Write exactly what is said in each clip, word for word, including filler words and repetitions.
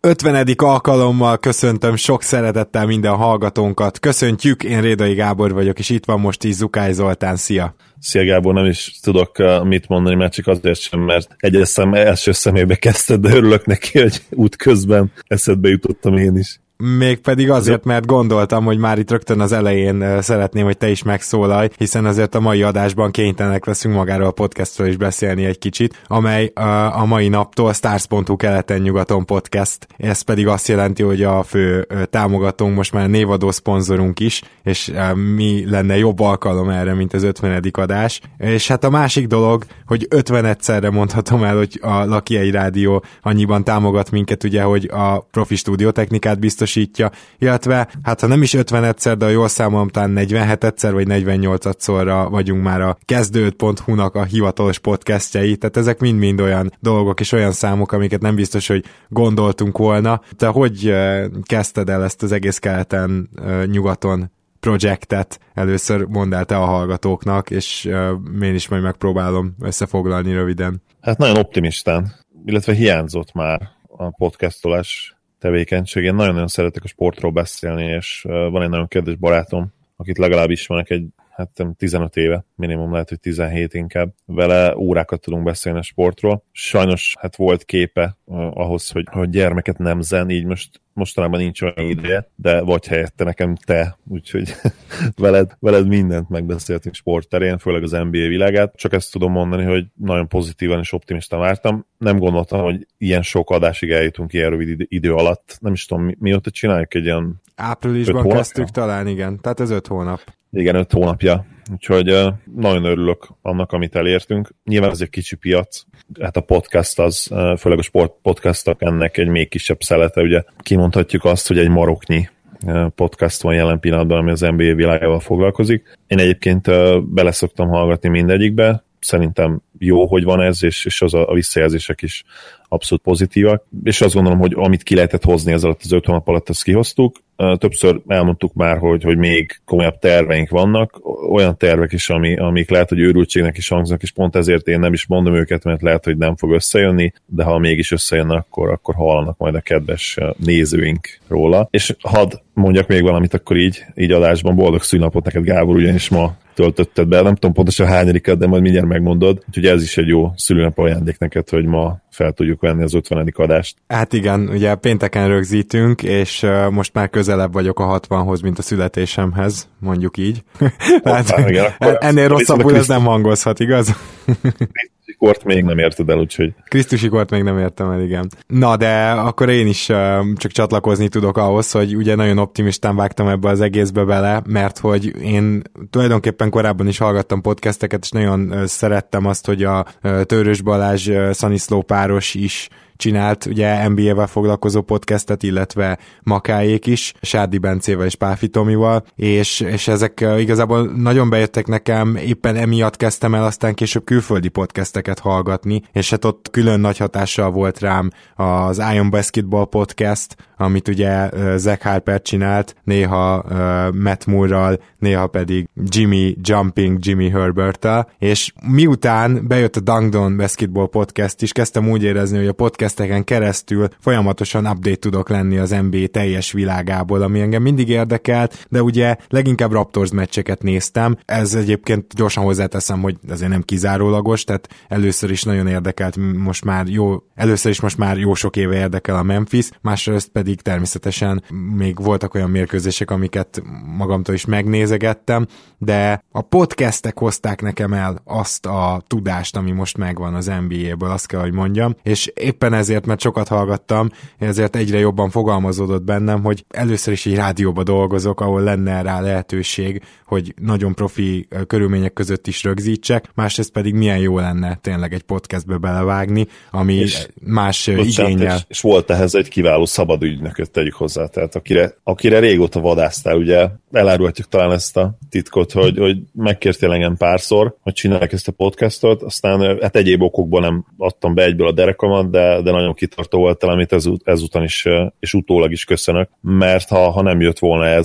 ötvenedik alkalommal köszöntöm sok szeretettel minden hallgatónkat. Köszöntjük, én Rédai Gábor vagyok, és itt van most is Zukály Zoltán. Szia! Szia Gábor, nem is tudok mit mondani, mert csak azért sem, mert egyes szem első szemébe kezdted, de örülök neki, hogy útközben eszedbe jutottam én is. Mégpedig azért, mert gondoltam, hogy már itt rögtön az elején szeretném, hogy te is megszólalj, hiszen azért a mai adásban kénytelenek leszünk magáról a podcastról is beszélni egy kicsit, amely a mai naptól stars pont hu keleten-nyugaton podcast. Ez pedig azt jelenti, hogy a fő támogatónk most már névadó szponzorunk is, és mi lenne jobb alkalom erre, mint az ötvenedik adás. És hát a másik dolog, hogy ötvenegyszerre mondhatom el, hogy a Laki egy Rádió annyiban támogat minket, ugye, hogy a profi stúdiótechnikát biztos illetve hát ha nem is ötvenegyszer, de ha jól számolom, talán negyvenhetedszer vagy negyvennyolcadszorra vagyunk már a kezdő pont hu-nak a hivatalos podcastjei, tehát ezek mind-mind olyan dolgok és olyan számok, amiket nem biztos, hogy gondoltunk volna. Te hogy kezdted el ezt az egész keleten, nyugaton projektet? Először mondd el te a hallgatóknak, és én is majd megpróbálom összefoglalni röviden. Hát nagyon optimistán, illetve hiányzott már a podcastolás tevékenység. Én nagyon-nagyon szeretek a sportról beszélni, és van egy nagyon kedves barátom, akit legalább ismerek egy, hát tizenöt éve, minimum lehet, hogy tizenhét inkább. Vele órákat tudunk beszélni a sportról. Sajnos hát volt képe uh, ahhoz, hogy, hogy gyermeket nemzen, így most mostanában nincs olyan ideje, de vagy helyette nekem te, úgyhogy veled, veled mindent megbeszéltünk sportterén, főleg az en bé á világát. Csak ezt tudom mondani, hogy nagyon pozitívan és optimistán vártam. Nem gondoltam, hogy ilyen sok adásig eljutunk ilyen rövid idő alatt. Nem is tudom, mi, mióta csináljuk egy ilyen áprilisban kezdtük talán, igen. Tehát ez öt hónap. Igen, öt hónapja. Úgyhogy uh, nagyon örülök annak, amit elértünk. Nyilván ez egy kicsi piac. Hát a podcast az, uh, főleg a sport podcastok ennek egy még kisebb szelete. Ugye kimondhatjuk azt, hogy egy maroknyi uh, podcast van jelen pillanatban, ami az en bé á világával foglalkozik. Én egyébként uh, bele szoktam hallgatni mindegyikbe. Szerintem jó, hogy van ez, és, és az a, a visszajelzések is abszolút pozitívak. És azt gondolom, hogy amit ki lehetett hozni ez alatt az öt hónap alatt, azt kihoztuk. Többször elmondtuk már, hogy, hogy még komolyabb terveink vannak, olyan tervek is, ami, amik lehet, hogy őrültségnek is hangzanak, és pont ezért én nem is mondom őket, mert lehet, hogy nem fog összejönni, de ha mégis összejönne, akkor, akkor hallanak majd a kedves nézőink róla. És hadd mondjak még valamit akkor így, így adásban. Boldog szülinapot neked, Gábor, ugyanis ma töltötted be, nem tudom pontosan hányadikat, de majd mindjárt megmondod. Úgyhogy ez is egy jó szülőnap ajándék neked, hogy ma fel tudjuk venni az ötvenedik adást. Hát igen, ugye pénteken rögzítünk, és uh, most már közelebb vagyok a hatvanhoz, mint a születésemhez, mondjuk így. Hát, Hoppá, igen, ennél rosszabbul ez nem hangozhat, igaz? Krisztusi kort még nem érted el, úgyhogy... Krisztusi kort még nem értem el, igen. Na, de akkor én is uh, csak csatlakozni tudok ahhoz, hogy ugye nagyon optimistán vágtam ebbe az egészbe bele, mert hogy én tulajdonképpen korábban is hallgattam podcasteket, és nagyon uh, szerettem azt, hogy a uh, Törős Balázs uh, Szaniszló páros is csinált ugye en bé á-vel foglalkozó podcastet, illetve Makáék is, Sárdi Bencével és Páfi Tomival, és, és ezek igazából nagyon bejöttek nekem, éppen emiatt kezdtem el aztán később külföldi podcasteket hallgatni, és hát ott külön nagy hatással volt rám az Ion Basketball podcast, amit ugye Zach Harper csinált, néha uh, Matt Moore-ral, néha pedig Jimmy Jumping Jimmy Herbert-tel, és miután bejött a Dunkdown Basketball podcast is, kezdtem úgy érezni, hogy a podcasteken keresztül folyamatosan update tudok lenni az en bé á teljes világából, ami engem mindig érdekelt, de ugye leginkább Raptors meccseket néztem. Ez egyébként gyorsan hozzáteszem, hogy azért nem kizárólagos, tehát először is nagyon érdekelt, most már jó, először is most már jó sok éve érdekel a Memphis, másrészt pedig természetesen még voltak olyan mérkőzések, amiket magamtól is megnézegettem, de a podcastek hozták nekem el azt a tudást, ami most megvan az en bé á-ből, azt kell, hogy mondjam, és éppen ezért, mert sokat hallgattam, ezért egyre jobban fogalmazódott bennem, hogy először is egy rádióba dolgozok, ahol lenne rá lehetőség, hogy nagyon profi körülmények között is rögzítsek, másrészt pedig milyen jó lenne tényleg egy podcastbe belevágni, ami és, más igénnyel. És, és volt ehhez egy kiváló szabad ügynököt, tegyük hozzá, tehát akire, akire régóta vadásztál, ugye elárulhatjuk talán ezt a titkot, hogy, hogy megkértél engem párszor, hogy csinálják ezt a podcastot, aztán hát egyéb okokból nem adtam be egyből a derekamat, de, de nagyon kitartó voltál, amit ezut, ezután is, és utólag is köszönök, mert ha, ha nem jött volna ez,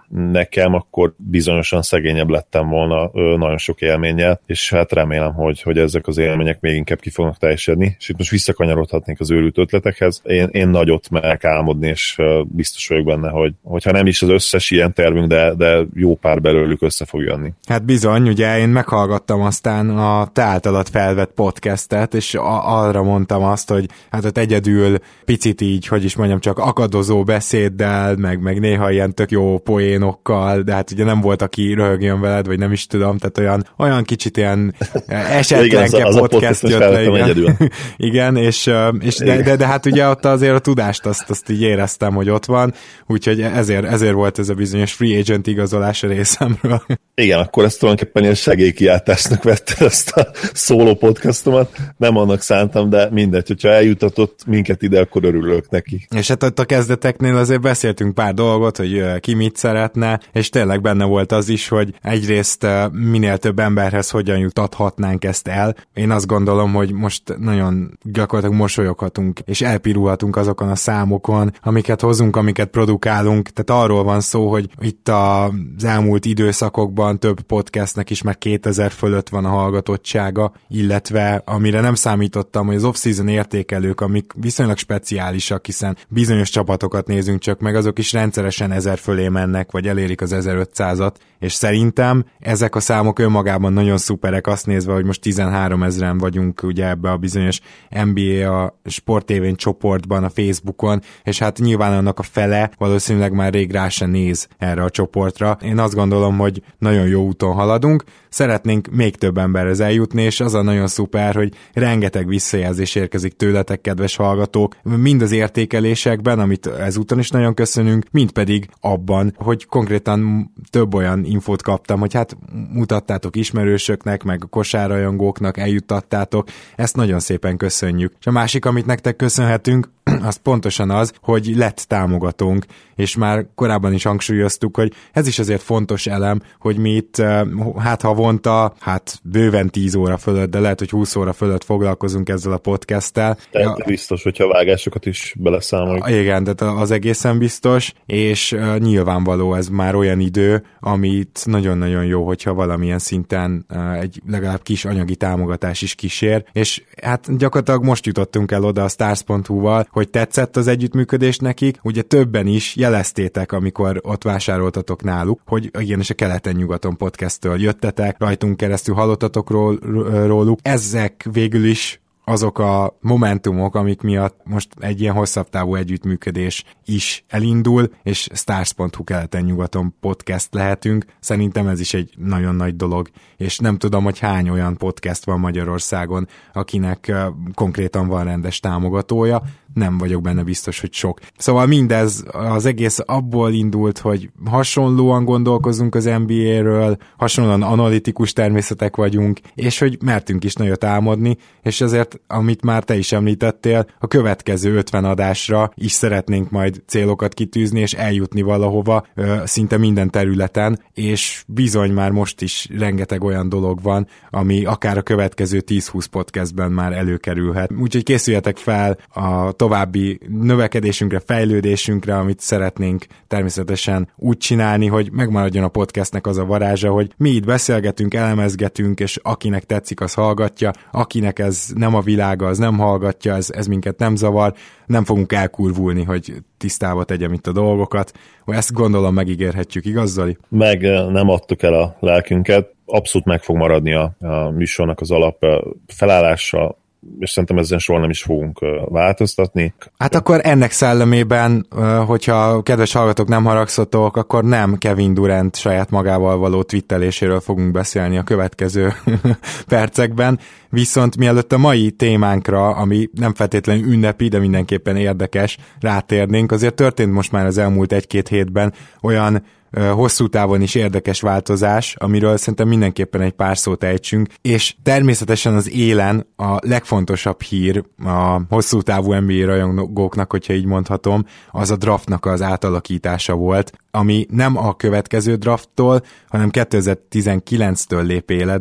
nekem, akkor bizonyosan szegényebb lettem volna nagyon sok élménnyel, és hát remélem, hogy, hogy ezek az élmények még inkább ki fognak teljesedni, és itt most visszakanyarodhatnék az őrült ötletekhez. Én, én nagyot merek álmodni, és biztos vagyok benne, hogy hogyha nem is az összes ilyen tervünk, de, de jó pár belőlük össze fog jönni. Hát bizony, ugye én meghallgattam aztán a te általad felvett podcastet, és a- arra mondtam azt, hogy hát ott egyedül picit így, hogy is mondjam, csak akadozó beszéddel, meg, meg néha ilyen tök jó poénokkal, de hát ugye nem volt, aki röhögjön veled, vagy nem is tudom, tehát olyan, olyan kicsit ilyen esetlenke podcast, podcast jött le, igen. igen, és, és de, de, de hát ugye ott azért a tudást azt, azt így éreztem, hogy ott van, úgyhogy ezért, ezért volt ez a bizonyos free agent igazolás a részemről. Igen, akkor ezt tulajdonképpen ilyen segélykiáltásnak vetted ezt a szóló podcastomat, nem annak szántam, de mindegy, hogyha eljutatott minket ide, akkor örülök neki. És hát ott a kezdeteknél azért beszéltünk pár dolgot, hogy ki mit szeretne, és tényleg benne volt az is, hogy egyrészt minél több emberhez hogyan jutathatnánk ezt el. Én azt gondolom, hogy most nagyon gyakorlatilag mosolyoghatunk, és elpirulhatunk azokon a számokon, amiket hozunk, amiket produkálunk. Tehát arról van szó, hogy itt az elmúlt időszakokban több podcastnek is már kétezer fölött van a hallgatottsága, illetve amire nem számítottam, hogy az off-season értékelők, amik viszonylag speciálisak, hiszen bizonyos csapatokat nézünk csak meg, azok is rendszeresen ezer fölé mennek, vagy elérik az ezerötszázat, és szerintem ezek a számok önmagában nagyon szuperek, azt nézve, hogy most tizenhárom ezeren vagyunk ugye ebbe a bizonyos en bé á a Sport té vén csoportban, a Facebookon, és hát nyilván annak a fele valószínűleg már rég rá se néz erre a csoportra. Én azt gondolom, hogy nagyon jó úton haladunk, szeretnénk még több emberhez eljutni, és az a nagyon szuper, hogy rengeteg visszajelzés érkezik tőletek, kedves hallgatók, mind az értékelésekben, amit ezúton is nagyon köszönünk, mind pedig abban, hogy konkrétan több olyan infót kaptam, hogy hát mutattátok ismerősöknek, meg a kosárrajongóknak, eljuttattátok, ezt nagyon szépen köszönjük. És a másik, amit nektek köszönhetünk, az pontosan az, hogy lett támogatónk, és már korábban is hangsúlyoztuk, hogy ez is azért fontos elem, hogy mi itt hát havonta, hát bőven tíz óra fölött, de lehet, hogy húsz óra fölött foglalkozunk ezzel a podcasttel. Tehát ja, biztos, hogyha vágásokat is beleszámoljuk. Igen, tehát az egészen biztos, és uh, nyilvánvaló ez már olyan idő, amit nagyon-nagyon jó, hogyha valamilyen szinten uh, egy legalább kis anyagi támogatás is kísér, és hát gyakorlatilag most jutottunk el oda a stars pont hu-val, hogy tetszett az együttműködés nekik, ugye többen is jeleztétek, amikor ott vásároltatok náluk, hogy igen, és a Keleten-nyugaton podcasttől jöttetek, rajtunk keresztül hallottatok ról, róluk. Ezek végül is azok a momentumok, amik miatt most egy ilyen hosszabb távú együttműködés is elindul, és stars pont hu Keleten-nyugaton podcast lehetünk. Szerintem ez is egy nagyon nagy dolog, és nem tudom, hogy hány olyan podcast van Magyarországon, akinek uh, konkrétan van rendes támogatója, nem vagyok benne biztos, hogy sok. Szóval mindez az egész abból indult, hogy hasonlóan gondolkozunk az en bé á-ről, hasonlóan analitikus természetek vagyunk, és hogy mertünk is nagyot álmodni, és ezért, amit már te is említettél, a következő ötven adásra is szeretnénk majd célokat kitűzni, és eljutni valahova szinte minden területen, és bizony már most is rengeteg olyan dolog van, ami akár a következő tíz-húsz podcastben már előkerülhet. Úgyhogy készüljetek fel a további növekedésünkre, fejlődésünkre, amit szeretnénk természetesen úgy csinálni, hogy megmaradjon a podcastnek az a varázsa, hogy mi itt beszélgetünk, elemezgetünk, és akinek tetszik, az hallgatja, akinek ez nem a világa, az nem hallgatja, ez, ez minket nem zavar, nem fogunk elkurvulni, hogy tisztába tegyem itt a dolgokat. Ezt gondolom megígérhetjük, igaz, Zoli? Meg nem adtuk el a lelkünket, abszolút meg fog maradni a, a műsornak az alap felállása, és szerintem ezen soha nem is fogunk változtatni. Hát akkor ennek szellemében, hogyha kedves hallgatók nem haragszotok, akkor nem Kevin Durant saját magával való twitteléséről fogunk beszélni a következő percekben, viszont mielőtt a mai témánkra, ami nem feltétlenül ünnepi, de mindenképpen érdekes, rátérnénk, azért történt most már az elmúlt egy-két hétben olyan hosszú távon is érdekes változás, amiről szerintem mindenképpen egy pár szót ejtsünk, és természetesen az élen a legfontosabb hír a hosszú távú en bé á rajongóknak, hogyha így mondhatom, az a draftnak az átalakítása volt, ami nem a következő drafttól, hanem kétezer-tizenkilenctől lép életbe,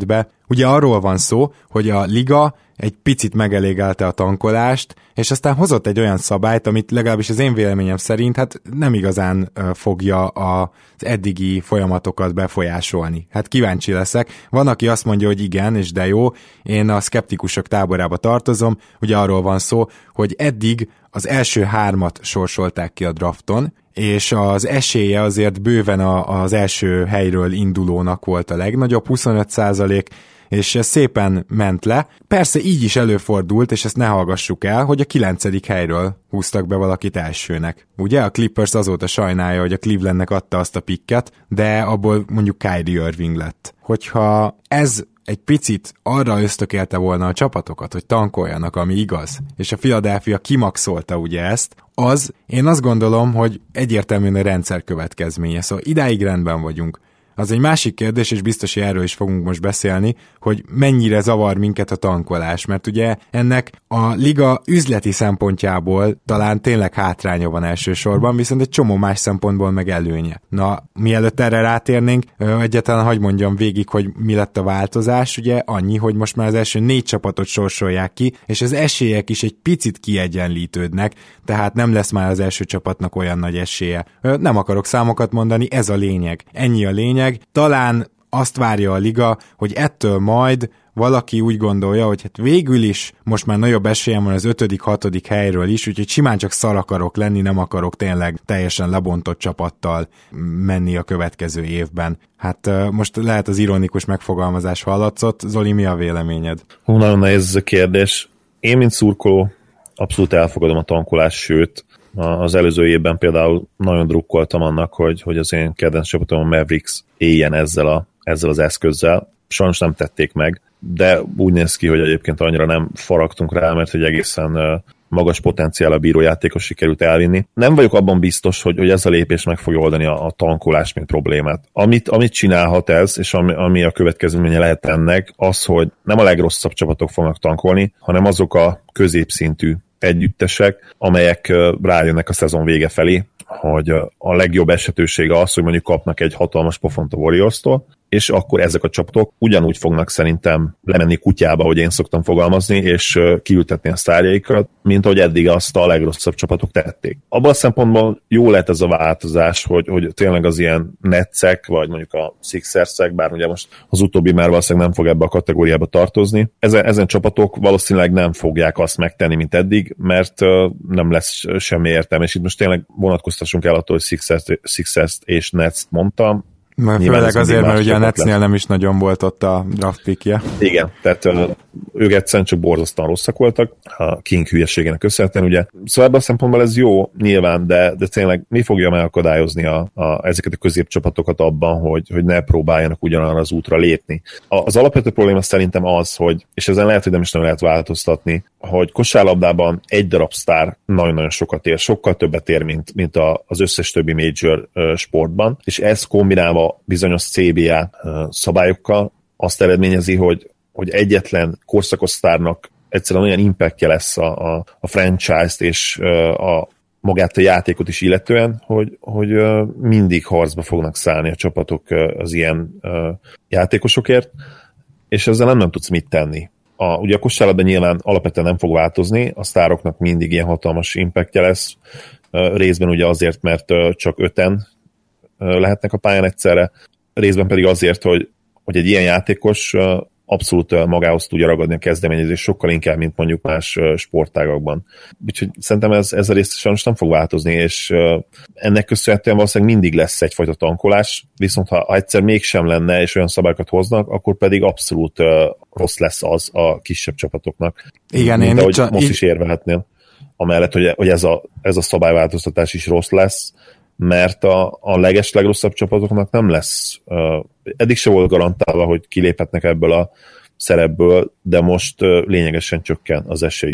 Ugye arról van szó, hogy a liga egy picit megelégelte a tankolást, és aztán hozott egy olyan szabályt, amit legalábbis az én véleményem szerint hát nem igazán fogja az eddigi folyamatokat befolyásolni. Hát kíváncsi leszek. Van, aki azt mondja, hogy igen, és de jó, én a szkeptikusok táborába tartozom, ugye arról van szó, hogy eddig az első hármat sorsolták ki a drafton, és az esélye azért bőven a, az első helyről indulónak volt a legnagyobb, huszonöt százalék, és ez szépen ment le. Persze így is előfordult, és ezt ne hallgassuk el, hogy a kilencedik helyről húztak be valakit elsőnek. Ugye a Clippers azóta sajnálja, hogy a Clevelandnek adta azt a picket, de abból mondjuk Kyrie Irving lett. Hogyha ez egy picit arra ösztökélte volna a csapatokat, hogy tankoljanak, ami igaz, és a Philadelphia kimaxolta ugye ezt, az én azt gondolom, hogy egyértelműen a rendszer következménye. Szóval idáig rendben vagyunk. Az egy másik kérdés, és biztos, hogy erről is fogunk most beszélni, hogy mennyire zavar minket a tankolás, mert ugye ennek a liga üzleti szempontjából talán tényleg hátránya van elsősorban, viszont egy csomó más szempontból meg előnye. Na, mielőtt erre rátérnénk, egyáltalán hagy mondjam végig, hogy mi lett a változás, ugye annyi, hogy most már az első négy csapatot sorsolják ki, és az esélyek is egy picit kiegyenlítődnek, tehát nem lesz már az első csapatnak olyan nagy esélye. Nem akarok számokat mondani, ez a lényeg. Ennyi a lényeg. Talán azt várja a liga, hogy ettől majd valaki úgy gondolja, hogy hát végül is most már nagyobb esélyem van az ötödik, hatodik helyről is, úgyhogy simán csak szar akarok lenni, nem akarok tényleg teljesen lebontott csapattal menni a következő évben. Hát most lehet az ironikus megfogalmazás hallatszott. Zoli, mi a véleményed? Hú, nagyon nehéz ez a kérdés. Én, mint szurkoló, abszolút elfogadom a tankolást, sőt, az előző évben például nagyon drukkoltam annak, hogy, hogy az én kedvenc csapatom a Mavericks éljen ezzel, a, ezzel az eszközzel. Sajnos nem tették meg, de úgy néz ki, hogy egyébként annyira nem faragtunk rá, mert egy egészen magas potenciál a bírójátékos sikerült elvinni. Nem vagyok abban biztos, hogy, hogy ez a lépés meg fogja oldani a, a tankolás, mint problémát. Amit, amit csinálhat ez, és ami, ami a következménye lehet ennek, az, hogy nem a legrosszabb csapatok fognak tankolni, hanem azok a középszintű együttesek, amelyek rájönnek a szezon vége felé, hogy a legjobb esetősége az, hogy mondjuk kapnak egy hatalmas pofont a Warriors-tól, és akkor ezek a csapatok ugyanúgy fognak szerintem lemenni kutyába, hogy én szoktam fogalmazni, és kiültetni a sztárjaikat, mint ahogy eddig azt a legrosszabb csapatok tették. Abban a szempontból jó lett ez a változás, hogy, hogy tényleg az ilyen Netsek, vagy mondjuk a Sixersek, bár ugye most az utóbbi már valószínűleg nem fog ebbe a kategóriába tartozni. Ezen, ezen csapatok valószínűleg nem fogják azt megtenni, mint eddig, mert nem lesz semmi értelme. És itt most tényleg vonatkoztassunk el attól, hogy Sixers-t, Sixers-t és Nets-t mondtam. Mert főleg azért, mert ugye a Netsnél nem is nagyon volt ott a draft pickje. Igen, tehát uh, ők egyszerűen csak borzasztóan rosszak voltak, a King hülyeségének köszönhetően, ugye. Szóval ebben a szempontból ez jó, nyilván, de, de tényleg mi fogja megakadályozni a, a, ezeket a középcsapatokat abban, hogy, hogy ne próbáljanak ugyanarra az útra lépni. A, az alapvető probléma szerintem az, hogy, és ezen lehet, hogy nem is nagyon lehet változtatni, hogy kosárlabdában egy darab sztár nagyon-nagyon sokat ér, sokkal többet ér, mint, mint a, az összes többi major uh, sportban, és ez kombinálva bizonyos cé bé á szabályokkal azt eredményezi, hogy, hogy egyetlen korszakos sztárnak egyszerűen olyan impactja lesz a, a, a franchise-t és a, magát a játékot is illetően, hogy, hogy mindig harcba fognak szállni a csapatok az ilyen játékosokért, és ezzel nem, nem tudsz mit tenni. A, ugye a kosárlabdában nyilván alapvetően nem fog változni, a sztároknak mindig ilyen hatalmas impactja lesz, részben ugye azért, mert csak öten lehetnek a pályán egyszerre, részben pedig azért, hogy, hogy egy ilyen játékos abszolút magához tudja ragadni a kezdeményezést sokkal inkább, mint mondjuk más sportágakban. Úgyhogy szerintem ez, ez a rész sajnos nem fog változni, és ennek köszönhetően valószínűleg mindig lesz egyfajta tankolás, viszont ha egyszer mégsem lenne, és olyan szabályokat hoznak, akkor pedig abszolút rossz lesz az a kisebb csapatoknak. Igen, mint én ahogy csak... most is érvelhetnél. Amellett, hogy, hogy ez, a, ez a szabályváltoztatás is rossz lesz, mert a, a leges legrosszabb csapatoknak nem lesz, uh, eddig se volt garantálva, hogy kiléphetnek ebből a szerepből, de most uh, lényegesen csökken az esélyük.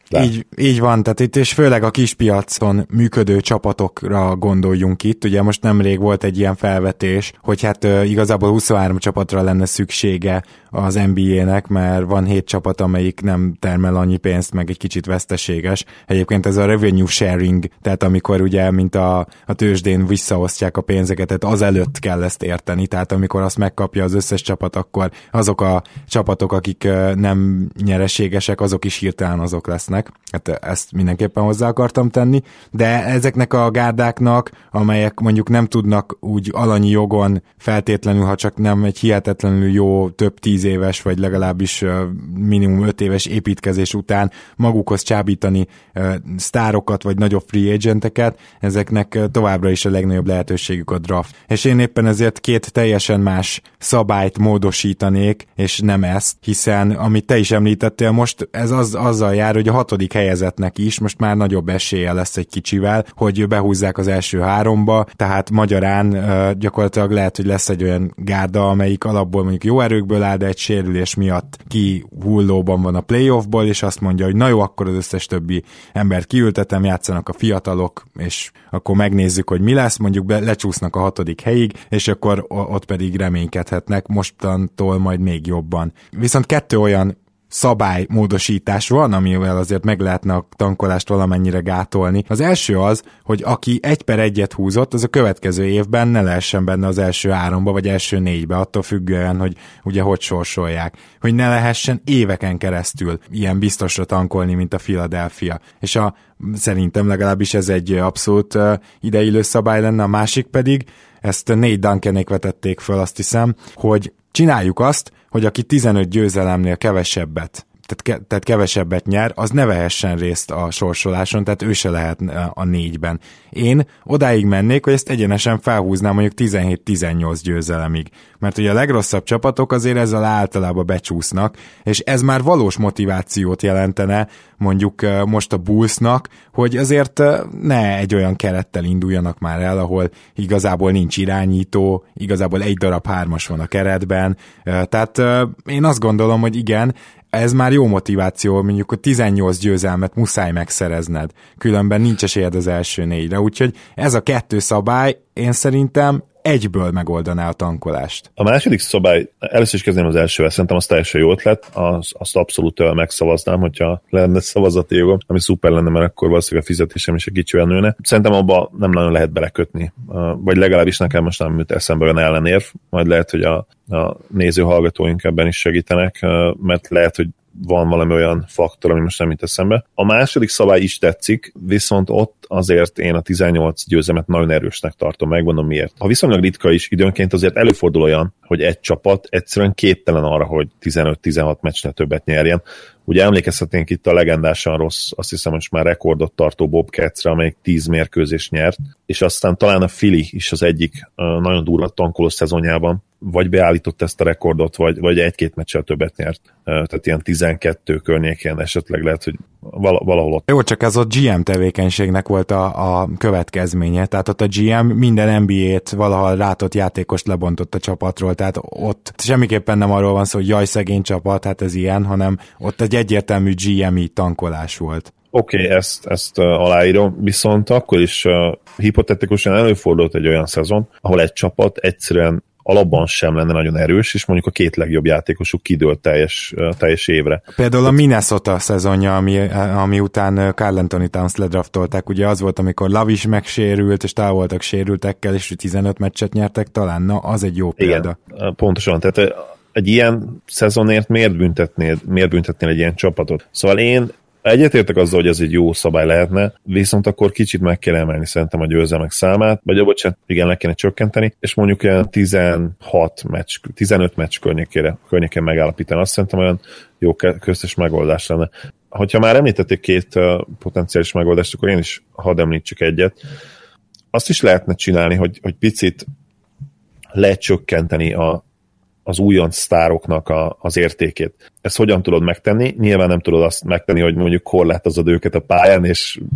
Így, így van, tehát itt és főleg a kispiacon működő csapatokra gondoljunk itt. Ugye most nemrég volt egy ilyen felvetés, hogy hát uh, igazából huszonhárom csapatra lenne szüksége az en bé á-nek, mert van hét csapat, amelyik nem termel annyi pénzt, meg egy kicsit veszteséges. Egyébként ez a revenue sharing, tehát amikor ugye, mint a, a tőzsdén visszaosztják a pénzeket, tehát azelőtt kell ezt érteni, tehát amikor azt megkapja az összes csapat, akkor azok a csapatok, akik uh, nem nyereségesek, azok is hirtelen azok lesznek. Hát ezt mindenképpen hozzá akartam tenni, de ezeknek a gárdáknak, amelyek mondjuk nem tudnak úgy alanyi jogon feltétlenül, ha csak nem egy hihetetlenül jó több tíz éves, vagy legalábbis minimum öt éves építkezés után magukhoz csábítani sztárokat, vagy nagyobb free agenteket, ezeknek továbbra is a legnagyobb lehetőségük a draft. És én éppen ezért két teljesen más szabályt módosítanék, és nem ezt, hiszen amit te is említettél most, ez az, azzal jár, hogy a hatodik helyezetnek is most már nagyobb esélye lesz egy kicsivel, hogy behúzzák az első háromba, tehát magyarán gyakorlatilag lehet, hogy lesz egy olyan gárda, amelyik alapból mondjuk jó erőkből áll, de egy sérülés miatt kihullóban van a playoffból, és azt mondja, hogy na jó, akkor az összes többi embert kiültetem, játszanak a fiatalok, és akkor megnézzük, hogy mi lesz, mondjuk be, lecsúsznak a hatodik helyig, és akkor ott pedig reménykedhetnek, mostantól majd még jobban. Viszont kettő olyan szabálymódosítás van, amivel azért meg lehetne a tankolást valamennyire gátolni. Az első az, hogy aki egy per egyet húzott, az a következő évben ne lehessen benne az első háromba, vagy első négybe, attól függően, hogy ugye hogy sorsolják. Hogy ne lehessen éveken keresztül ilyen biztosra tankolni, mint a Philadelphia. És a, szerintem legalábbis ez egy abszolút uh, ideillő szabály lenne, a másik pedig, ezt Nate Duncanék vetették föl, azt hiszem, hogy csináljuk azt, hogy aki tizenöt győzelemnél kevesebbet, tehát, ke- tehát kevesebbet nyer, az ne vehessen részt a sorsoláson, tehát ő se lehet a négyben. Én odáig mennék, hogy ezt egyenesen felhúznám mondjuk tizenhét tizennyolc győzelemig. Mert ugye a legrosszabb csapatok azért ezzel általában becsúsznak, és ez már valós motivációt jelentene mondjuk most a Bullsnak, hogy azért ne egy olyan kerettel induljanak már el, ahol igazából nincs irányító, igazából egy darab hármas van a keretben. Tehát én azt gondolom, hogy igen, ez már jó motiváció, mondjuk a tizennyolc győzelmet muszáj megszerezned, különben nincs esélyed az első négyre, úgyhogy ez a kettő szabály, én szerintem egyből megoldaná a tankolást. A második szabály, először is kezdeném az elsővel, szerintem az teljesen jó ötlet, az, azt abszolút megszavaznám, hogyha lenne szavazati jogom, ami szuper lenne, mert akkor valószínűleg a fizetésem is egy kicsivel nőne. Szerintem abba nem nagyon lehet belekötni, vagy legalábbis nekem most nem jut eszembe olyan ellenérv, majd lehet, hogy a, a néző hallgatóink ebben is segítenek, mert lehet, hogy van valami olyan faktor, ami most nem jut eszembe. A második szabály is tetszik, viszont ott azért én a tizennyolc győzelmet nagyon erősnek tartom, megmondom miért. Ha viszonylag ritka is, időnként azért előfordul olyan, hogy egy csapat egyszerűen képtelen arra, hogy tizenöt tizenhat meccsnél többet nyerjen. Ugye emlékezhetnénk itt a legendásan rossz, azt hiszem, most már rekordot tartó Bobcatsre, amelyik tíz mérkőzést nyert, és aztán talán a Philly is az egyik nagyon durva tankoló szezonjában vagy beállított ezt a rekordot, vagy, vagy egy-két meccsel többet nyert. Tehát ilyen tizenkettő környékén esetleg lehet, hogy valahol ott. Jó, csak ez a gé em tevékenységnek volt a, a következménye, tehát ott a gé em minden en bé á-t valahol rátott játékost lebontott a csapatról, tehát ott semmiképpen nem arról van szó, hogy jaj, szegény csapat, hát ez ilyen, hanem ott egy egyértelmű gé em-i tankolás volt. Oké, okay, ezt, ezt uh, aláírom, viszont akkor is uh, hipotetikusan előfordult egy olyan szezon, ahol egy csapat egyszerűen alapban sem lenne nagyon erős, és mondjuk a két legjobb játékosuk kidőlt teljes, teljes évre. Például a Minnesota szezonja, ami, ami után Karl Anthony Towns ledraftolták, ugye az volt, amikor Love is megsérült, és távol voltak sérültekkel, és tizenöt meccset nyertek talán, na, az egy jó példa. Igen, pontosan, tehát egy ilyen szezonért miért büntetnél, miért büntetnél egy ilyen csapatot? Szóval én egyetértek azzal, hogy ez egy jó szabály lehetne, viszont akkor kicsit meg kell emelni szerintem a győzelmek számát, vagy a bocsánat, igen, le kéne csökkenteni, és mondjuk olyan tizenhat meccs, tizenöt meccs környékére, környéken megállapítani. Azt szerintem olyan jó köztes megoldás lenne. Hogyha már említették két uh, potenciális megoldást, akkor én is hadd említsük egyet. Azt is lehetne csinálni, hogy, hogy picit lecsökkenteni a az újonc sztároknak a, az értékét. Ezt hogyan tudod megtenni? Nyilván nem tudod azt megtenni, hogy mondjuk korlátozod őket a pályán, és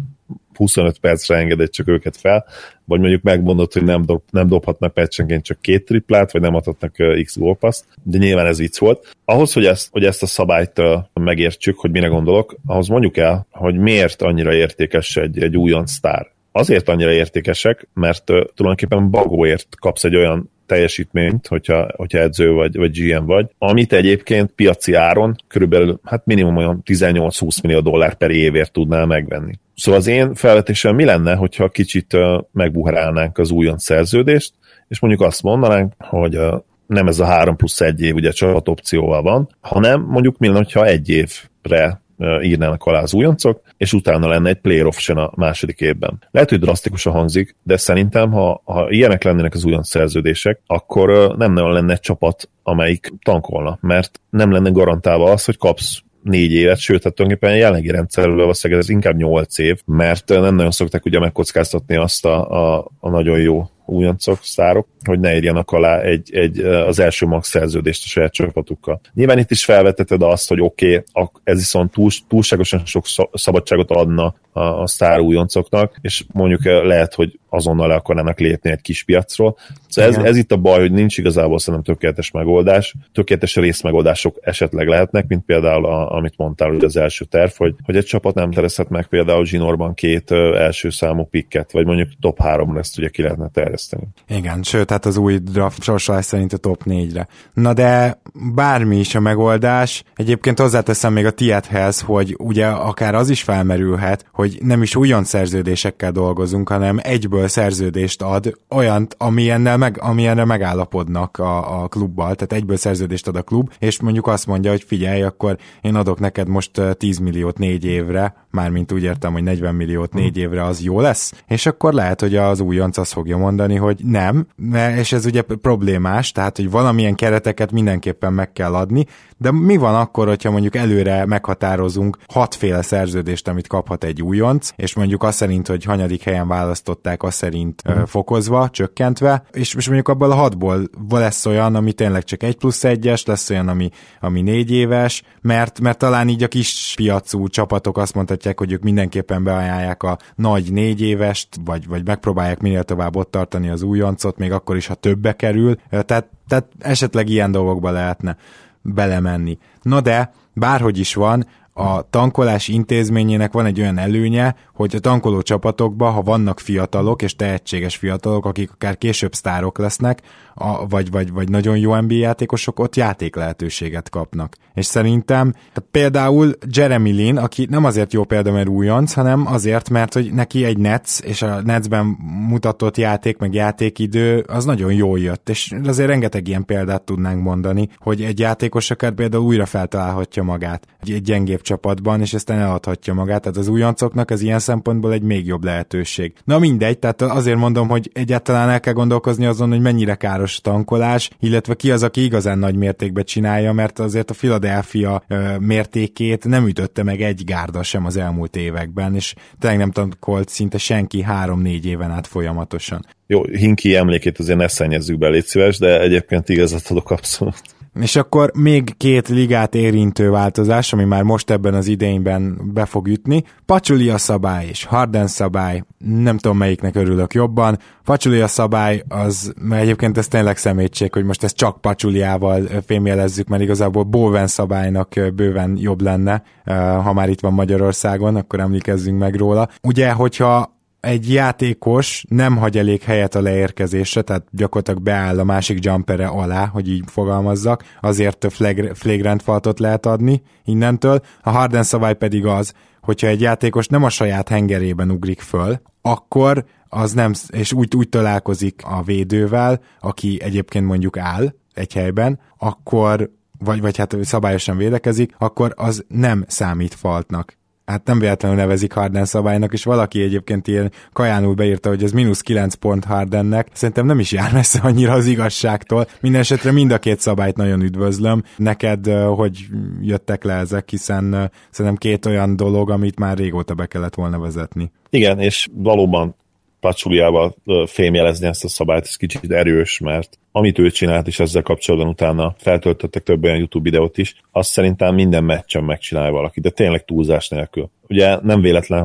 huszonöt percre engedett csak őket fel, vagy mondjuk megmondod, hogy nem, dob, nem dobhatnak meccsenként csak két triplát, vagy nem adhatnak x gólpasszt, de nyilván ez vicc volt. Ahhoz, hogy ezt, hogy ezt a szabályt megértsük, hogy mire gondolok, ahhoz mondjuk el, hogy miért annyira értékes egy, egy újonc sztár. Azért annyira értékesek, mert uh, tulajdonképpen bagóért kapsz egy olyan teljesítményt, hogyha, hogyha edző vagy, vagy gé em vagy, amit egyébként piaci áron körülbelül hát minimum olyan tizennyolc-húsz millió dollár per évért tudnál megvenni. Szóval az én felvetésem mi lenne, hogyha kicsit uh, megbuhrálnánk az újonc szerződést, és mondjuk azt mondanánk, hogy uh, nem ez a három plusz egy év ugye csapat opcióval van, hanem mondjuk mi lenne, hogyha egy évre írnának alá az újoncok, és utána lenne egy player option a második évben. Lehet, hogy drasztikusan hangzik, de szerintem, ha, ha ilyenek lennének az újonc szerződések, akkor nem nagyon lenne egy csapat, amelyik tankolna, mert nem lenne garantálva az, hogy kapsz négy évet, sőt, hát tulajdonképpen a jelenlegi rendszerről valószínűleg ez inkább nyolc év, mert nem nagyon szokták ugye megkockáztatni azt a, a, a nagyon jó újoncok, sztárok, hogy ne írjanak alá egy, egy, az első max szerződést a saját csapatukkal. Nyilván itt is felveteted azt, hogy oké, okay, ez viszont túl, túlságosan sok szabadságot adna a, a sztár újoncoknak, és mondjuk lehet, hogy azonnal le akarnának lépni egy kis piacról. Szóval ez, ez itt a baj, hogy nincs igazából szerintem tökéletes megoldás. Tökéletes részmegoldások esetleg lehetnek, mint például, a, amit mondtál, hogy az első terv, hogy, hogy egy csapat nem terezhet meg például zsinórban két ö, első számú pikket, vagy mondjuk top háromra ezt ugye ki lehetne terjeszteni. Igen, sőt, hát az új draft sorsolás szerint a top négyre. Na de bármi is a megoldás, egyébként hozzáteszem még a tiédhez, hogy ugye akár az is felmerülhet, hogy nem is újonc szerződésekkel dolgozunk, hanem egyből szerződést ad olyant, amilyennel meg, amilyenre megállapodnak a, a klubbal, tehát egyből szerződést ad a klub, és mondjuk azt mondja, hogy figyelj, akkor én adok neked most tíz milliót négy évre, mármint úgy értem, hogy negyven milliót négy évre, az jó lesz, és akkor lehet, hogy az újonc azt fogja mondani, hogy nem, és ez ugye problémás, tehát, hogy valamilyen kereteket mindenképpen meg kell adni, de mi van akkor, hogyha mondjuk előre meghatározunk hatféle szerződést, amit kaphat egy újonc, és mondjuk azt szerint, hogy hanyadik helyen választották, azt szerint mm. fokozva, csökkentve, és, és mondjuk abból a hatból lesz olyan, ami tényleg csak egy plusz egyes, lesz olyan, ami, ami négy éves, mert, mert talán így a kis piacú csapatok azt mondhatják, hogy ők mindenképpen beajánlják a nagy négy évest, vagy, vagy megpróbálják minél tovább ott tartani az újoncot, még akkor is, ha többe kerül, tehát, tehát esetleg ilyen dolgokba lehetne belemenni. Na de, bárhogy is van, a tankolás intézményének van egy olyan előnye, hogy a tankoló csapatokban, ha vannak fiatalok és tehetséges fiatalok, akik akár később sztárok lesznek, a, vagy, vagy, vagy nagyon jó en bé á játékosok, ott játék lehetőséget kapnak. És szerintem hát például Jeremy Lin, aki nem azért jó példa, mert újonc, hanem azért, mert hogy neki egy Nets, és a Netsben mutatott játék, meg játékidő, az nagyon jól jött, és azért rengeteg ilyen példát tudnánk mondani, hogy egy játékos akár például újra feltalálhatja magát egy gyengébb csapatban, és aztán eladhatja magát, tehát az újoncoknak az ilyen szempontból egy még jobb lehetőség. Na mindegy, tehát azért mondom, hogy egyáltalán el kell gondolkozni azon, hogy mennyire káros tankolás, illetve ki az, aki igazán nagy mértékben csinálja, mert azért a Philadelphia ö, mértékét nem ütötte meg egy gárda sem az elmúlt években, és tényleg nem tankolt szinte senki három-négy éven át folyamatosan. Jó, Hinkie emlékét azért ne szennyezzük be, légy szíves, de egyébként igazat adok abszolút. És akkor még két ligát érintő változás, ami már most ebben az idényben be fog ütni. Pachulia szabály és Harden szabály, nem tudom melyiknek örülök jobban. Pachulia szabály az, mert egyébként ez tényleg szemétség, hogy most ezt csak Pachuliával fémjelezzük, mert igazából Bowen szabálynak bőven jobb lenne, ha már itt van Magyarországon, akkor emlékezzünk meg róla. Ugye, hogyha egy játékos nem hagy elég helyet a leérkezésre, tehát gyakorlatilag beáll a másik jumpere alá, hogy így fogalmazzak, azért flag, flagrant faultot lehet adni innentől. A Harden szabály pedig az, hogyha egy játékos nem a saját hengerében ugrik föl, akkor az nem, és úgy, úgy találkozik a védővel, aki egyébként mondjuk áll egy helyben, akkor, vagy, vagy hát szabályosan védekezik, akkor az nem számít faultnak. Hát nem véletlenül nevezik Harden szabálynak, és valaki egyébként ilyen kajánul beírta, hogy ez mínusz kilenc pont Hardennek. Szerintem nem is jár messze annyira az igazságtól. Mindenesetre mind a két szabályt nagyon üdvözlöm. Neked, hogy jöttek le ezek, hiszen szerintem két olyan dolog, amit már régóta be kellett volna vezetni. Igen, és valóban Pachuliával fémjelezni ezt a szabályt, ez kicsit erős, mert amit ő csinált, és ezzel kapcsolatban utána feltöltöttek több olyan YouTube videót is, azt szerintem minden meccsen megcsinálja valaki, de tényleg túlzás nélkül. Ugye nem véletlen, hogy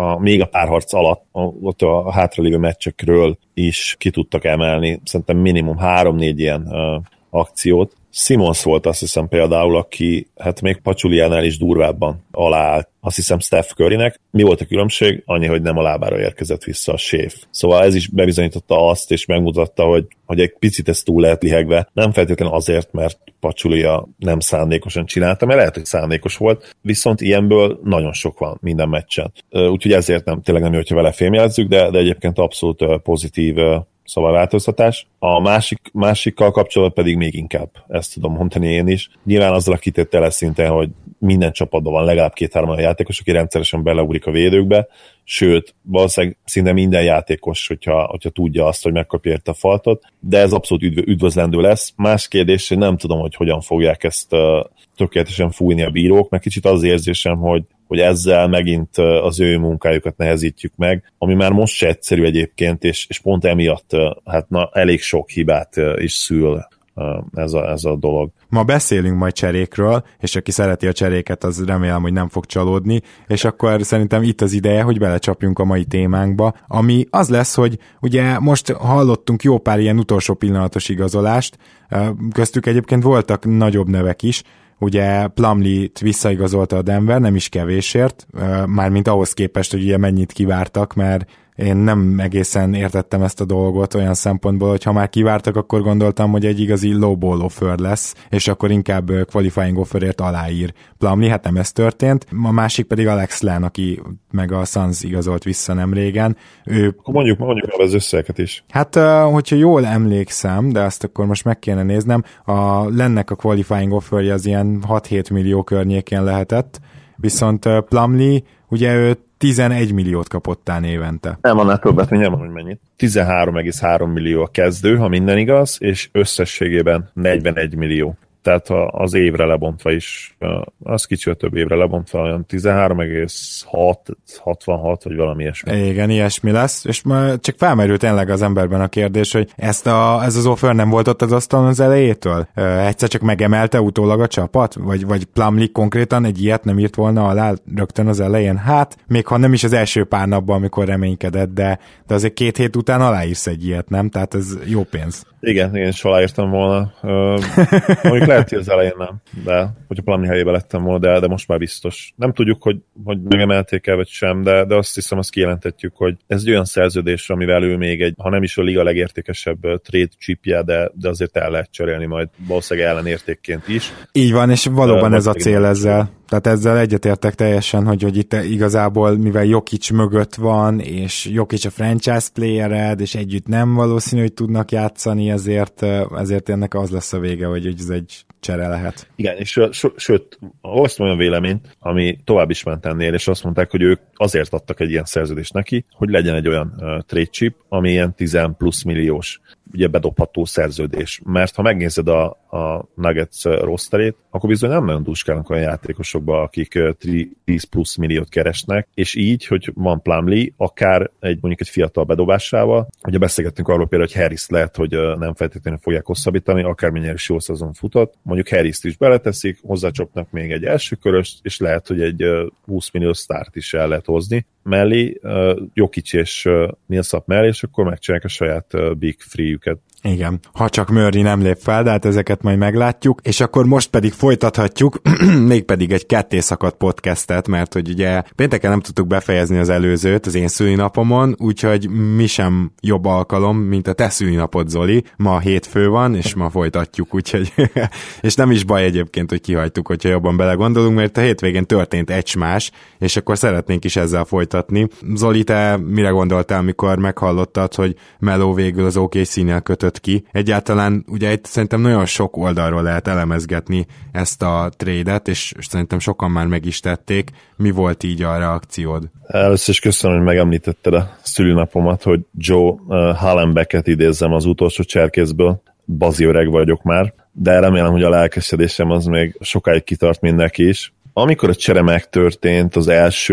a, még a párharc alatt, a, ott a hátralévő meccsekről is ki tudtak emelni, szerintem minimum három-négy ilyen uh, akciót. Simons volt azt hiszem például, aki hát még Pachuliánál is durvábban aláállt, azt hiszem Steph Currynek. Mi volt a különbség? Annyi, hogy nem a lábára érkezett vissza a séf. Szóval ez is bebizonyította azt, és megmutatta, hogy, hogy egy picit ez túl lehet lihegve. Nem feltétlenül azért, mert Pachulia nem szándékosan csinálta, mert lehet, hogy szándékos volt, viszont ilyenből nagyon sok van minden meccsen. Úgyhogy ezért nem, tényleg nem jó, hogyha vele fémjelezzük, de, de egyébként abszolút pozitív szabályváltoztatás. A másik, másikkal kapcsolatban pedig még inkább, ezt tudom mondani én is. Nyilván azzal a kitétele szinten, hogy minden csapatban van legalább két-három olyan játékos, aki rendszeresen beleugrik a védőkbe, sőt, valószínűleg szinte minden játékos, hogyha, hogyha tudja azt, hogy megkapja érte a faltot, de ez abszolút üdv, üdvözlendő lesz. Más kérdés, hogy nem tudom, hogy hogyan fogják ezt uh, tökéletesen fújni a bírók, mert kicsit az érzésem, hogy hogy ezzel megint az ő munkájukat nehezítjük meg, ami már most se egyszerű egyébként, és, és pont emiatt hát na, elég sok hibát is szül ez a, ez a dolog. Ma beszélünk majd cserékről, és aki szereti a cseréket, az remélem, hogy nem fog csalódni, és akkor szerintem itt az ideje, hogy belecsapjunk a mai témánkba, ami az lesz, hogy ugye most hallottunk jó pár ilyen utolsó pillanatos igazolást, köztük egyébként voltak nagyobb nevek is, ugye Plumlee-t visszaigazolta a Denver, nem is kevésért, mármint ahhoz képest, hogy ugye mennyit kivártak, mert én nem egészen értettem ezt a dolgot olyan szempontból, hogy ha már kivártak, akkor gondoltam, hogy egy igazi lowball offer lesz, és akkor inkább qualifying offerért aláír Plumlee, hát nem ez történt. A másik pedig Alex Len, aki meg a Suns igazolt vissza nem régen. Ő... Akkor mondjuk, mondjuk el az összeget is. Hát, hogyha jól emlékszem, de azt akkor most meg kéne néznem, a Lennek a qualifying offerje az ilyen hat-hét millió környékén lehetett, viszont Plumlee, ugye ő tizenegy milliót kapottál évente. Nem, annál többet, még nem mondom, hogy mennyit. tizenhárom egész három millió a kezdő, ha minden igaz, és összességében negyvenegy millió. Tehát az évre lebontva is, az kicsit több évre lebontva, olyan tizenhárom egész hat, hatvanhat, vagy valami ilyesmi. Igen, ilyesmi lesz, és csak felmerült tényleg az emberben a kérdés, hogy ezt a, ez az offer nem volt ott az asztalon az elejétől? Egyszer csak megemelte utólag a csapat? Vagy, vagy Plumlee konkrétan egy ilyet nem írt volna alá rögtön az elején? Hát, még ha nem is az első pár napban, amikor reménykedett, de, de azért két hét után aláírsz egy ilyet, nem? Tehát ez jó pénz. Igen, én is aláírtam volna. Mondjuk lehet, hogy az elején nem, de hogyha Plumlee helyébe lettem volna, de, de most már biztos. Nem tudjuk, hogy, hogy megemelték el, vagy sem, de, de azt hiszem, azt kijelentetjük, hogy ez egy olyan szerződés, amivel ő még egy, ha nem is a liga legértékesebb trade chipje, de, de azért el lehet cserélni majd valószínűleg ellenértékként is. Így van, és valóban ez a cél ezzel. Tehát ezzel egyetértek teljesen, hogy, hogy itt igazából, mivel Jokic mögött van, és Jokic a franchise playered, és együtt nem valószínű, hogy tudnak játszani, ezért, ezért ennek az lesz a vége, hogy ez egy csere lehet. Igen, és sőt, olvastam olyan véleményt, ami tovább is ment ennél, és azt mondták, hogy ők azért adtak egy ilyen szerződést neki, hogy legyen egy olyan uh, trade chip, ami ilyen tíz plusz milliós, ugye bedobható szerződés. Mert ha megnézed a, a Nuggets rosterét, akkor bizony nem nagyon duskálnak olyan játékosokba, akik tíz plusz milliót keresnek, és így, hogy van Plumlee, akár egy mondjuk egy fiatal bedobásával, ugye beszélgettünk arról például, hogy Harris lehet, hogy nem feltétlenül fogják hosszabbítani, akármennyire is jó szezon futott, mondjuk Harris-t is beleteszik, hozzácsapnak még egy első köröst, és lehet, hogy egy húsz millió sztárt is el lehet hozni mellé, uh, Jokic és uh, Millsap mellé, és akkor megcsinálják a saját uh, big free-üket. Igen, ha csak Murray nem lép fel, de hát ezeket majd meglátjuk, és akkor most pedig folytathatjuk, mégpedig egy kettészakadt podcastet, mert hogy ugye pénteken nem tudtuk befejezni az előzőt az én szülinapomon, úgyhogy mi sem jobb alkalom, mint a te szülinapod, Zoli. Ma hétfő van, és ma folytatjuk, úgyhogy és nem is baj egyébként, hogy kihagytuk, hogyha jobban belegondolunk, mert a hétvégén történt egy más, és akkor szeretnénk is ezzel folytatni. Zoli, te mire gondoltál, mikor meghallottad, hogy Melo végül az o ká cé-nél kötött ki? Egyáltalán ugye itt szerintem nagyon sok oldalról lehet elemezgetni ezt a trade-et, és szerintem sokan már meg is tették. Mi volt így a reakciód? Először is köszönöm, hogy megemlítetted a szülinapomat, hogy Joe Hallenbecket idézzem az utolsó cserkészből. Bazi öreg vagyok már, de remélem, hogy a lelkesedésem az még sokáig kitart mindenki is. Amikor a csere megtörtént, az első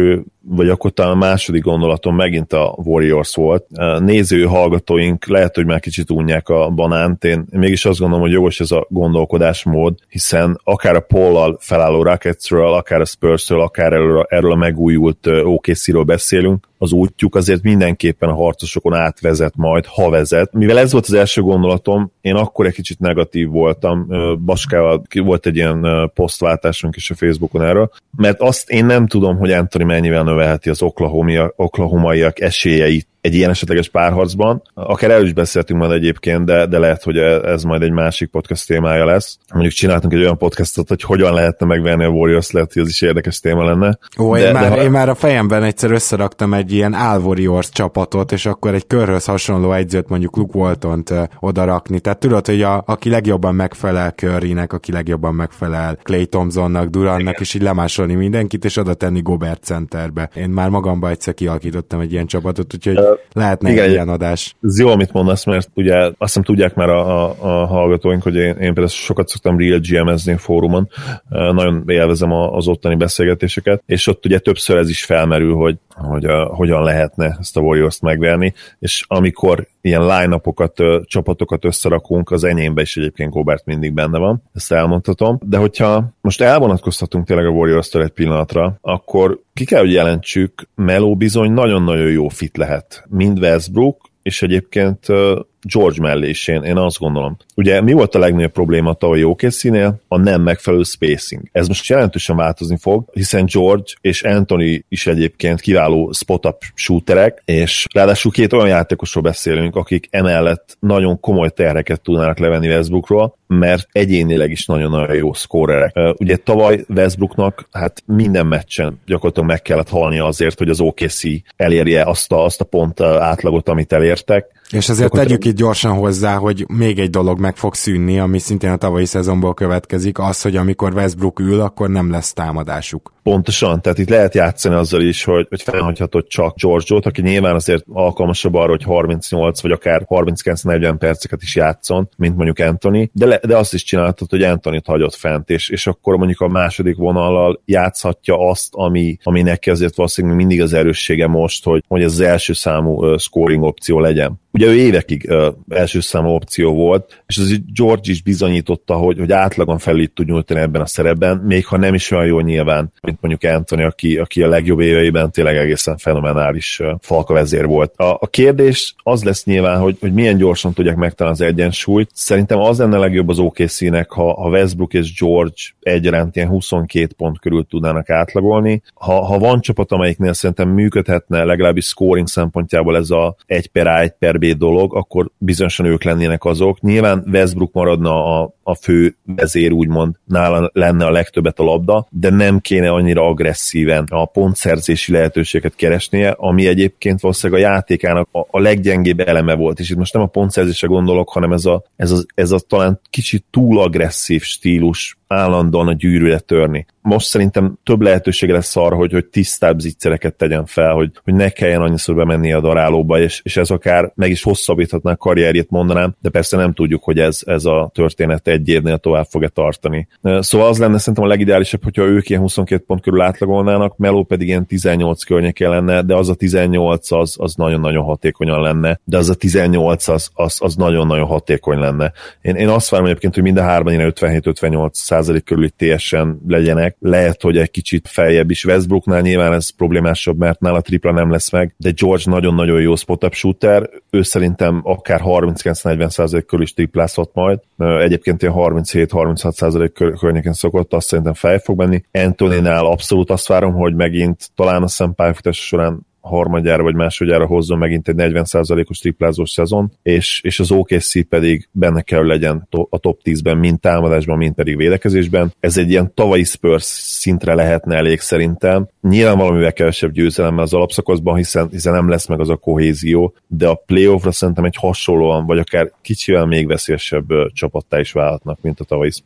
vagy akkor talán a második gondolatom megint a Warriors volt. Néző hallgatóink lehet, hogy már kicsit unják a banánt, én mégis azt gondolom, hogy jogos ez a gondolkodásmód, hiszen akár a Paul-al felálló Rocketsről, akár a Spursről, akár erről, erről a megújult o ká cé-ről beszélünk, az útjuk azért mindenképpen a harcosokon átvezet majd, ha vezet. Mivel ez volt az első gondolatom, én akkor egy kicsit negatív voltam, Baskával volt egy ilyen posztváltásunk is a Facebookon erről, mert azt én nem tudom, hogy Anthony mennyivel növelheti az oklahomaiak esélyeit egy ilyen esetleges párharcban. Akár el is beszéltünk majd egyébként, de, de lehet, hogy ez majd egy másik podcast témája lesz. Mondjuk csináltunk egy olyan podcastot, hogy hogyan lehetne megverni a Warriors, lehet, hogy ez is érdekes téma lenne. Ó, de, én, már, de, én már a fejemben egyszer összeraktam egy ilyen All Warriors csapatot, és akkor egy körhöz hasonló egyzőt, mondjuk Luke Waltont uh, odarakni. Tehát tudod, hogy a, aki legjobban megfelel Currynek, aki legjobban megfelel Klay Thompsonnak, Durantnak, igen, és így lemásolni mindenkit, és oda tenni Gobert centerbe. Én már magamban egyszer kialakítottam egy ilyen csapatot, úgyhogy uh, lehetne igen, egy ilyen adás. Ez jó, amit mondasz, mert ugye azt hiszem tudják már a, a, a hallgatóink, hogy én, én például sokat szoktam Real gé em-ezni a fórumon, uh, nagyon élvezem az ottani beszélgetéseket, és ott ugye többször ez is felmerül, hogy, hogy uh, hogyan lehetne ezt a Warriors-t megverni, és amikor ilyen line-upokat, uh, csapatokat összerakunk, az enyémben is egyébként Gobert mindig benne van, ezt elmondhatom, de hogyha most elvonatkoztatunk tényleg a Warriors-től egy pillanatra, akkor ki kell, hogy jelentsük, Melo bizony nagyon-nagyon jó fit lehet. Mind Westbrook, és egyébként George mellé is, én, én azt gondolom. Ugye mi volt a legnagyobb probléma tavaly o ká cé-nél? A nem megfelelő spacing. Ez most jelentősen változni fog, hiszen George és Anthony is egyébként kiváló spot-up shooterek, és ráadásul két olyan játékosról beszélünk, akik emellett nagyon komoly terheket tudnának levenni Westbrookról, mert egyénileg is nagyon-nagyon jó szkórerek. Ugye tavaly Westbrooknak hát minden meccsen gyakorlatilag meg kellett halnia azért, hogy az o ká cé elérje azt a, azt a pont átlagot, amit elértek. És azért tegyük itt gyorsan hozzá, hogy még egy dolog meg fog szűnni, ami szintén a tavalyi szezonból következik, az, hogy amikor Westbrook ül, akkor nem lesz támadásuk. Pontosan, tehát itt lehet játszani azzal is, hogy, hogy felhagyhatod csak George-ot, aki nyilván azért alkalmasabb arra, hogy harmincnyolc vagy akár harminckilenc-negyven perceket is játszon, mint mondjuk Anthony, de, le, de azt is csinálhatod, hogy Anthony-t hagyott fent, és, és akkor mondjuk a második vonallal játszhatja azt, ami, ami neki azért valószínűleg mindig az erőssége most, hogy, hogy ez az első számú uh, scoring opció legyen. Ugye ő évekig uh, első számú opció volt, és az George is bizonyította, hogy, hogy átlagon felül tud nyújtani ebben a szerepben, még ha nem is olyan jó nyilván, mint mondjuk Anthony, aki, aki a legjobb éveiben tényleg egészen fenomenális uh, falkavezér volt. A, a kérdés az lesz nyilván, hogy, hogy milyen gyorsan tudják megtalálni az egyensúlyt. Szerintem az lenne legjobb az o ká cé-nek, ha, ha Westbrook és George egyaránt ilyen huszonkét pont körül tudnának átlagolni. Ha, ha van csapat, amelyiknél szerintem működhetne legalábbis scoring szempontjából ez a egy per A, egy per B dolog, akkor bizonyosan ők lennének azok. Nyilván Westbrook maradna a, a fő vezér, úgymond nála lenne a legtöbbet a labda, de nem kéne annyira agresszíven a pontszerzési lehetőséget keresnie, ami egyébként valószínűleg a játékának a, a leggyengébb eleme volt. És itt most nem a pontszerzésre gondolok, hanem ez a, ez a, ez a talán kicsit túl agresszív stílus állandóan a gyűrűre törni. Most szerintem több lehetősége lesz arra, hogy, hogy tisztább zicsereket tegyen fel, hogy, hogy ne kelljen annyiszor bemenni a darálóba, és, és ez akár meg is hosszabbíthatná a karrierjét, mondanám, de persze nem tudjuk, hogy ez, ez a történet egy évnél tovább fog-e tartani. Szóval az lenne szerintem a legideálisabb, hogyha ők ilyen huszonkét pont körül átlagolnának, Melo pedig ilyen tizennyolc környékén lenne, de az a tizennyolc az, az nagyon-nagyon hatékonyan lenne, de az a tizennyolc az, az, az nagyon-nagyon hatékony lenne. Én, én azt várom egyébként, hogy mind a hárman ilyen ötvenhét-ötvennyolc százalék körüli té es-en legyenek. Lehet, hogy egy kicsit feljebb is. Westbrooknál nyilván ez problémásabb, mert nála tripla nem lesz meg, de George nagyon-nagyon jó spot-up shooter, ő szerintem akár harminckilenc-negyven százalék körül is triplázhat majd. Egyébként ilyen harminchét-harminchat százalék környéken szokott, azt szerintem fel fog menni. Anthony-nál abszolút azt várom, hogy megint talán a szempályafutása során harmadjára vagy másodjára hozzon megint egy negyven százalékos triplázós szezon, és, és az o ká cé pedig benne kell legyen a top tízben, mind támadásban, mind pedig védekezésben. Ez egy ilyen tavalyi Spurs szintre lehetne elég szerintem. Nyilván valamivel kevesebb győzelemmel az alapszakaszban, hiszen, hiszen nem lesz meg az a kohézió, de a playoffra szerintem egy hasonlóan, vagy akár kicsivel még veszélyesebb csapattá is válhatnak, mint a tavalyi Spurs.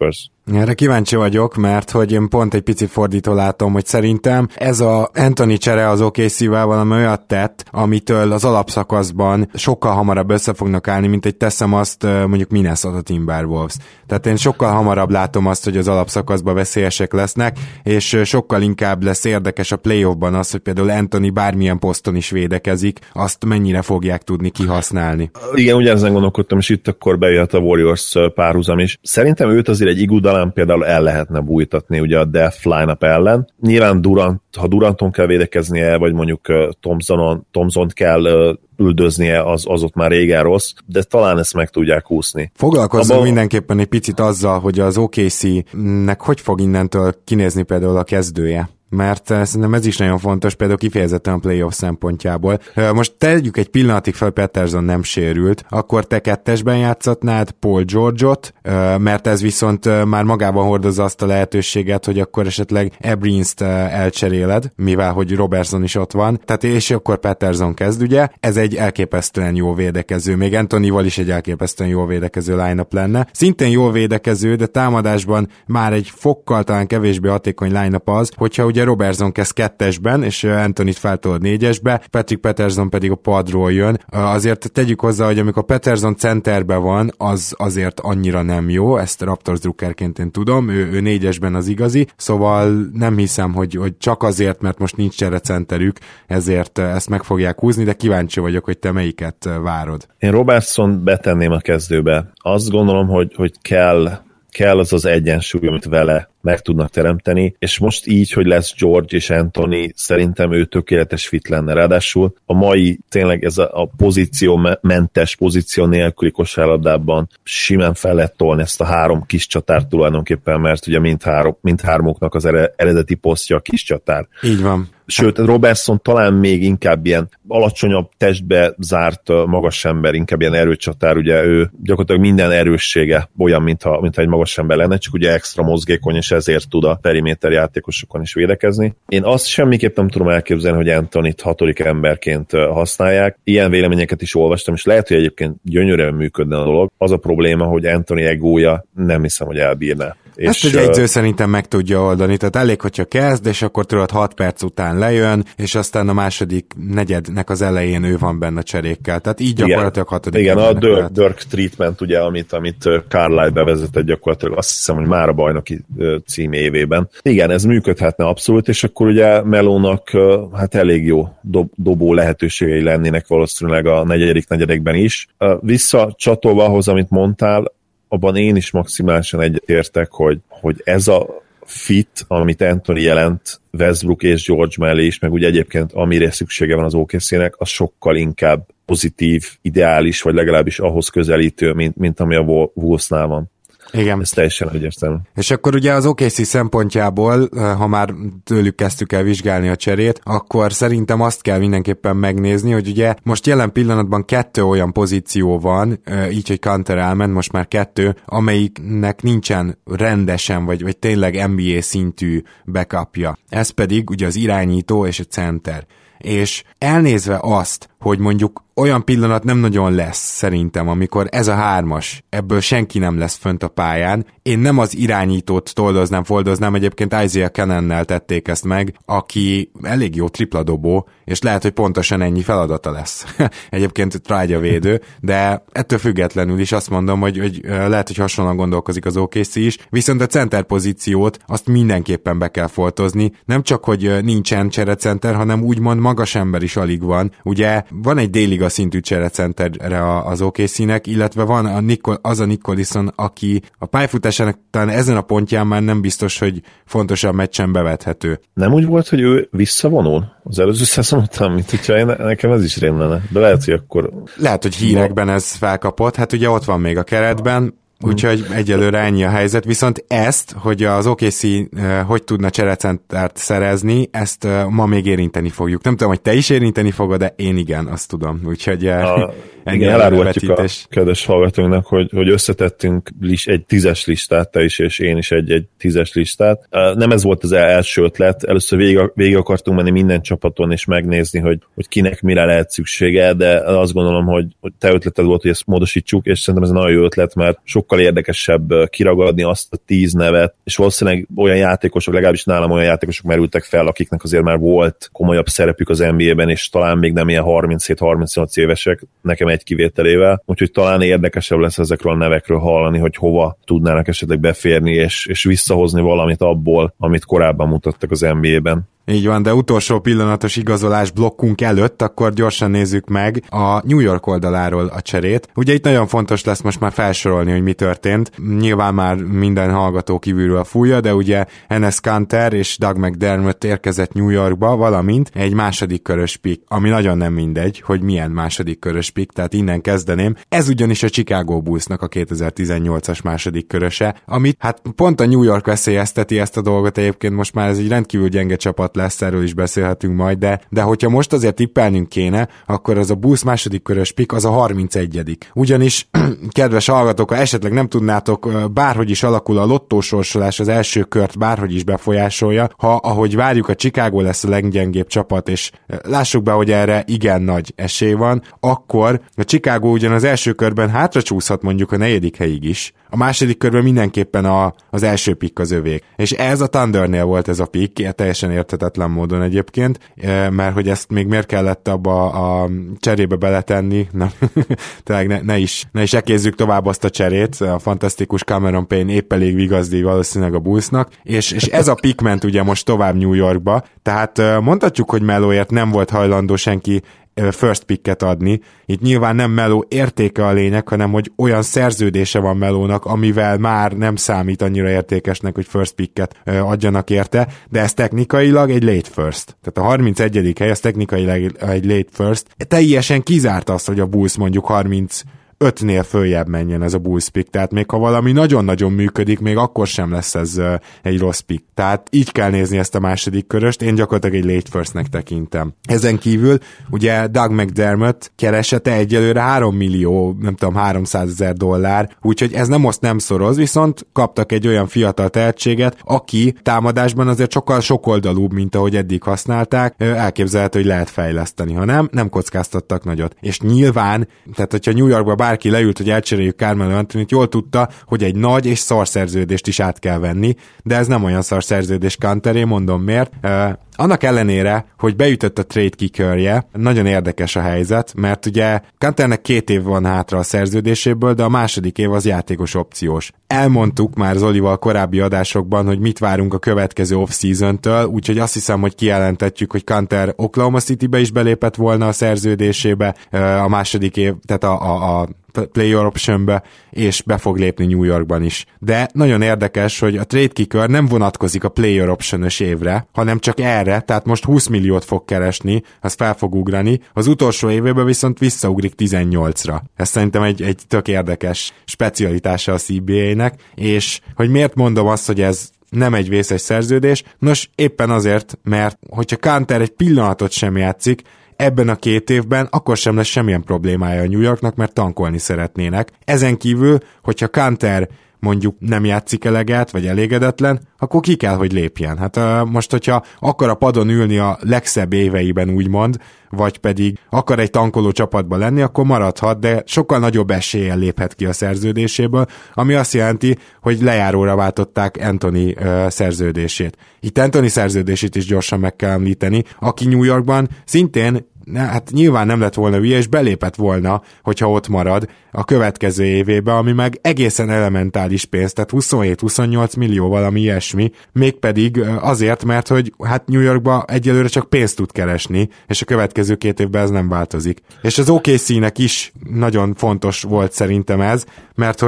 Erre kíváncsi vagyok, mert hogy én pont egy picit fordító látom, hogy szerintem ez a Anthony csere az o ká cé-vel valami olyat tett, amitől az alapszakaszban sokkal hamarabb össze fognak állni, mint egy teszem azt mondjuk Minnesota Timberwolves. Tehát én sokkal hamarabb látom azt, hogy az alapszakaszban veszélyesek lesznek, és sokkal inkább lesz érdekes a playoffban az, hogy például Anthony bármilyen poszton is védekezik, azt mennyire fogják tudni kihasználni. Igen, ugyanezen gondolkodtam, és itt akkor bejöhet a Warriors párhuzam is. Szerintem őt azért egy Iguodalán például el lehetne bújtatni ugye a Death line-up ellen. Nyilván Durant, ha Duranton kell védekeznie, vagy mondjuk Thompsonon, Thompsont kell üldöznie, az, az ott már régen rossz, de talán ezt meg tudják úszni. Foglalkozzunk Abba... mindenképpen egy picit azzal, hogy az o ká cé-nek hogy fog innentől kinézni például a kezdője. Mert szerintem ez is nagyon fontos, például kifejezetten a playoff szempontjából. Most tegyük egy pillanatig fel, Patterson nem sérült, akkor te kettesben játszatnád Paul George-ot, mert ez viszont már magában hordozza azt a lehetőséget, hogy akkor esetleg Ebrinst elcseréled, mivel hogy Robertson is ott van, tehát és akkor Patterson kezd, ugye? Ez egy elképesztően jó védekező, még Anthonyval is egy elképesztően jó védekező line-up lenne. Szintén jól védekező, de támadásban már egy fokkal talán kevésbé hatékony line-up az, hogyha ugye Robertson kezd kettesben, és Anthonyt feltolod négyesbe, Patrick Patterson pedig a padról jön. Azért tegyük hozzá, hogy amikor Patterson centerben van, az azért annyira nem jó, ezt Raptors drukkerként én tudom, ő, ő négyesben az igazi, szóval nem hiszem, hogy, hogy csak azért, mert most nincs csere centerük, ezért ezt meg fogják húzni, de kíváncsi vagyok, hogy te melyiket várod. Én Robertson betenném a kezdőbe. Azt gondolom, hogy, hogy kell kell az az egyensúly, amit vele meg tudnak teremteni, és most így, hogy lesz George és Anthony, szerintem ő tökéletes fit lenne. Ráadásul a mai tényleg ez a, a pozíciómentes, pozíció nélküli kosárlabdában simán fel lehet tolni ezt a három kis csatárt tulajdonképpen, mert ugye mindhárom, mindhármuknak az eredeti posztja a kis csatár. Így van. Sőt, Robertson talán még inkább ilyen alacsonyabb testbe zárt magas ember, inkább ilyen erőcsatár, ugye ő gyakorlatilag minden erőssége olyan, mintha, mintha egy magas ember lenne, csak ugye extra mozgékony, és ezért tud a periméter játékosokon is védekezni. Én azt semmiképp nem tudom elképzelni, hogy Anthony-t hatodik emberként használják. Ilyen véleményeket is olvastam, és lehet, hogy egyébként gyönyörűen működne a dolog. Az a probléma, hogy Anthony egója nem hiszem, hogy elbírná. Ezt egy edző szerintem meg tudja oldani, tehát elég, hogyha kezd, és akkor tudod hat perc után lejön, és aztán a második negyednek az elején ő van benne cserékkel, tehát így gyakorlatilag hatodik. Igen, a Dirk, Dirk treatment, ugye, amit, amit Carlisle bevezetett gyakorlatilag, azt hiszem, hogy már a bajnoki cím évében. Igen, ez működhetne abszolút, és akkor ugye Melónak hát elég jó dob, dobó lehetőségei lennének valószínűleg a negyedik negyedikben is. Visszacsatolva ahhoz, amit mondtál, abban én is maximálisan egyetértek, hogy, hogy ez a fit, amit Anthony jelent Westbrook és George mellé is, meg ugye egyébként amire szüksége van az o ká cé-nek, az sokkal inkább pozitív, ideális, vagy legalábbis ahhoz közelítő, mint, mint ami a Wolvesnál van. Igen. Ez teljesen egyértelmű. És akkor ugye az o ká cé szempontjából, ha már tőlük kezdtük el vizsgálni a cserét, akkor szerintem azt kell mindenképpen megnézni, hogy ugye most jelen pillanatban kettő olyan pozíció van, így, hogy Kanter elment, most már kettő, amelyiknek nincsen rendesen, vagy, vagy tényleg en bé á szintű backupja. Ez pedig ugye az irányító és a center. És elnézve azt, hogy mondjuk olyan pillanat nem nagyon lesz szerintem, amikor ez a hármas, ebből senki nem lesz fönt a pályán. Én nem az irányítót toldoznám, foldoznám, egyébként Isaiah Cannonnel tették ezt meg, aki elég jó tripladobó, és lehet, hogy pontosan ennyi feladata lesz. Egyébként trágyavédő, de ettől függetlenül is azt mondom, hogy, hogy lehet, hogy hasonlóan gondolkozik az o ká cé is, viszont a center pozíciót azt mindenképpen be kell foltozni, nem csak, hogy nincsen cserecenter, hanem úgymond magas ember is alig van. Ugye van egy D-liga szintű cserecenterre az o ká cé-nek, illetve van a Nicol, az a Nick Collison, aki a pályafutásának talán ezen a pontján már nem biztos, hogy fontosabb meccsen bevethető. Nem úgy volt, hogy ő visszavonul az előző szezon után, mint hogyha én, nekem ez is rém lenne. De lehet, hogy akkor... Lehet, hogy hírekben ez felkapott, hát ugye ott van még a keretben, úgyhogy egyelőre ennyi a helyzet, viszont ezt, hogy az o ká cé uh, hogy tudna cserecentert szerezni, ezt uh, ma még érinteni fogjuk. Nem tudom, hogy te is érinteni fogod, de én igen, azt tudom. Úgyhogy... Uh... A, ennyi igen, elárulhatjuk a kedves hallgatóinknak, hogy, hogy összetettünk list, egy tízes listát, te is és én is egy, egy tízes listát. Nem ez volt az első ötlet, először végig, végig akartunk menni minden csapaton és megnézni, hogy, hogy kinek mire lehet szüksége, de azt gondolom, hogy, hogy te ötleted volt, hogy ezt módosítsuk, és szerintem ez egy nagyon jó ötlet, mert sokkal érdekesebb kiragadni azt a tíz nevet, és valószínűleg olyan játékosok, legalábbis nálam olyan játékosok merültek fel, akiknek azért már volt komolyabb szerepük az en bé á-ben, és talán még nem ilyen harminchét-harmincnyolc évesek, nekem egy kivételével, úgyhogy talán érdekesebb lesz ezekről a nevekről hallani, hogy hova tudnának esetleg beférni, és, és visszahozni valamit abból, amit korábban mutattak az en bé á-ben. Így van, de utolsó pillanatos igazolás blokkunk előtt, akkor gyorsan nézzük meg a New York oldaláról a cserét. Ugye itt nagyon fontos lesz most már felsorolni, hogy mi történt. Nyilván már minden hallgató kívülről fújja, de ugye Enes Kanter és Doug McDermott érkezett New Yorkba, valamint egy második körös pick, ami nagyon nem mindegy, hogy milyen második körös pick, tehát innen kezdeném. Ez ugyanis a Chicago Bullsnak a kétezer-tizennyolcas második köröse, amit hát pont a New York veszélyezteti ezt a dolgot, egyébként most már ez egy rendkívül gyenge csapat lesz, erről is beszélhetünk majd, de, de hogyha most azért tippelnünk kéne, akkor az a Bulls második körös pick az a harmincegyedik Ugyanis, kedves hallgatók, ha esetleg nem tudnátok, bárhogy is alakul a lottósorsolás, az első kört bárhogy is befolyásolja, ha ahogy várjuk, a Chicago lesz a leggyengébb csapat, és lássuk be, hogy erre igen nagy esély van, akkor a Chicago ugyan az első körben hátracsúszhat mondjuk a negyedik helyig is, a második körben mindenképpen a, az első pick az övék. És ez a Thundernél volt ez a pick, teljesen érthetetlen módon egyébként, mert hogy ezt még miért kellett abba a cserébe beletenni, na, tényleg ne, ne, is, ne is ekézzük tovább azt a cserét, a fantasztikus Cameron Payne épp elég vigazdi valószínűleg a Bullsnak, és, és ez a pick ment ugye most tovább New Yorkba, tehát mondhatjuk, hogy Meloért nem volt hajlandó senki first picket adni. Itt nyilván nem Melo értéke a lényeg, hanem hogy olyan szerződése van Melónak, amivel már nem számít annyira értékesnek, hogy first picket adjanak érte, de ez technikailag egy late first. Tehát a harmincegyedik hely, az technikailag egy late first. Teljesen kizárt azt, hogy a Bulls mondjuk harminc ötnél följebb menjen ez a Bulls pick, tehát még ha valami nagyon-nagyon működik, még akkor sem lesz ez uh, egy rossz pick. Tehát így kell nézni ezt a második köröst, én gyakorlatilag egy late firstnek tekintem. Ezen kívül ugye Doug McDermott keresete egyelőre három millió, nem tudom, háromszázezer dollár, úgyhogy ez nem oszt nem szoroz, viszont kaptak egy olyan fiatal tehetséget, aki támadásban azért sokkal sokoldalúbb, mint ahogy eddig használták, elképzelhető, hogy lehet fejleszteni, ha nem, nem kockáztattak nagyot. És nyilván, tehát hogyha New Yorkba bár bárki leült, hogy elcseréljük Carmelo Anthonyt, jól tudta, hogy egy nagy és szar szerződést is át kell venni, de ez nem olyan szar szerződés Kanteré, mondom miért. Uh, annak ellenére, hogy beütött a trade kickerje, nagyon érdekes a helyzet, mert ugye Kanternek két év van hátra a szerződéséből, de a második év az játékos opciós. Elmondtuk már Zolival korábbi adásokban, hogy mit várunk a következő off-season-től, úgyhogy azt hiszem, hogy kijelentetjük, hogy Kanter Oklahoma Citybe is belépett volna a szerződésébe a második év, tehát a, a, a player optionbe, és be fog lépni New Yorkban is. De nagyon érdekes, hogy a trade kicker nem vonatkozik a player option-ös évre, hanem csak erre, tehát most húsz milliót fog keresni, az fel fog ugrani, az utolsó évében viszont visszaugrik tizennyolcra. Ez szerintem egy, egy tök érdekes specialitása a cé bé á-nek, és hogy miért mondom azt, hogy ez nem egy vészes szerződés, nos éppen azért, mert hogyha Kanter egy pillanatot sem játszik, ebben a két évben akkor sem lesz semmilyen problémája a New Yorknak, mert tankolni szeretnének. Ezen kívül, hogyha Kanter mondjuk nem játszik eleget, vagy elégedetlen, akkor ki kell, hogy lépjen. Hát uh, most, hogyha akar a padon ülni a legszebb éveiben, úgymond, vagy pedig akar egy tankoló csapatban lenni, akkor maradhat, de sokkal nagyobb eséllyel léphet ki a szerződéséből, ami azt jelenti, hogy lejáróra váltották Anthony uh, szerződését. Itt Anthony szerződését is gyorsan meg kell említeni, aki New Yorkban szintén Ne, hát nyilván nem lett volna hülye, és belépett volna, hogyha ott marad a következő évébe, ami meg egészen elementális pénz, tehát huszonhét-huszonnyolc millió valami ilyesmi, mégpedig azért, mert hogy hát New Yorkba egyelőre csak pénzt tud keresni, és a következő két évben ez nem változik. És az o ká cé-nek is nagyon fontos volt szerintem ez, mert hogy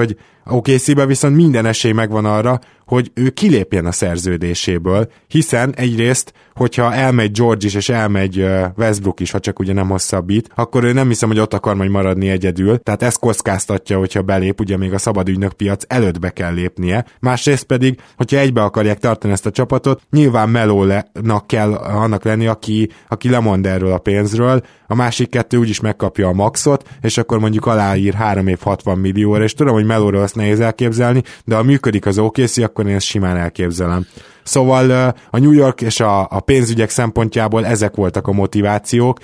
o ká cé-ben viszont minden esély megvan arra, hogy ő kilépjen a szerződéséből, hiszen egyrészt, hogyha elmegy George is, és elmegy Westbrook is, ha csak ugye nem hosszabbít, akkor ő nem hiszem, hogy ott akar majd maradni egyedül, tehát ez kockáztatja, hogyha belép, ugye még a szabad ügynökpiac előtt be kell lépnie. Másrészt pedig, hogyha egybe akarják tartani ezt a csapatot, nyilván Melónak kell annak lenni, aki, aki lemond erről a pénzről, a másik kettő úgyis megkapja a maxot, és akkor mondjuk aláír három év hatvan millióra, és tudom, hogy Melóról azt nehéz elképzelni, de ha működik az o ká cé, akkor én ezt simán elképzelem. Szóval a New York és a, a pénzügyek szempontjából ezek voltak a motivációk.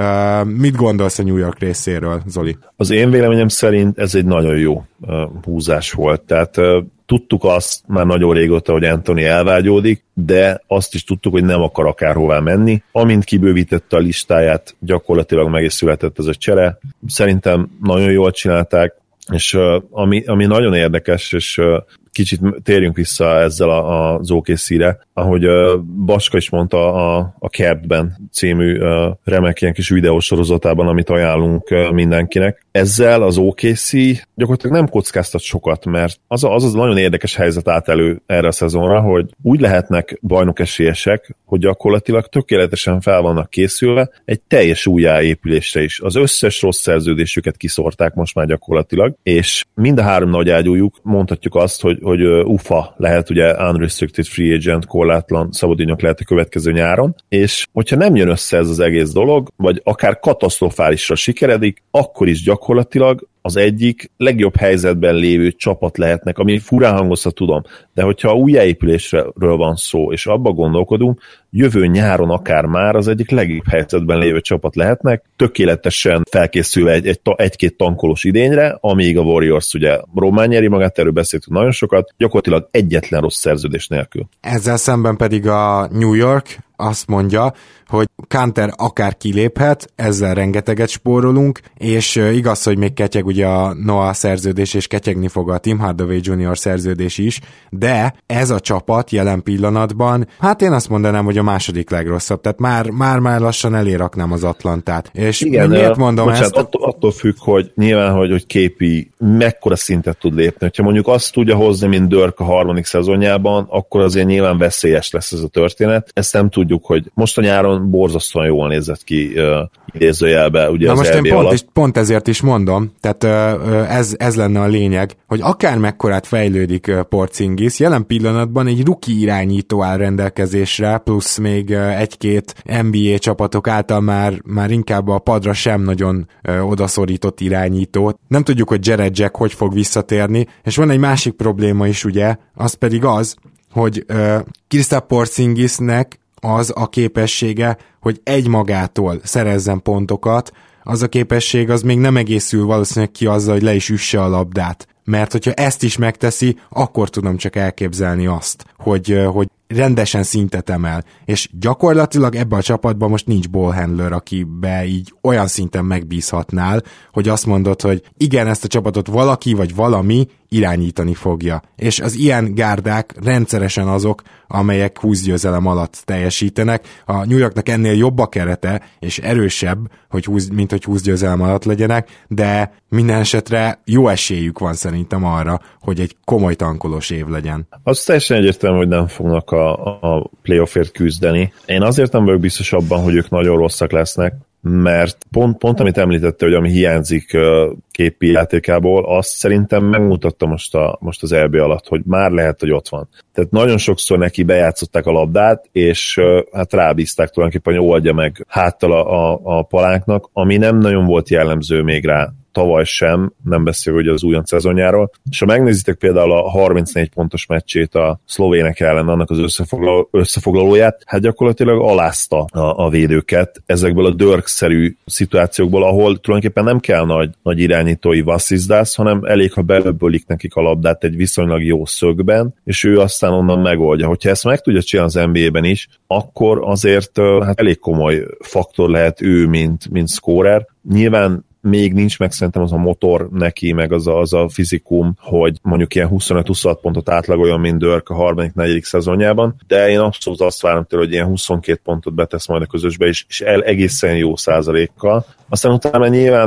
Mit gondolsz a New York részéről, Zoli? Az én véleményem szerint ez egy nagyon jó húzás volt. Tehát tudtuk azt már nagyon régóta, hogy Anthony elvágyódik, de azt is tudtuk, hogy nem akar akárhová menni. Amint kibővítette a listáját, gyakorlatilag meg is született ez a csere. Szerintem nagyon jól csinálták, és ami, ami nagyon érdekes, és kicsit térjünk vissza ezzel az o ká cé-re, ahogy uh, Baska is mondta a, a Capped-ben című uh, remek ilyen kis videósorozatában, amit ajánlunk uh, mindenkinek. Ezzel az o ká cé gyakorlatilag nem kockáztat sokat, mert az az, az nagyon érdekes helyzet állt elő erre a szezonra, hogy úgy lehetnek bajnokesélyesek, hogy gyakorlatilag tökéletesen fel vannak készülve egy teljes újjáépülésre is. Az összes rossz szerződésüket kiszórták most már gyakorlatilag, és mind a három nagy ágyújuk, mondhatjuk azt, hogy hogy ufa lehet, ugye unrestricted free agent, korlátlan szabadügynök lehet a következő nyáron, és hogyha nem jön össze ez az egész dolog, vagy akár katasztrofálisra sikeredik, akkor is gyakorlatilag az egyik legjobb helyzetben lévő csapat lehetnek, ami furán hangozhat, tudom, de hogyha újjáépülésről van szó, és abba gondolkodunk, jövő nyáron akár már az egyik legjobb helyzetben lévő csapat lehetnek, tökéletesen felkészülve egy, egy, egy-két tankolós idényre, amíg a Warriors ugye Román nyeri magát, erről beszéltünk nagyon sokat, gyakorlatilag egyetlen rossz szerződés nélkül. Ezzel szemben pedig a New York azt mondja, hogy Kanter akár kiléphet, ezzel rengeteget spórolunk, és igaz, hogy még ketyeg ugye a Noah szerződés, és ketyegni fog a Tim Hardaway junior szerződés is, de ez a csapat jelen pillanatban, hát én azt mondanám, hogy a második legrosszabb, tehát már, már, már lassan eléraknám az Atlantát. És igen, miért mondom bocsánat, ezt? Attól, attól függ, hogy nyilván, hogy, hogy ká pé mekkora szintet tud lépni. Hogyha mondjuk azt tudja hozni, mint Dirk a harmadik szezonjában, akkor azért nyilván veszélyes lesz ez a történet. Ezt nem tudjuk, hogy most a nyáron borzasztóan jól nézett ki uh, idézőjelbe, ugye. Na az most é bé én pont, alatt. is, pont ezért is mondom, tehát uh, ez, ez lenne a lényeg, hogy akár mekkorát fejlődik uh, Porzingis, jelen pillanatban egy rookie irányító áll rendelkezésre, plusz még uh, egy-két en bé á csapatok által már, már inkább a padra sem nagyon uh, odaszorított irányító. Nem tudjuk, hogy Jared Jack hogy fog visszatérni, és van egy másik probléma is, ugye, az pedig az, hogy uh, Kristaps Porzingisnek az a képessége, hogy egymagától szerezzen pontokat, az a képesség az még nem egészül valószínűleg ki azzal, hogy le is üsse a labdát. Mert hogyha ezt is megteszi, akkor tudom csak elképzelni azt, hogy, hogy rendesen szintet emel. És gyakorlatilag ebben a csapatban most nincs ballhandler, akibe így olyan szinten megbízhatnál, hogy azt mondod, hogy igen, ezt a csapatot valaki vagy valami irányítani fogja. És az ilyen gárdák rendszeresen azok, amelyek húsz győzelem alatt teljesítenek. A New Yorknak ennél jobb a kerete, és erősebb, hogy húsz, mint hogy húsz győzelem alatt legyenek, de minden esetre jó esélyük van szerintem arra, hogy egy komoly tankolós év legyen. Az teljesen egyértelmű, hogy nem fognak a, a playoffért küzdeni. Én azért nem vagyok biztos abban, hogy ők nagyon rosszak lesznek, mert pont, pont amit említette, hogy ami hiányzik ká pé játékából, azt szerintem megmutatta most, a, most az é bé alatt, hogy már lehet, hogy ott van. Tehát nagyon sokszor neki bejátszották a labdát, és hát rábízták tulajdonképpen, hogy oldja meg háttal a, a, a palánknak, ami nem nagyon volt jellemző még rá. Tavaly sem, nem beszélve ugye az újonc szezonjáról. És ha megnézitek például a harmincnégy pontos meccsét a szlovének ellen, annak az összefoglaló, összefoglalóját, hát gyakorlatilag alázta a, a védőket ezekből a Dirk-szerű szituációkból, ahol tulajdonképpen nem kell nagy, nagy irányítói vasszizdász, hanem elég, ha belöbbölik nekik a labdát egy viszonylag jó szögben, és ő aztán onnan megoldja. Hogyha ezt meg tudja csinálni az en bé á-ben is, akkor azért hát elég komoly faktor lehet ő, mint, mint scorer. Nyilván még nincs meg szerintem az a motor neki, meg az a, az a fizikum, hogy mondjuk ilyen huszonöt-huszonhat pontot átlagoljon, mint Dirk a harmadik, negyedik szezonjában, de én abszolút azt várom tőle, hogy ilyen huszonkét pontot betesz majd a közösbe, és, és el egészen jó százalékkal. Aztán utána nyilván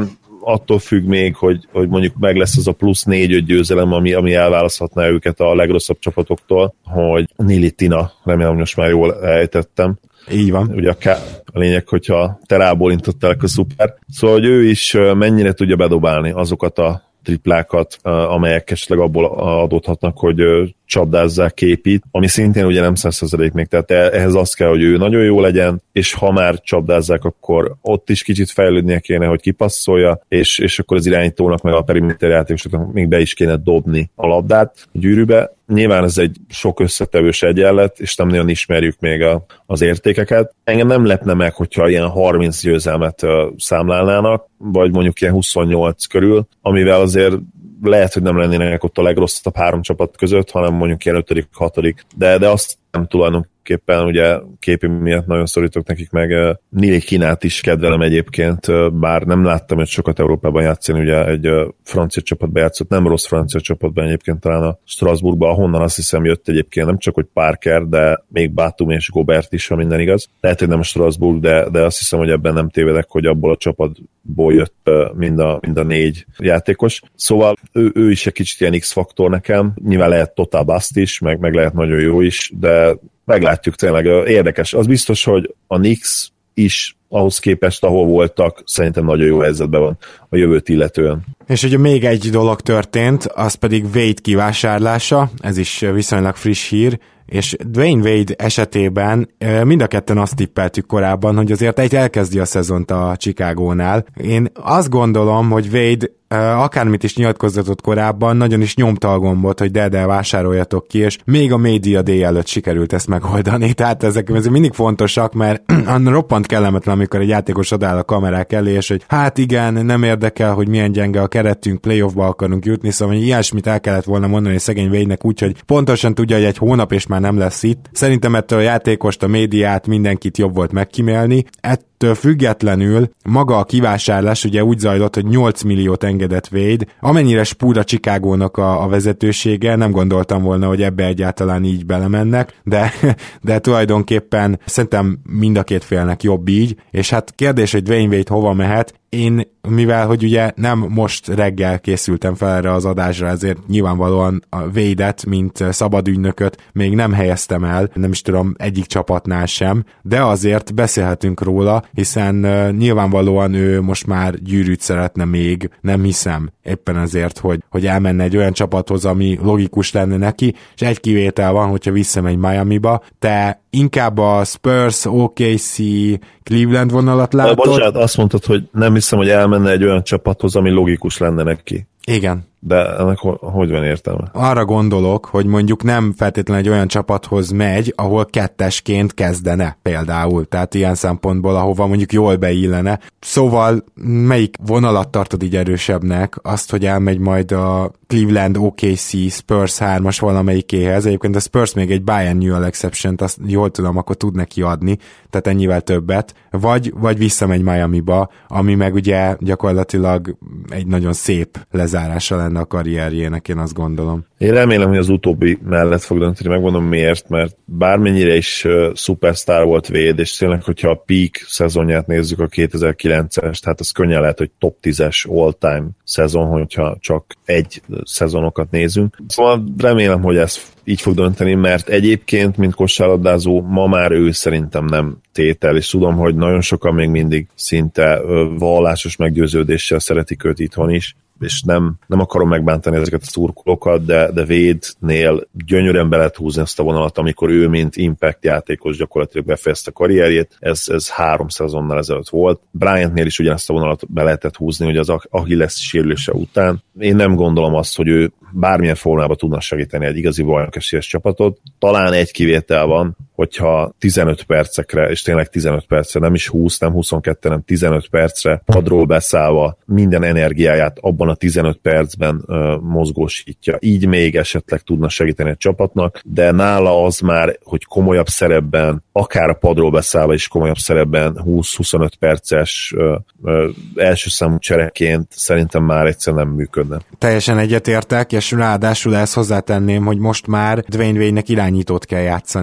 attól függ még, hogy, hogy mondjuk meg lesz az a plusz négy-öt győzelem, ami, ami elválaszthatná őket a legrosszabb csapatoktól, hogy Nili Tina, remélem most már jól ejtettem. Így van. Ugye a, K- a lényeg, hogyha te rábólintottál, akkor szuper. Szóval, hogy ő is mennyire tudja bedobálni azokat a triplákat, amelyek esetleg abból adódhatnak, hogy csapdázzák képít, ami szintén ugye nem száz százalék még, tehát ehhez az kell, hogy ő nagyon jó legyen, és ha már csapdázzák, akkor ott is kicsit fejlődnie kéne, hogy kipasszolja, és, és akkor az irányítónak meg a periméter játékosoknak még be is kéne dobni a labdát a gyűrűbe. Nyilván ez egy sok összetevős egyenlet, és nem nagyon ismerjük még a, az értékeket. Engem nem lepne meg, hogyha ilyen harminc győzelmet uh, számlálnának, vagy mondjuk ilyen huszonnyolc körül, amivel azért lehet, hogy nem lennének ott a legrosszabb három csapat között, hanem mondjuk ilyen ötödik, hatodik, de, de azt nem tulajdonképpen ugye képi miatt nagyon szorítok nekik, meg Nili Kinát is kedvelem egyébként, bár nem láttam őt sokat Európában játszani, ugye egy francia csapatban játszott, nem rossz francia csapatban egyébként, talán a Strasbourgban, ahonnan azt hiszem jött egyébként nem csak, hogy Parker, de még Batum és Gobert is, ha minden igaz. Lehet, hogy nem a Strasbourg, de, de azt hiszem, hogy ebben nem tévedek, hogy abból a csapatból jött mind a, mind a négy játékos. Szóval ő, ő is egy kicsit ilyen X-faktor nekem, nyilván lehet total bust is, meg, meg lehet nagyon jó is, de meglátjuk, tényleg érdekes. Az biztos, hogy a Knicks is ahhoz képest, ahol voltak, szerintem nagyon jó helyzetben van a jövőt illetően. És ugye még egy dolog történt, az pedig Wade kivásárlása, ez is viszonylag friss hír, és Dwayne Wade esetében mind a ketten azt tippeltük korábban, hogy azért egy elkezdi a szezont a Chicagónál. Én azt gondolom, hogy Wade akármit is nyilatkoztatott korábban, nagyon is nyomta a gombot, hogy de, de vásároljatok ki, és még a Media Day előtt sikerült ezt megoldani, tehát ezek, ezek mindig fontosak, mert roppant kellemetlen, amikor egy játékos odáll a kamerák elé, és hogy hát igen, nem érdekel, hogy milyen gyenge a keretünk, playoffba akarunk jutni, szóval ilyesmit el kellett volna mondani szegény Wade-nek úgy, hogy pontosan tudja, hogy egy hónap és már nem lesz itt. Szerintem ettől a játékost, a médiát, mindenkit jobb volt megkímélni. Ettől függetlenül maga a kivásárlás ugye úgy zajlott, hogy nyolc milliót engedett Wade. Amennyire spúra Chicagónak a, a vezetősége, nem gondoltam volna, hogy ebbe egyáltalán így belemennek, de, de tulajdonképpen szerintem mind a két félnek jobb így, és hát kérdés, hogy Dwayne Wade hova mehet. Én, mivel hogy ugye nem most reggel készültem fel erre az adásra, ezért nyilvánvalóan a Wade-et, mint szabad ügynököt még nem helyeztem el, nem is tudom, egyik csapatnál sem, de azért beszélhetünk róla, hiszen uh, nyilvánvalóan ő most már gyűrűt szeretne még, nem hiszem éppen azért, hogy, hogy elmenne egy olyan csapathoz, ami logikus lenne neki, és egy kivétel van, hogyha visszamegy Miamiba, te inkább a Spurs, o ká cé, Cleveland vonalat látod. Bocsánat, azt mondtad, hogy nem hiszem, hogy elmenne egy olyan csapathoz, ami logikus lenne neki. Igen. De ennek hogy van értelme? Arra gondolok, hogy mondjuk nem feltétlenül egy olyan csapathoz megy, ahol kettesként kezdene például, tehát ilyen szempontból, ahova mondjuk jól beillene. Szóval melyik vonalat tartod így erősebbnek? Azt, hogy elmegy majd a Cleveland, o ká cé, Spurs hármas valamelyikéhez. Egyébként a Spurs még egy biannual exception-t, azt jól tudom, akkor tud neki adni, tehát ennyivel többet. Vagy, vagy visszamegy Miamiba, ami meg ugye gyakorlatilag egy nagyon szép lezárása lenne a karrierjének, én azt gondolom. Én remélem, hogy az utóbbi mellett fog dönteni, megmondom miért, mert bármennyire is uh, szupersztár volt Wade, és tényleg, hogyha a peak szezonját nézzük, a kétezer-kilences, tehát az könnyen lehet, hogy top tízes all-time szezon, hogyha csak egy szezonokat nézünk. Szóval remélem, hogy ez így fog dönteni, mert egyébként, mint kosárlabdázó, ma már ő szerintem nem tétel, és tudom, hogy nagyon sokan még mindig szinte vallásos meggyőződéssel szeretik őt itthon is, és nem, nem akarom megbántani ezeket a szurkolókat, de, de Wade-nél gyönyörűen be lehet húzni ezt a vonalat, amikor ő, mint impact játékos gyakorlatilag befejezte a karrierjét, ez, ez három szezonnal ezelőtt volt. Bryantnél is ugyanezt a vonalat be lehetett húzni, hogy az Achilles sérülése után. Én nem gondolom azt, hogy ő bármilyen formában tudna segíteni egy igazi bajnokesélyes csapatot. Talán egy kivétel van, hogyha tizenöt percekre, és tényleg tizenöt percre, nem is húsz, nem huszonkettő, nem tizenöt percre padról beszállva minden energiáját abban a tizenöt percben uh, mozgósítja. Így még esetleg tudna segíteni egy csapatnak, de nála az már, hogy komolyabb szerepben, akár a padról beszállva is komolyabb szerepben húsz-huszonöt perces uh, uh, első számú csereként szerintem már egyszer nem működne. Teljesen egyetértek, és ráadásul ezt hozzátenném, hogy most már Dwayne Wade-nek irányítót kell játszania.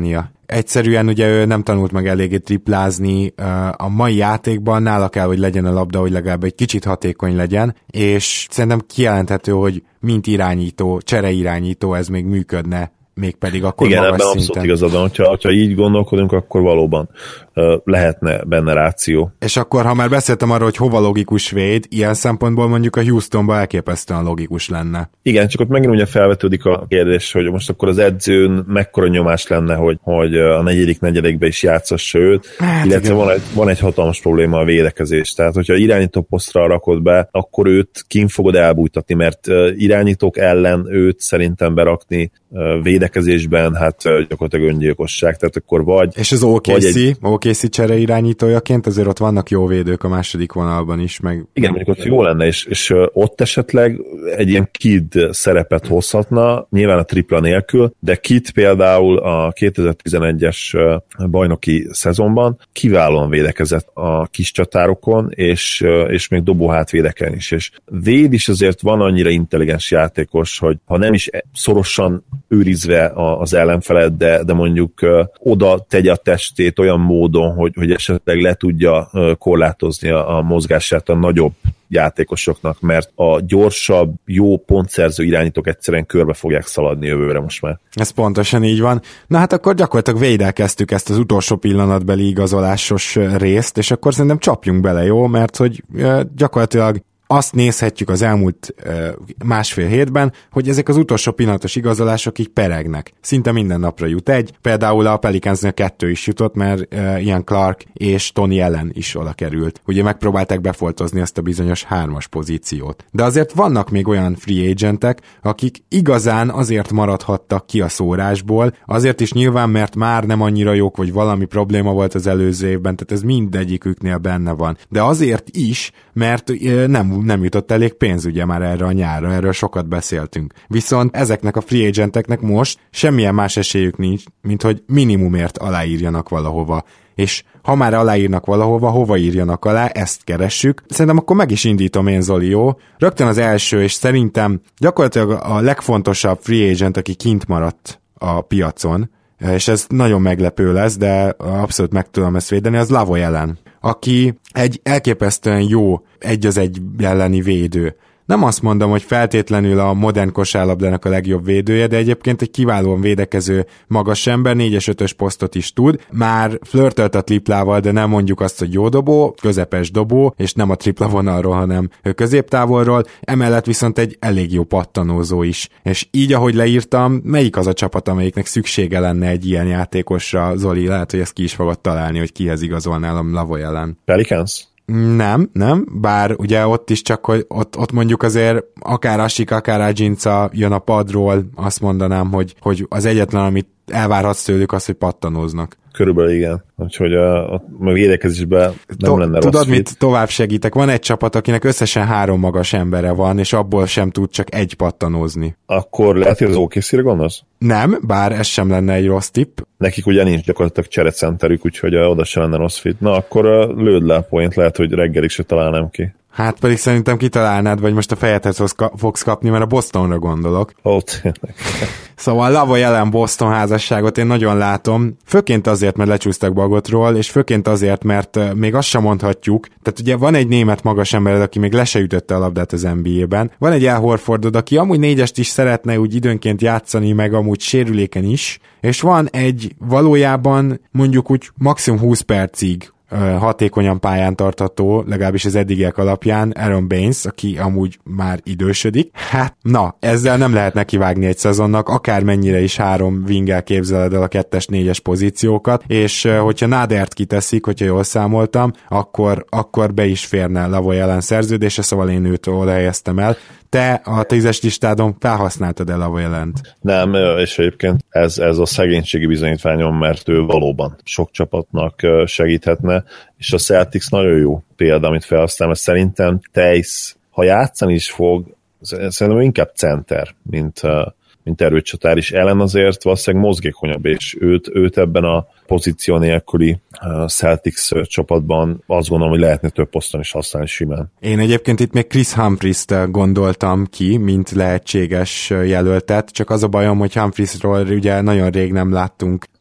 egyszerűen ugye ő nem tanult meg eléggé triplázni, a mai játékban nála kell, hogy legyen a labda, hogy legalább egy kicsit hatékony legyen, és szerintem kijelenthető, hogy mint irányító, csereirányító ez még működne, mégpedig akkor igen, magas ebben szinten. abszolút igazad van, hogyha, hogyha így gondolkodunk, akkor valóban uh, lehetne benne ráció. És akkor, ha már beszéltem arról, hogy hova logikus Wade, ilyen szempontból mondjuk a Houstonban elképesztően logikus lenne. Igen, csak ott megint ugye felvetődik a kérdés, hogy most akkor az edzőn mekkora nyomás lenne, hogy, hogy a negyedik negyedikben is játszassa őt, hát illetve van egy, van egy hatalmas probléma a védekezés. Tehát, hogyha irányító posztra rakod be, akkor őt kint fogod elbújtatni, mert irányítók ellen őt szerintem berakni védekezésben, hát gyakorlatilag öngyilkosság, tehát akkor vagy... És az o ká cé, egy... o ká cé csere irányítójaként azért ott vannak jó védők a második vonalban is, meg... Igen, mondjuk ott jó lenne, és, és ott esetleg egy ilyen kid szerepet hozhatna, nyilván a tripla nélkül, de Kid például a kétezer-tizenegyes bajnoki szezonban kiválóan védekezett a kis csatárokon, és, és még dobóhátvédeken is, és Wade is azért van annyira intelligens játékos, hogy ha nem is szorosan őrizve az ellenfelet, de, de mondjuk uh, oda tegye a testét olyan módon, hogy, hogy esetleg le tudja uh, korlátozni a, a mozgását a nagyobb játékosoknak, mert a gyorsabb, jó pontszerző irányítók egyszerűen körbe fogják szaladni jövőre most már. Ez pontosan így van. Na hát akkor gyakorlatilag Wade-el kezdtük ezt az utolsó pillanatbeli igazolásos részt, és akkor szerintem csapjunk bele, jó? Mert hogy uh, gyakorlatilag azt nézhetjük az elmúlt uh, másfél hétben, hogy ezek az utolsó pillanatos igazolások így peregnek. Szinte minden napra jut egy, például a Pelicansnél kettő is jutott, mert uh, Ian Clark és Tony Allen is oda került. Ugye megpróbálták befoltozni ezt a bizonyos hármas pozíciót. De azért vannak még olyan free agentek, akik igazán azért maradhattak ki a szórásból, azért is nyilván, mert már nem annyira jók, vagy valami probléma volt az előző évben, tehát ez mindegyiküknél benne van. De azért is, mert uh, nem nem jutott elég pénz ugye már erre a nyárra, erről sokat beszéltünk. Viszont ezeknek a free agenteknek most semmilyen más esélyük nincs, mint hogy minimumért aláírjanak valahova. És ha már aláírnak valahova, hova írjanak alá, ezt keressük. Szerintem akkor meg is indítom én, Zoli, jó? Rögtön az első, és szerintem gyakorlatilag a legfontosabb free agent, aki kint maradt a piacon, és ez nagyon meglepő lesz, de abszolút meg tudom ezt védeni, az Lavoie Allen, aki egy elképesztően jó egy az egy elleni védő. Nem azt mondom, hogy feltétlenül a modern kosárlabdának a legjobb védője, de egyébként egy kiválóan védekező magas ember, négyes ötös posztot is tud. Már flörtölt a triplával, de nem mondjuk azt, hogy jó dobó, közepes dobó, és nem a tripla vonalról, hanem középtávolról. Emellett viszont egy elég jó pattanózó is. És így, ahogy leírtam, melyik az a csapat, amelyiknek szüksége lenne egy ilyen játékosra, Zoli? Lehet, hogy ezt ki is fogod találni, hogy kihez igazolnál a Lavoie ellen. Pelicans? Nem, nem, bár ugye ott is csak, hogy ott, ott mondjuk azért akár Asik, akár Ajinca jön a padról, azt mondanám, hogy, hogy az egyetlen, amit elvárhatsz tőlük, az, hogy pattanóznak. Körülbelül igen. Úgyhogy a, a, a védekezésben nem to- lenne rossz. Tudod, mit tovább segítek? Van egy csapat, akinek összesen három magas embere van, és abból sem tud csak egy pattanózni. Akkor lehet, hogy az o ká cére gondolsz? Nem, bár ez sem lenne egy rossz tipp. Nekik ugye nincs gyakorlatilag cserecenterük, úgyhogy oda sem lenne rossz fit. Na, akkor lőd le a point, lehet, hogy reggelig se találnám ki. Hát pedig szerintem kitalálnád, vagy most a fejedhez fogsz kapni, mert a Bostonra gondolok. Ó, tényleg. Szóval Lavoie Allen Boston házasságot én nagyon látom, főként azért, mert lecsúsztak Bagotról, és főként azért, mert még azt sem mondhatjuk, tehát ugye van egy német magas ember, aki még le se ütötte a labdát az en bé á-ben, van egy Al Horfordod, aki amúgy négyest is szeretne úgy időnként játszani, meg amúgy sérüléken is, és van egy valójában mondjuk úgy maximum húsz percig hatékonyan pályán tartható, legalábbis az eddigiek alapján, Aaron Baines, aki amúgy már idősödik. Hát, na, ezzel nem lehet nekivágni egy szezonnak, akármennyire is három wingel képzeled el a kettes, négyes pozíciókat, és hogyha Nadert kiteszik, hogyha jól számoltam, akkor, akkor be is férne Lavoie Allen szerződése, szóval én őt oda helyeztem el. Te a tízes listádon felhasználtad el Lavoie Allent? Nem, és egyébként ez, ez a szegénységi bizonyítványom, mert ő valóban sok csapatnak segíthetne, és a Celtics nagyon jó példa, amit felhasznál, mert szerintem Theis, ha játszani is fog, szerintem inkább center, mint, mint erőcsatár is. Ellen azért valószínűleg mozgékonyabb, és őt, őt ebben a pozíció nélküli Celtics csapatban azt gondolom, hogy lehetne több poszton is használni simán. Én egyébként itt még Chris Humphries-t gondoltam ki, mint lehetséges jelöltet, csak az a bajom, hogy Humphriesról ugye nagyon rég nem láttunk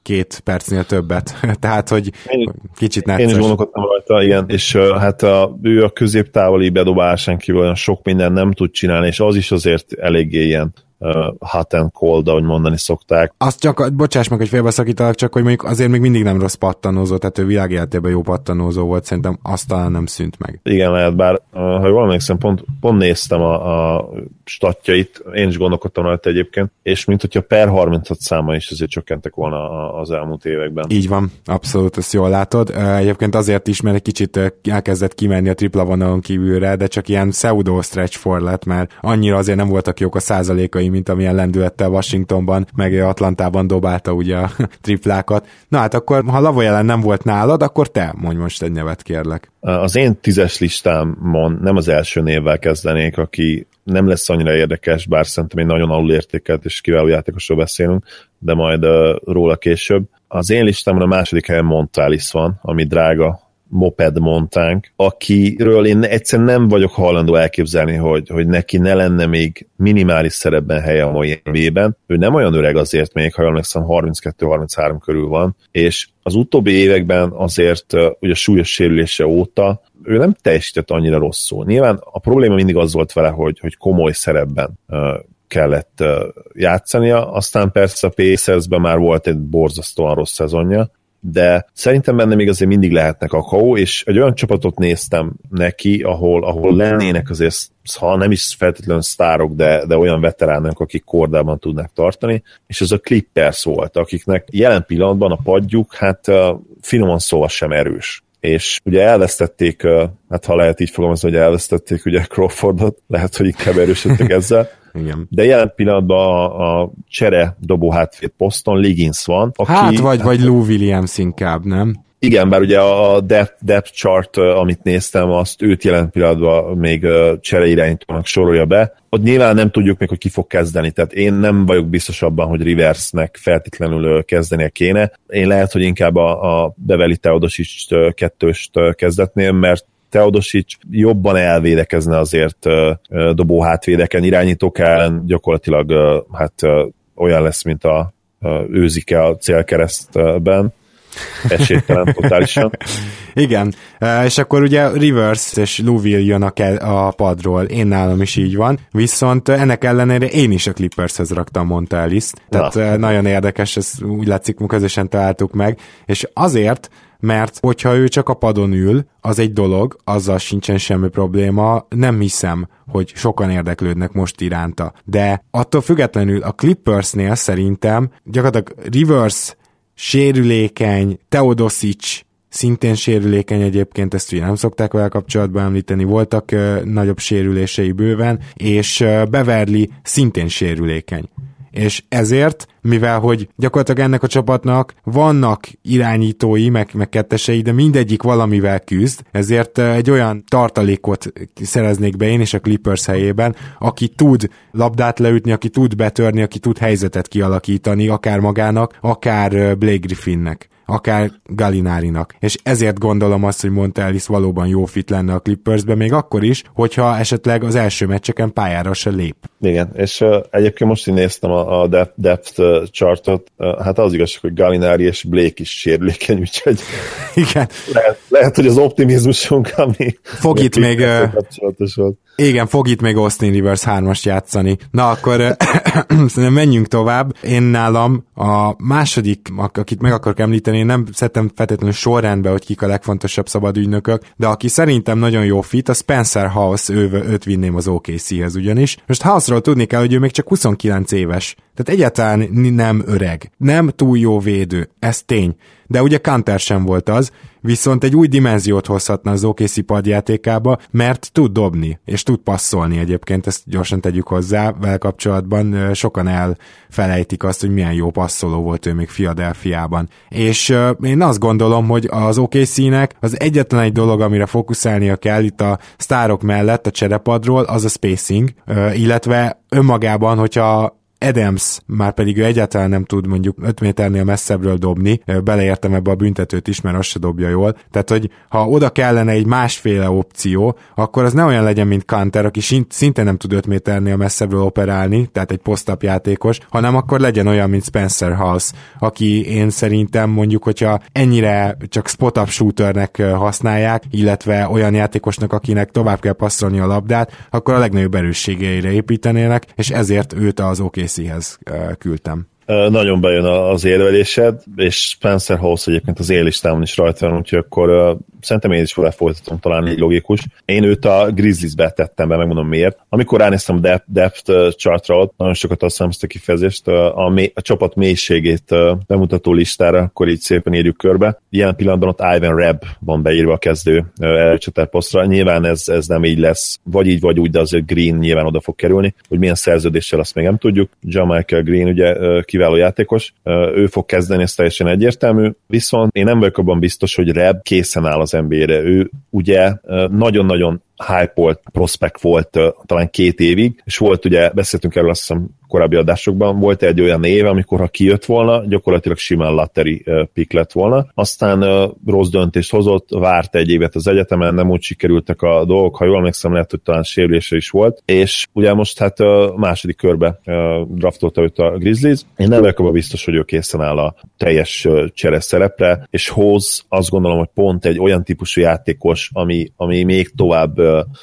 két percnél többet. Tehát, hogy én, kicsit necces. Én is gondolkodtam rajta, igen, és uh, hát a, ő a középtávoli bedobásán kívül olyan sok minden nem tud csinálni, és az is azért eléggé ilyen uh, hot and cold, ahogy mondani szokták. Azt csak, bocsáss meg, hogy félbeszakítalak, csak hogy mondjuk azért még mindig nem rossz pattanózó, tehát ő világéletében jó pattanózó volt, szerintem azt talán nem szűnt meg. Igen, lehet, bár uh, ha jól emlékszem, pont, pont néztem a, a statjait, én is gondolkodtam rajta egyébként, és mint hogyha per harminchat száma is azért csökkentek volna az elmúlt években. Így van, abszolút, ezt jól látod. Egyébként azért is, mert egy kicsit elkezdett kimenni a tripla vonalon kívülre, de csak ilyen pseudo stretch four lett, mert annyira azért nem voltak jók a százalékai, mint amilyen lendülettel Washingtonban, meg Atlantában dobálta ugye a triplákat. Na hát akkor, ha Lavoie nem volt nálad, akkor te mondj most egy nevet, kérlek. Az én tízes listámon nem az első névvel kezdenék, aki nem lesz annyira érdekes, bár szerintem egy nagyon alulértékelt és kiváló játékosról beszélünk, de majd uh, róla később. Az én listámon a második helyen Montalis van, ami drága moped montánk, akiről én egyszerűen nem vagyok hajlandó elképzelni, hogy, hogy neki ne lenne még minimális szerepben helye a mai évben. Ő nem olyan öreg azért még, ha jól emlékszem, harminckettő harminchárom körül van, és az utóbbi években azért ugye súlyos sérülése óta ő nem teljesített annyira rosszul. Nyilván a probléma mindig az volt vele, hogy, hogy komoly szerepben uh, kellett uh, játszania, aztán persze a Pacersben már volt egy borzasztóan rossz szezonja, de szerintem benne még azért mindig lehetnek akaó, és egy olyan csapatot néztem neki, ahol, ahol lennének azért, ha nem is feltétlenül sztárok, de, de olyan veteránok, akik kordában tudnak tartani, és ez a Clippers volt, akiknek jelen pillanatban a padjuk, hát finoman szóval sem erős. És ugye elvesztették, hát ha lehet így fogalmazni, hogy elvesztették ugye Crawfordot, lehet, hogy inkább erősödtek ezzel, igen. De jelen pillanatban a, a csere dobó hátvéd poszton Liggins van. Aki, hát vagy, hát, vagy Lou Williams inkább, nem? Igen, bár ugye a depth, depth chart, amit néztem, azt őt jelen pillanatban még csereirányítónak sorolja be. Ott nyilván nem tudjuk még, hogy ki fog kezdeni, tehát én nem vagyok biztos abban, hogy Riversnek feltétlenül kezdenie kéne. Én lehet, hogy inkább a, a Beveli Teodosic kettőst kezdetném, mert Teodosic jobban elvédekezne azért dobó hátvédeken, irányítók ellen gyakorlatilag hát olyan lesz, mint a őzike a célkeresztben. Esélytelen totálisan. Igen, és akkor ugye Rivers és Louville jön a, ke- a padról, én nálam is így van, viszont ennek ellenére én is a Clippershez raktam Montalis-t, tehát Na. nagyon érdekes, ezt úgy látszik, közösen találtuk meg, és azért, mert hogyha ő csak a padon ül, az egy dolog, azzal sincsen semmi probléma, nem hiszem, hogy sokan érdeklődnek most iránta, de attól függetlenül a Clippersnél szerintem gyakorlatilag Rivers sérülékeny, Teodosic szintén sérülékeny egyébként, ezt ugye nem szokták vele kapcsolatban említeni, voltak uh, nagyobb sérülései bőven, és uh, Beverly szintén sérülékeny. És ezért, mivel hogy gyakorlatilag ennek a csapatnak vannak irányítói, meg, meg kettesei, de mindegyik valamivel küzd, ezért egy olyan tartalékot szereznék be én és a Clippers helyében, aki tud labdát leütni, aki tud betörni, aki tud helyzetet kialakítani, akár magának, akár Blake Griffinnek, akár Gallinarinak. És ezért gondolom azt, hogy Montalis valóban jó fit lenne a Clippersbe, még akkor is, hogyha esetleg az első meccseken pályára se lép. Igen, és uh, egyébként most így néztem a, a depth, depth uh, chartot, uh, hát az igazság, hogy Gallinari és Blake is sérülékeny, úgyhogy igen. Lehet, lehet, hogy az optimizmusunk, ami fog itt még uh, igen, fog itt még Austin Rivers hármast játszani. Na akkor uh, menjünk tovább. Én nálam a második, akit meg akarok említeni, én nem szedtem feltétlenül sorrendbe, hogy kik a legfontosabb szabadügynökök, de aki szerintem nagyon jó fit, a Spencer House, ő, őt vinném az o ká cé-hez ugyanis. Most House-ról tudni kell, hogy ő még csak huszonkilenc éves. Tehát egyáltalán nem öreg. Nem túl jó védő. Ez tény. De ugye Kanter sem volt az, viszont egy új dimenziót hozhatna az o ká cé padjátékába, mert tud dobni, és tud passzolni egyébként, ezt gyorsan tegyük hozzá, vele kapcsolatban sokan elfelejtik azt, hogy milyen jó passzoló volt ő még Philadelphiában. És uh, én azt gondolom, hogy az o ká cé-nek az egyetlen egy dolog, amire fókuszálnia kell itt a sztárok mellett a cserepadról, az a spacing, uh, illetve önmagában, hogyha Adams már pedig ő egyáltalán nem tud mondjuk öt méternél messzebbről dobni, beleértem ebbe a büntetőt is, mert azt se dobja jól. Tehát, hogy ha oda kellene egy másféle opció, akkor az ne olyan legyen, mint Kanter, aki szintén nem tud öt méternél messzebbről operálni, tehát egy post-up játékos, hanem akkor legyen olyan, mint Spencer Hawes, aki én szerintem mondjuk, hogyha ennyire csak spot-up shooternek használják, illetve olyan játékosnak, akinek tovább kell passzolni a labdát, akkor a legnagyobb erősségeire építenének, és ezért őt az o ká céhez küldtem. Nagyon bejön az érvelésed, és Spencer Hawes egyébként az élistámon is rajta van, úgyhogy akkor uh, szerintem én is lefolytatom, talán így logikus. Én őt a Grizzliesbe tettem be, megmondom miért. Amikor ránéztem a depth, depth chartra, nagyon sokat használom ezt a kifejezést, a, mély, a csapat mélységét uh, bemutató listára, akkor így szépen írjuk körbe. Ilyen pillanatban ott Ivan Rabb van beírva a kezdő uh, előcsater posztra. Nyilván ez, ez nem így lesz, vagy így, vagy úgy, de azért Green nyilván oda fog kerülni, hogy milyen szerződéssel, azt még nem tudjuk. Jamaica Green ugye uh, kiváló játékos, ő fog kezdeni, ez teljesen egyértelmű, viszont én nem vagyok abban biztos, hogy Reb készen áll az en bé á-re. Ő ugye nagyon-nagyon hype-olt prospect volt talán két évig, és volt ugye, beszéltünk erről azt hiszem korábbi adásokban, volt egy olyan év, amikor ha kijött volna, gyakorlatilag simán lottery pick lett volna. Aztán rossz döntést hozott, várt egy évet az egyetemen, nem úgy sikerültek a dolgok, ha jól emlékszem, lehet, hogy talán sérülése is volt, és ugye most hát második körbe draftolta őt a Grizzlies. Én nem vagyok abban biztos, hogy ő készen áll a teljes cseres szerepre, és Hawes azt gondolom, hogy pont egy olyan típusú játékos, ami, ami még tovább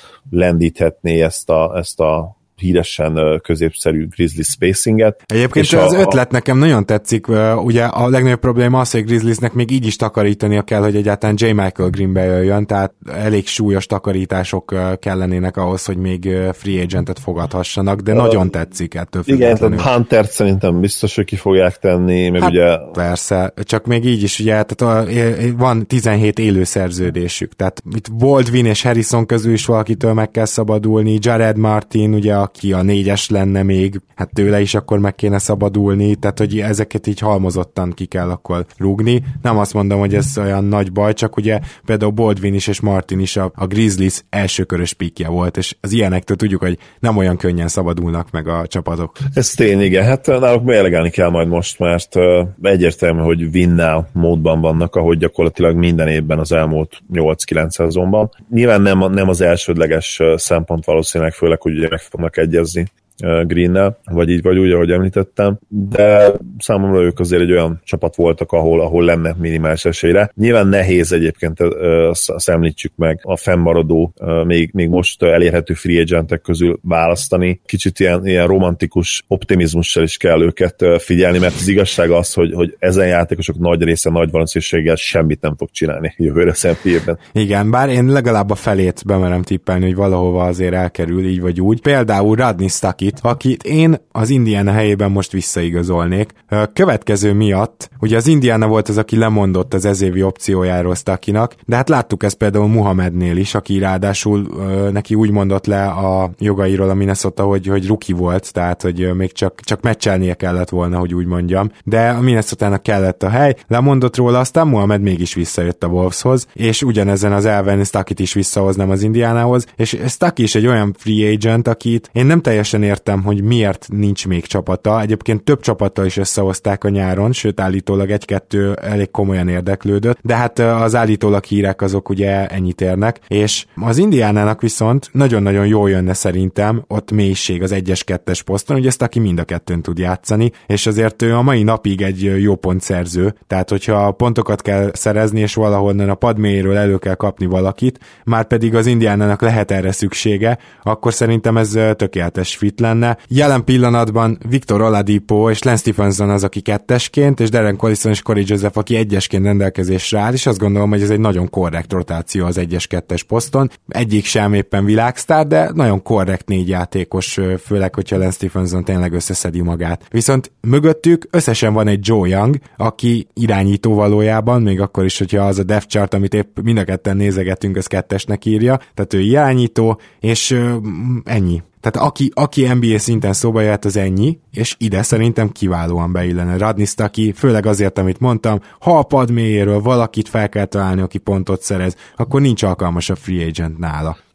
lendíthetné ezt a, ezt a híresen középszerű Grizzlies spacinget. Egyébként és az a, ötlet nekem nagyon tetszik, ugye a legnagyobb probléma az, hogy Grizzliesnek még így is takarítania kell, hogy egyáltalán J. Michael Green bejöjjön, tehát elég súlyos takarítások kellenének ahhoz, hogy még free agentet fogadhassanak, de uh, nagyon tetszik ettől függetlenül. Igen, Huntert szerintem biztos, hogy ki fogják tenni, meg hát ugye... Persze, csak még így is ugye, tehát van tizenhét élő szerződésük, tehát itt Baldwin és Harrison közül is valakitől meg kell szabadulni, Jared Martin, ugye aki a négyes lenne még, hát tőle is akkor meg kéne szabadulni, tehát hogy ezeket így halmozottan ki kell akkor rúgni. Nem azt mondom, hogy ez olyan nagy baj, csak ugye például Baldwin is és Martin is a, a Grizzlies elsőkörös pikje volt, és az ilyenektől tudjuk, hogy nem olyan könnyen szabadulnak meg a csapatok. Ez tény, igen. Hát náluk mérlegelni kell majd most, mert uh, egyértelmű, hogy win now módban vannak, ahogy gyakorlatilag minden évben az elmúlt nyolc-kilenc szezonban. Nyilván nem, nem az elsődleges szempont valószínűleg, főleg, hogy ugye meg fognak egyezni Greennel, vagy így vagy úgy, ahogy említettem, de számomra ők azért egy olyan csapat voltak, ahol, ahol lenne minimális esélyre. Nyilván nehéz egyébként, azt említsük meg, a fennmaradó, még, még most elérhető free agentek közül választani. Kicsit ilyen, ilyen romantikus optimizmussal is kell őket figyelni, mert az igazság az, hogy, hogy ezen játékosok nagy része nagy valószínűséggel semmit nem fog csinálni jövőre szempében. Igen, bár én legalább a felét bemerem tippelni, hogy valahova azért elkerül, így vagy úgy. Például Rodney Stuckey, akit én az Indiana helyében most visszaigazolnék. Következő miatt, ugye az Indiana volt az, aki lemondott az ezévi opciójáról Stuckynak, de hát láttuk ezt például Muhammednél is, aki ráadásul neki úgy mondott le a jogairól a Minnesota, hogy, hogy rookie volt, tehát hogy még csak, csak meccselnie kellett volna, hogy úgy mondjam, de a Minnesotának kellett a hely, lemondott róla, aztán Muhammed mégis visszajött a Wolveshoz, és ugyanezen az elven Stuckeyt is visszahoznám az Indianahoz, és Stuckey is egy olyan free agent, akit én nem teljesen értem, hogy miért nincs még csapata. Egyébként több csapattal is összehozták a nyáron, sőt állítólag egy-kettő elég komolyan érdeklődött, de hát az állítólag hírek azok ugye ennyit érnek, és az Indiánának viszont nagyon-nagyon jól jönne szerintem ott mélység az egyes-kettes poszton, ugye ezt aki mind a kettőn tud játszani, és azért ő a mai napig egy jó pontszerző, tehát hogyha pontokat kell szerezni, és valahonnan a pad mélyéről elő kell kapni valakit, már pedig az Indiánának lehet erre szüksége, akkor szerintem ez tökéletes fit lenne. Jelen pillanatban Victor Oladipo és Lance Stephenson az, aki kettesként, és Darren Collison és Corey Joseph, aki egyesként rendelkezésre áll, és azt gondolom, hogy ez egy nagyon korrekt rotáció az egyes-kettes poszton. Egyik sem éppen világsztár, de nagyon korrekt négy játékos, főleg, hogyha Lance Stephenson tényleg összeszedi magát. Viszont mögöttük összesen van egy Joe Young, aki irányító valójában, még akkor is, hogyha az a depth chart, amit épp mind a ketten nézegetünk, az kettesnek írja, tehát ő irányító, és ennyi. Tehát aki, aki en bé á szinten szóba jöhet, az ennyi, és ide szerintem kiválóan beillene Rodney Stuckey, főleg azért, amit mondtam, ha a pad mélyéről valakit fel kell találni, aki pontot szerez, akkor nincs alkalmas a free agent nála.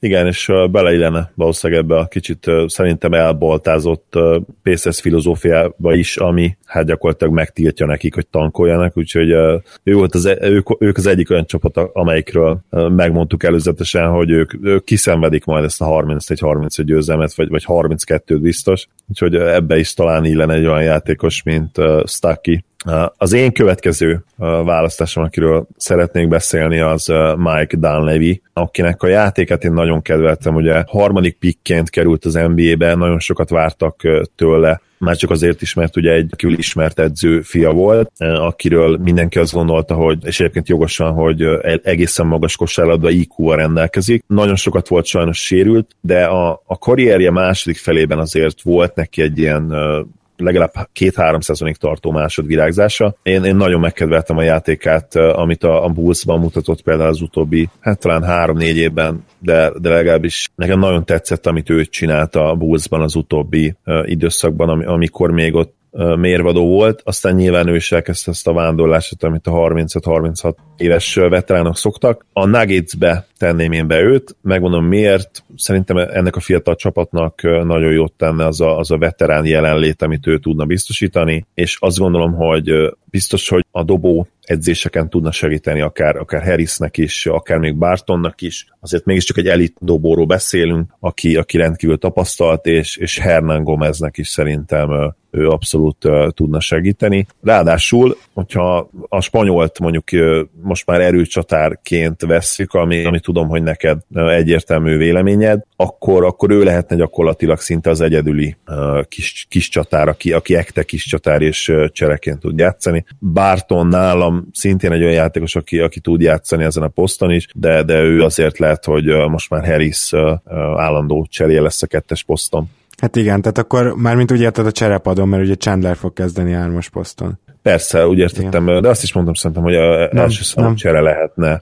Igen, és beleillene valószínűleg ebbe a kicsit szerintem elboltázott Pacers filozófiába is, ami hát gyakorlatilag megtiltja nekik, hogy tankoljanak, úgyhogy ő volt az, ők, ők az egyik olyan csapat, amelyikről megmondtuk előzetesen, hogy ők, ők kiszenvedik majd ezt a harmincegy harmincöt győzelmet, vagy, vagy harminckettőt biztos, úgyhogy ebbe is talán illene egy olyan játékos, mint Stuckey. Az én következő választásom, akiről szeretnék beszélni, az Mike Dunleavy, akinek a játékát én nagyon kedveltem, ugye harmadik pickként került az en bé á-be, nagyon sokat vártak tőle, már csak azért is, mert ugye egy kívül ismert edző fia volt, akiről mindenki azt gondolta, hogy, és egyébként jogosan, hogy egészen magas kosárlabda í kú-val rendelkezik. Nagyon sokat volt sajnos sérült, de a, a karrierje második felében azért volt neki egy ilyen legalább két-három szezonig tartó másodvirágzása. Én, én nagyon megkedveltem a játékát, amit a, a Bullsban mutatott például az utóbbi, hát talán három-négy évben, de, de legalábbis nekem nagyon tetszett, amit ő csinálta a Bullsban az utóbbi uh, időszakban, am, amikor még ott uh, mérvadó volt, aztán nyilván ő is elkezdte ezt a vándorlását, amit a harmincöt-harminchat éves veteránok szoktak. A Nuggetsbe tenném én be őt, megmondom miért, szerintem ennek a fiatal csapatnak nagyon jót tenne az a, az a veterán jelenlét, amit ő tudna biztosítani, és azt gondolom, hogy biztos, hogy a dobó edzéseken tudna segíteni akár, akár Harrisnek is, akár még Bartonnak is. Azért mégiscsak egy elit dobóról beszélünk, aki, aki rendkívül tapasztalt, és, és Hernán Gomeznek is szerintem ő abszolút uh, tudna segíteni. Ráadásul, hogyha a spanyolt mondjuk uh, most már erőcsatárként vesszük, ami, ami tudom, hogy neked uh, egyértelmű véleményed, akkor, akkor ő lehetne gyakorlatilag szinte az egyedüli uh, kis, kis csatár, aki, aki ekte kis csatár és uh, csereként tud játszani. Barton nálam szintén egy olyan játékos, aki, aki tud játszani ezen a poszton is, de, de ő azért lehet, hogy uh, most már Harris uh, uh, állandó cseréje lesz a kettes poszton. Hát igen, tehát akkor mármint úgy érted a cserepadon, mert ugye Chandler fog kezdeni hármas poszton. Persze, úgy értettem, igen. De azt is mondtam szerintem, hogy a nem, első számú csere lehetne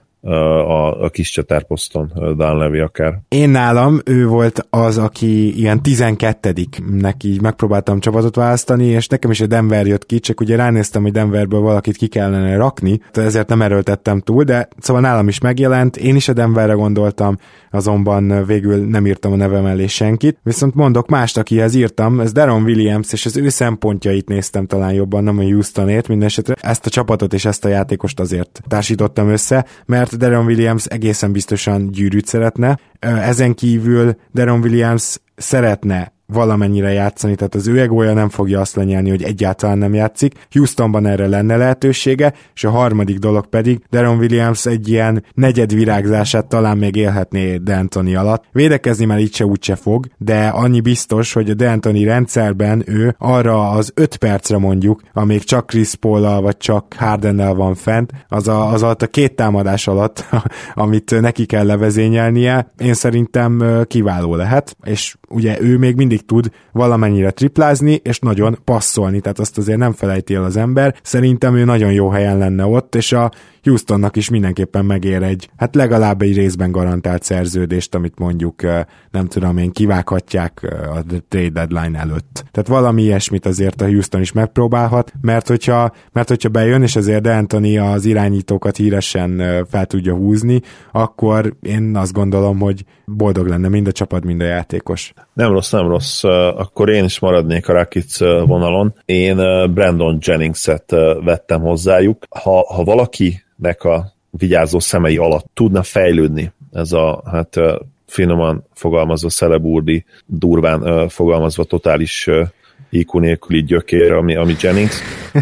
a, a kis csatárposzton, Dunleavy akár. Én nálam ő volt az, aki ilyen tizenkettediknek így megpróbáltam csapatot választani, és nekem is a Denver jött ki, csak ugye ránéztem, hogy Denverből valakit ki kellene rakni, ezért nem erőltettem túl, de szóval nálam is megjelent, én is a Denverre gondoltam, azonban végül nem írtam a neve mellé senkit, viszont mondok mást, akihez írtam, ez Deron Williams, és az ő szempontjait néztem talán jobban, nem a Houstonét, mindenesetre ezt a csapatot és ezt a játékost azért társítottam össze, mert Deron Williams egészen biztosan gyűrűt szeretne. Ezen kívül Deron Williams szeretne valamennyire játszani, tehát az ő egója nem fogja azt lenyelni, hogy egyáltalán nem játszik. Houstonban erre lenne lehetősége, és a harmadik dolog pedig Deron Williams egy ilyen negyed virágzását talán még élhetné D'Antoni alatt. Védekezni már így se úgyse fog, de annyi biztos, hogy a D'Antoni rendszerben ő arra az öt percre mondjuk, amíg csak Chris Paul-al vagy csak Hardennel van fent, az, a, az alatt a két támadás alatt, amit neki kell levezényelnie, én szerintem kiváló lehet, és ugye ő még mindig tud valamennyire triplázni, és nagyon passzolni, tehát azt azért nem felejti el az ember. Szerintem ő nagyon jó helyen lenne ott, és a Houstonnak is mindenképpen megér egy, hát legalább egy részben garantált szerződést, amit mondjuk nem tudom én, kivághatják a trade deadline előtt. Tehát valami ilyesmit azért a Houston is megpróbálhat, mert hogyha, mert hogyha bejön, és azért D'Antoni az irányítókat híresen fel tudja húzni, akkor én azt gondolom, hogy boldog lenne mind a csapat, mind a játékos. Nem rossz, nem rossz. Akkor én is maradnék a Rockets vonalon. Én Brandon Jennings-et vettem hozzájuk. Ha, ha valakinek a vigyázó szemei alatt tudna fejlődni ez a, hát finoman fogalmazva szeleburdi, durván fogalmazva totális í kú nélküli gyökér, ami, ami Jennings,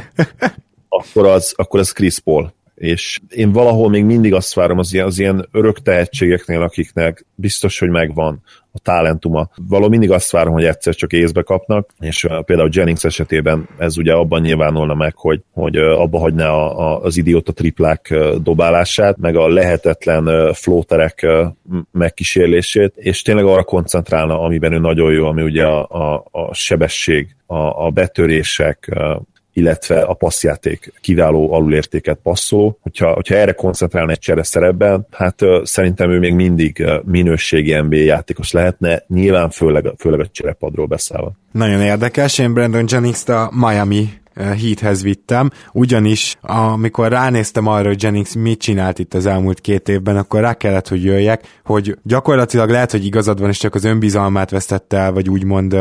akkor az, akkor az Chris Paul. És én valahol még mindig azt várom az ilyen, az ilyen örök tehetségeknél, akiknek biztos, hogy megvan a talentuma. Valahol mindig azt várom, hogy egyszer csak észbe kapnak, és uh, például Jennings esetében ez ugye abban nyilvánulna meg, hogy, hogy uh, abba hagyná a, a, az idióta triplák uh, dobálását, meg a lehetetlen uh, floaterek uh, megkísérlését, és tényleg arra koncentrálna, amiben ő nagyon jó, ami ugye a, a, a sebesség, a, a betörések, uh, illetve a passzjáték kiváló alulértéket passzoló. Hogyha, hogyha erre koncentrálna egy csere szerepben, hát uh, szerintem ő még mindig uh, minőségi en bé á játékos lehetne, nyilván főleg, főleg a cserepadról beszállva. Nagyon érdekes, én Brandon Jennings-t a Miami Heathez vittem, ugyanis amikor ránéztem arra, hogy Jennings mit csinált itt az elmúlt két évben, akkor rá kellett, hogy jöjjek, hogy gyakorlatilag lehet, hogy igazad van, és csak az önbizalmát vesztette el, vagy úgymond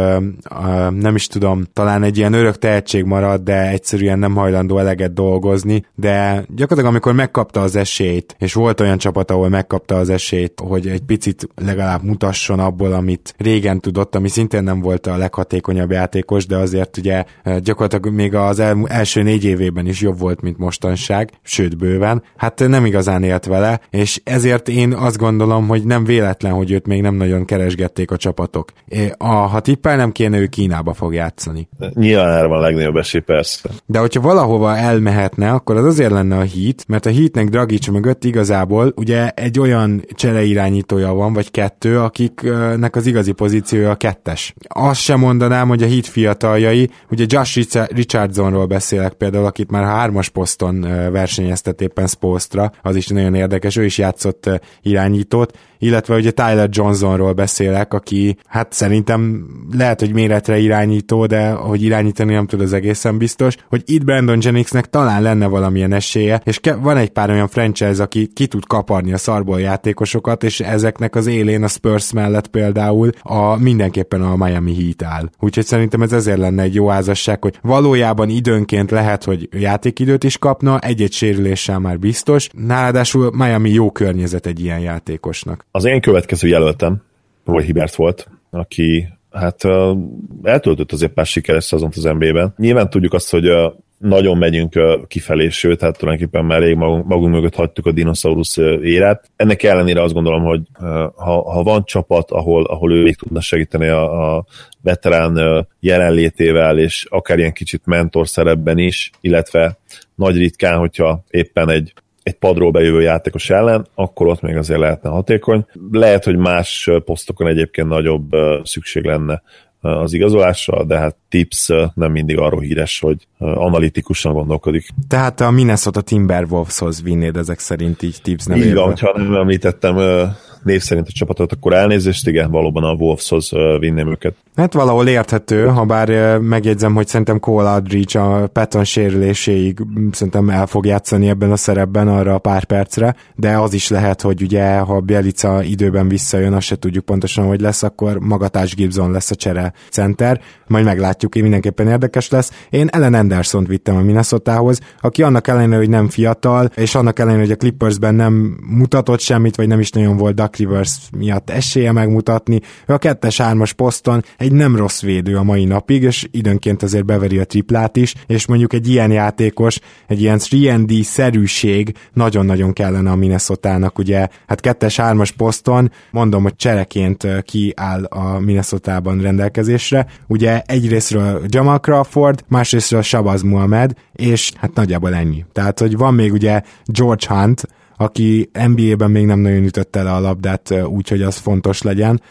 nem is tudom, talán egy ilyen örök tehetség marad, de egyszerűen nem hajlandó eleget dolgozni, de gyakorlatilag amikor megkapta az esélyt, és volt olyan csapat, ahol megkapta az esélyt, hogy egy picit legalább mutasson abból, amit régen tudott, ami szintén nem volt a leghatékonyabb játékos, de azért ugye gyakorlatilag még az el, első négy évében is jobb volt, mint mostanság, sőt bőven, hát nem igazán élt vele, és ezért én azt gondolom, hogy nem véletlen, hogy őt még nem nagyon keresgették a csapatok. A, ha tippelnem kéne, ő Kínába fog játszani. Nyilván erre van a legnagyobb esély, persze. De hogyha valahova elmehetne, akkor az azért lenne a Heat, mert a Heatnek Dragic mögött igazából ugye egy olyan csereirányítója van, vagy kettő, akiknek az igazi pozíciója a kettes. Azt sem mondanám, hogy a Heat fiataljai, ugye Josh Richardsonról beszélek például, akit már hármas poszton versenyeztet éppen Spolstra, az is nagyon érdekes, ő is játszott irányítót, illetve ugye Tyler Johnsonról beszélek, aki hát szerintem lehet, hogy méretre irányító, de hogy irányítani nem tud, az egészen biztos, hogy itt Brandon Jenningsnek talán lenne valamilyen esélye, és ke- van egy pár olyan franchise, aki ki tud kaparni a szarból játékosokat, és ezeknek az élén a Spurs mellett például a, mindenképpen a Miami Heat áll. Úgyhogy szerintem ez ezért lenne egy jó házasság, hogy valójában időnként lehet, hogy játékidőt is kapna, egy-egy sérüléssel már biztos, ráadásul Miami jó környezet egy ilyen játékosnak. Az én következő jelöltem Roy Hibbert volt, aki hát uh, eltöltött azért pár sikeres szezont az en bé á-ben. Nyilván tudjuk azt, hogy uh, nagyon megyünk uh, kifelé, sőt, hát tulajdonképpen már rég magunk, magunk mögött hagytuk a dinoszaurusz uh, érát. Ennek ellenére azt gondolom, hogy uh, ha, ha van csapat, ahol, ahol ő még tudna segíteni a, a veterán uh, jelenlétével, és akár ilyen kicsit mentor szerepben is, illetve nagy ritkán, hogyha éppen egy egy padról bejövő játékos ellen, akkor ott még azért lehetne hatékony. Lehet, hogy más posztokon egyébként nagyobb szükség lenne az igazolásra, de hát Tips nem mindig arról híres, hogy analitikusan gondolkodik. Tehát a Minnesota Timberwolveshoz vinnéd ezek szerint így Tips nevében. Így van, ha nem említettem név szerint a csapatot, akkor elnézést, igen, valóban a Wolveshoz vinném őket. Hát valahol érthető, ha bár megjegyzem, hogy szerintem Cole Aldridge a Patton sérüléséig szerintem el fog játszani ebben a szerepben arra a pár percre, de az is lehet, hogy ugye, ha Bjelica időben visszajön, azt se tudjuk pontosan, hogy lesz, akkor Magatás Gibson lesz a csere center, majd meglátjuk, én mindenképpen érdekes lesz. Én Allen Andersont vittem a Minnesotához, aki annak ellenére, hogy nem fiatal, és annak ellenére, hogy a Clippersben nem mutatott semmit, vagy nem is nagyon volt Duck Rivers miatt esélye megmutatni, ő a kettes-hármas poszton egy nem rossz védő a mai napig, és időnként azért beveri a triplát is, és mondjuk egy ilyen játékos, egy ilyen három and D-szerűség nagyon-nagyon kellene a Minnesotának, ugye, hát kettes-hármas poszton, mondom, hogy csereként kiáll a Minnesotában rendelkezésre, ugye egyrésztről Jamal Crawford, másrésztről Shabazz Muhammad, és hát nagyjából ennyi. Tehát, hogy van még ugye George Hunt, aki en bé á-ben még nem nagyon ütötte le a labdát úgy, hogy az fontos legyen,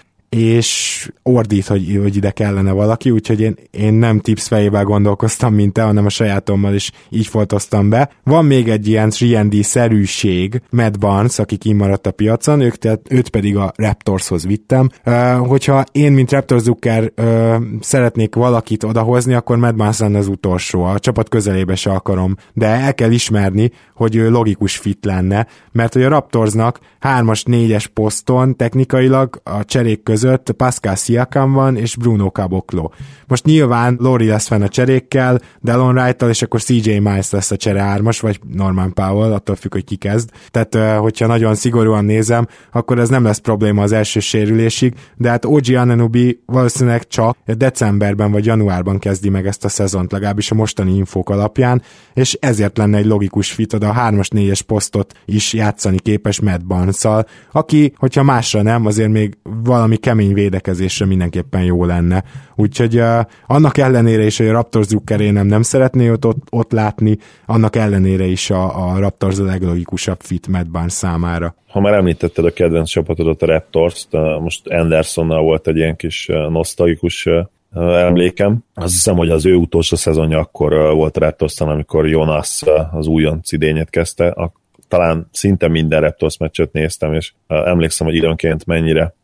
és ordít, hogy, hogy ide kellene valaki, úgyhogy én, én nem Tips fejével gondolkoztam, mint te, hanem a sajátommal is így foltoztam be. Van még egy ilyen három and D-szerűség, Matt Barnes, aki kimaradt a piacon, ők, tehát őt pedig a Raptorshoz vittem. Uh, hogyha én, mint Raptors Zucker uh, szeretnék valakit odahozni, akkor Matt Barnes lenne az utolsó. A csapat közelébe se akarom, de el kell ismerni, hogy ő logikus fit lenne, mert hogy a Raptorsnak hármas, négyes poszton technikailag a cserék között Pascal Siakam van, és Bruno Caboclo. Most nyilván Lori lesz fenn a cserékkel, Delon Wright-tal, és akkor cé jé Miles lesz a csere hármas, vagy Norman Powell, attól függ, hogy ki kezd. Tehát, hogyha nagyon szigorúan nézem, akkor ez nem lesz probléma az első sérülésig, de hát o gé Anunoby valószínűleg csak decemberben vagy januárban kezdi meg ezt a szezont, legalábbis a mostani infók alapján, és ezért lenne egy logikus fit oda a hármas, négyes posztot is játszani képes Matt Barnes-szal, aki, hogyha másra nem, azért még valami kemény védekezésre mindenképpen jó lenne. Úgyhogy uh, annak ellenére is, hogy a Raptors Zuckeré nem, nem szeretné ott, ott, ott látni, annak ellenére is a, a Raptors a leglogikusabb fit Matt Barnes számára. Ha már említetted a kedvenc csapatodat, a Raptors, most Andersonnal volt egy ilyen kis nosztalgikus emlékem. Azt hiszem, hogy az ő utolsó szezonja akkor volt a Raptorson, amikor Jonas az újonc idényét kezdte. Talán szinte minden Raptors meccset néztem, és emlékszem, hogy időnként mennyire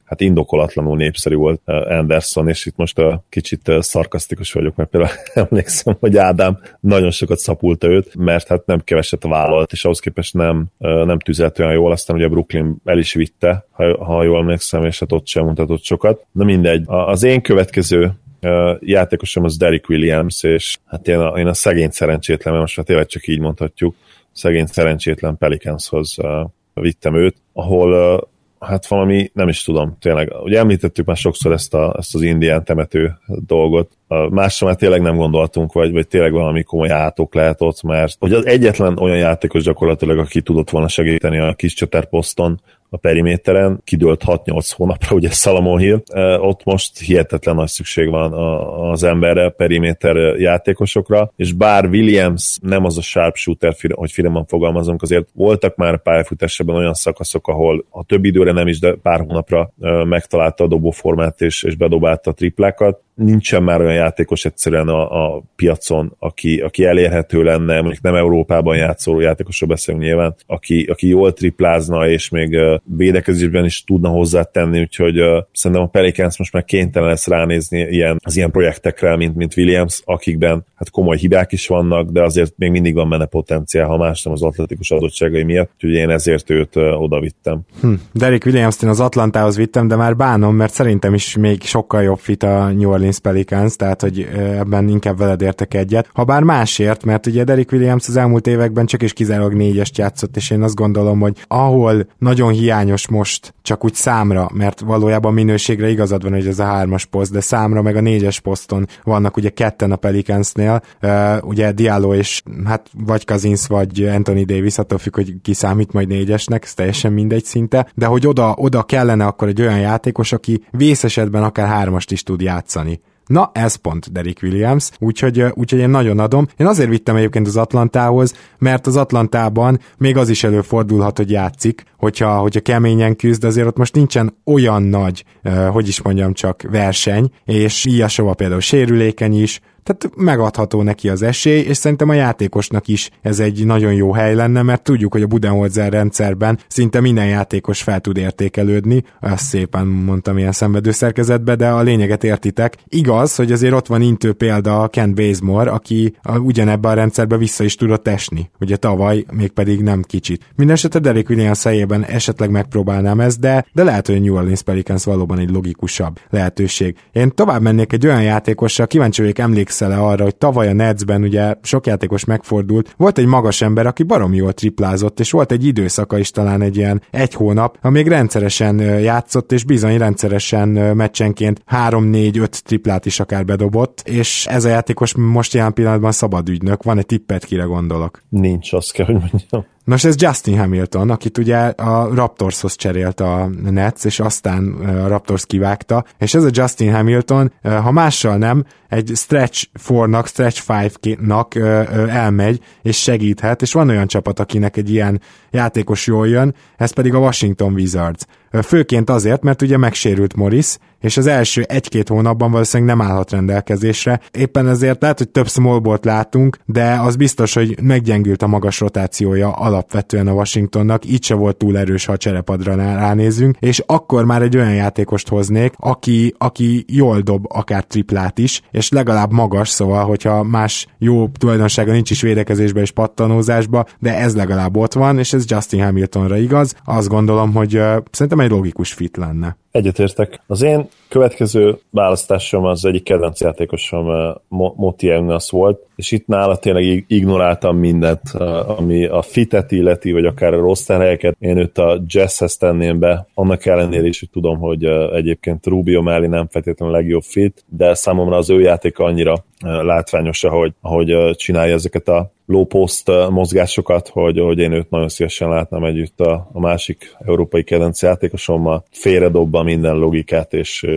hát indokolatlanul népszerű volt Anderson, és itt most kicsit szarkasztikus vagyok, mert például emlékszem, hogy Ádám nagyon sokat szapulta őt, mert hát nem keveset vállalt, és ahhoz képest nem, nem tüzelt olyan jól, aztán ugye Brooklyn el is vitte, ha, ha jól emlékszem, és hát ott sem mutatott sokat. Na mindegy. Az én következő játékosom az Derrick Williams, és hát én a, én a szegény szerencsétlen, mert most hát tényleg csak így mondhatjuk, szegény szerencsétlen Pelicanshoz vittem őt, ahol hát valami, nem is tudom, tényleg. Ugye említettük már sokszor ezt, a, ezt az indián temető dolgot. Másra már tényleg nem gondoltunk, vagy, vagy tényleg valami komoly átok lehet ott, mert hogy az egyetlen olyan játékos gyakorlatilag, aki tudott volna segíteni a kis csatárposzton, a periméteren, kidőlt hat-nyolc hónapra, ugye Solomon Hill. Ott most hihetetlen nagy szükség van az emberre, periméter játékosokra, és bár Williams nem az a sharpshooter, hogy finoman fogalmazunk, azért voltak már pályafutásában olyan szakaszok, ahol a több időre nem is, de pár hónapra megtalálta a dobóformát és, és bedobálta a triplákat. Nincsen már olyan játékos egyszerűen a, a piacon, aki, aki elérhető lenne, mondjuk nem Európában játszó játékosról beszélünk nyilván, aki, aki jól triplázna, és még védekezésben is tudna hozzátenni, úgyhogy uh, szerintem a Pelicans most már kénytelen lesz ránézni ilyen, az ilyen projektekre, mint, mint Williams, akikben hát komoly hibák is vannak, de azért még mindig van benne potenciál, ha más nem az atletikus adottságai miatt, úgyhogy én ezért őt uh, oda vittem. Hm. Derrick Williams-t én az Atlantához vittem, de már bánom, mert szerintem is még sokkal jobb fit a New Orleans Pelicans, tehát hogy ebben inkább veled értek egyet. Habár másért, mert ugye Derrick Williams az elmúlt években csak is kizárólag négyest játszott, és én azt gondolom, hogy ahol nagyon hiányos most, csak úgy számra, mert valójában minőségre igazad van, hogy ez a hármas poszt, de számra meg a négyes poszton vannak ugye ketten a Pelicansnél, uh, ugye Diallo és hát vagy Cousins, vagy Anthony Davis, attól függ, hogy ki számít majd négyesnek, ez teljesen mindegy szinte, de hogy oda, oda kellene akkor egy olyan játékos, aki vészesetben akár hármast is tud játszani. Na, ez pont Derrick Williams, úgyhogy, úgyhogy én nagyon adom. Én azért vittem egyébként az Atlantához, mert az Atlantában még az is előfordulhat, hogy játszik, hogyha, hogyha keményen küzd, azért ott most nincsen olyan nagy, uh, hogy is mondjam csak, verseny, és Ilyasova például sérülékeny is, tehát megadható neki az esély, és szerintem a játékosnak is ez egy nagyon jó hely lenne, mert tudjuk, hogy a Budenholzer rendszerben szinte minden játékos fel tud értékelődni, ezt szépen mondtam ilyen szenvedő szerkezetbe, de a lényeget értitek. Igaz, hogy azért ott van intő példa Kent Bazemore, aki ugyanebben a rendszerben vissza is tudott esni, ugye tavaly, mégpedig nem kicsit. Mindenesetre Derrick Williams helyében esetleg megpróbálnám ezt, de, de lehet, hogy a New Orleans Pelicans valóban egy logikusabb lehetőség. Én tovább mennék egy olyan játékossal, kíváncsi vagyok, emlékszem arra, hogy tavaly a Netsben ugye sok játékos megfordult, volt egy magas ember, aki baromi jól triplázott, és volt egy időszaka is talán egy ilyen egy hónap, amíg rendszeresen játszott, és bizony rendszeresen meccsenként három négy öt triplát is akár bedobott, és ez a játékos most jelen pillanatban szabad ügynök. Van egy tippet, kire gondolok? Nincs, azt kell, hogy mondjam. Nos, ez Justin Hamilton, akit ugye a Raptorshoz cserélt a Nets, és aztán a Raptors kivágta, és ez a Justin Hamilton, ha mással nem, egy stretch four-nak, stretch five-nak elmegy, és segíthet, és van olyan csapat, akinek egy ilyen játékos jól jön, ez pedig a Washington Wizards. Főként azért, mert ugye megsérült Morris, és az első egy-két hónapban valószínűleg nem állhat rendelkezésre. Éppen ezért lehet, hogy több small ballt látunk, de az biztos, hogy meggyengült a magas rotációja alapvetően a Washingtonnak, így se volt túl erős, ha a cserepadra ránézünk, és akkor már egy olyan játékost hoznék, aki, aki jól dob akár triplát is, és legalább magas, szóval, hogyha más jó tulajdonsága nincs is védekezésbe és pattanózásba, de ez legalább ott van, és ez Justin Hamiltonra igaz. Azt gondolom, hogy uh, szerintem egy logikus fit lenne. Egyetértek. Az én következő választásom az egyik kedvenc játékosom Moti Eugnas volt, és itt nála tényleg ignoráltam mindent, ami a fitet illeti, vagy akár a roster helyeket. Én őt a Jazzhez tenném be, annak ellenére is, hogy tudom, hogy egyébként Rubio mellé nem feltétlenül a legjobb fit, de számomra az ő játéka annyira látványos, ahogy, ahogy csinálja ezeket a low post mozgásokat, hogy, hogy én őt nagyon szívesen látnám együtt a, a másik európai kedvenc játékosommal, félredobba minden logikát, és,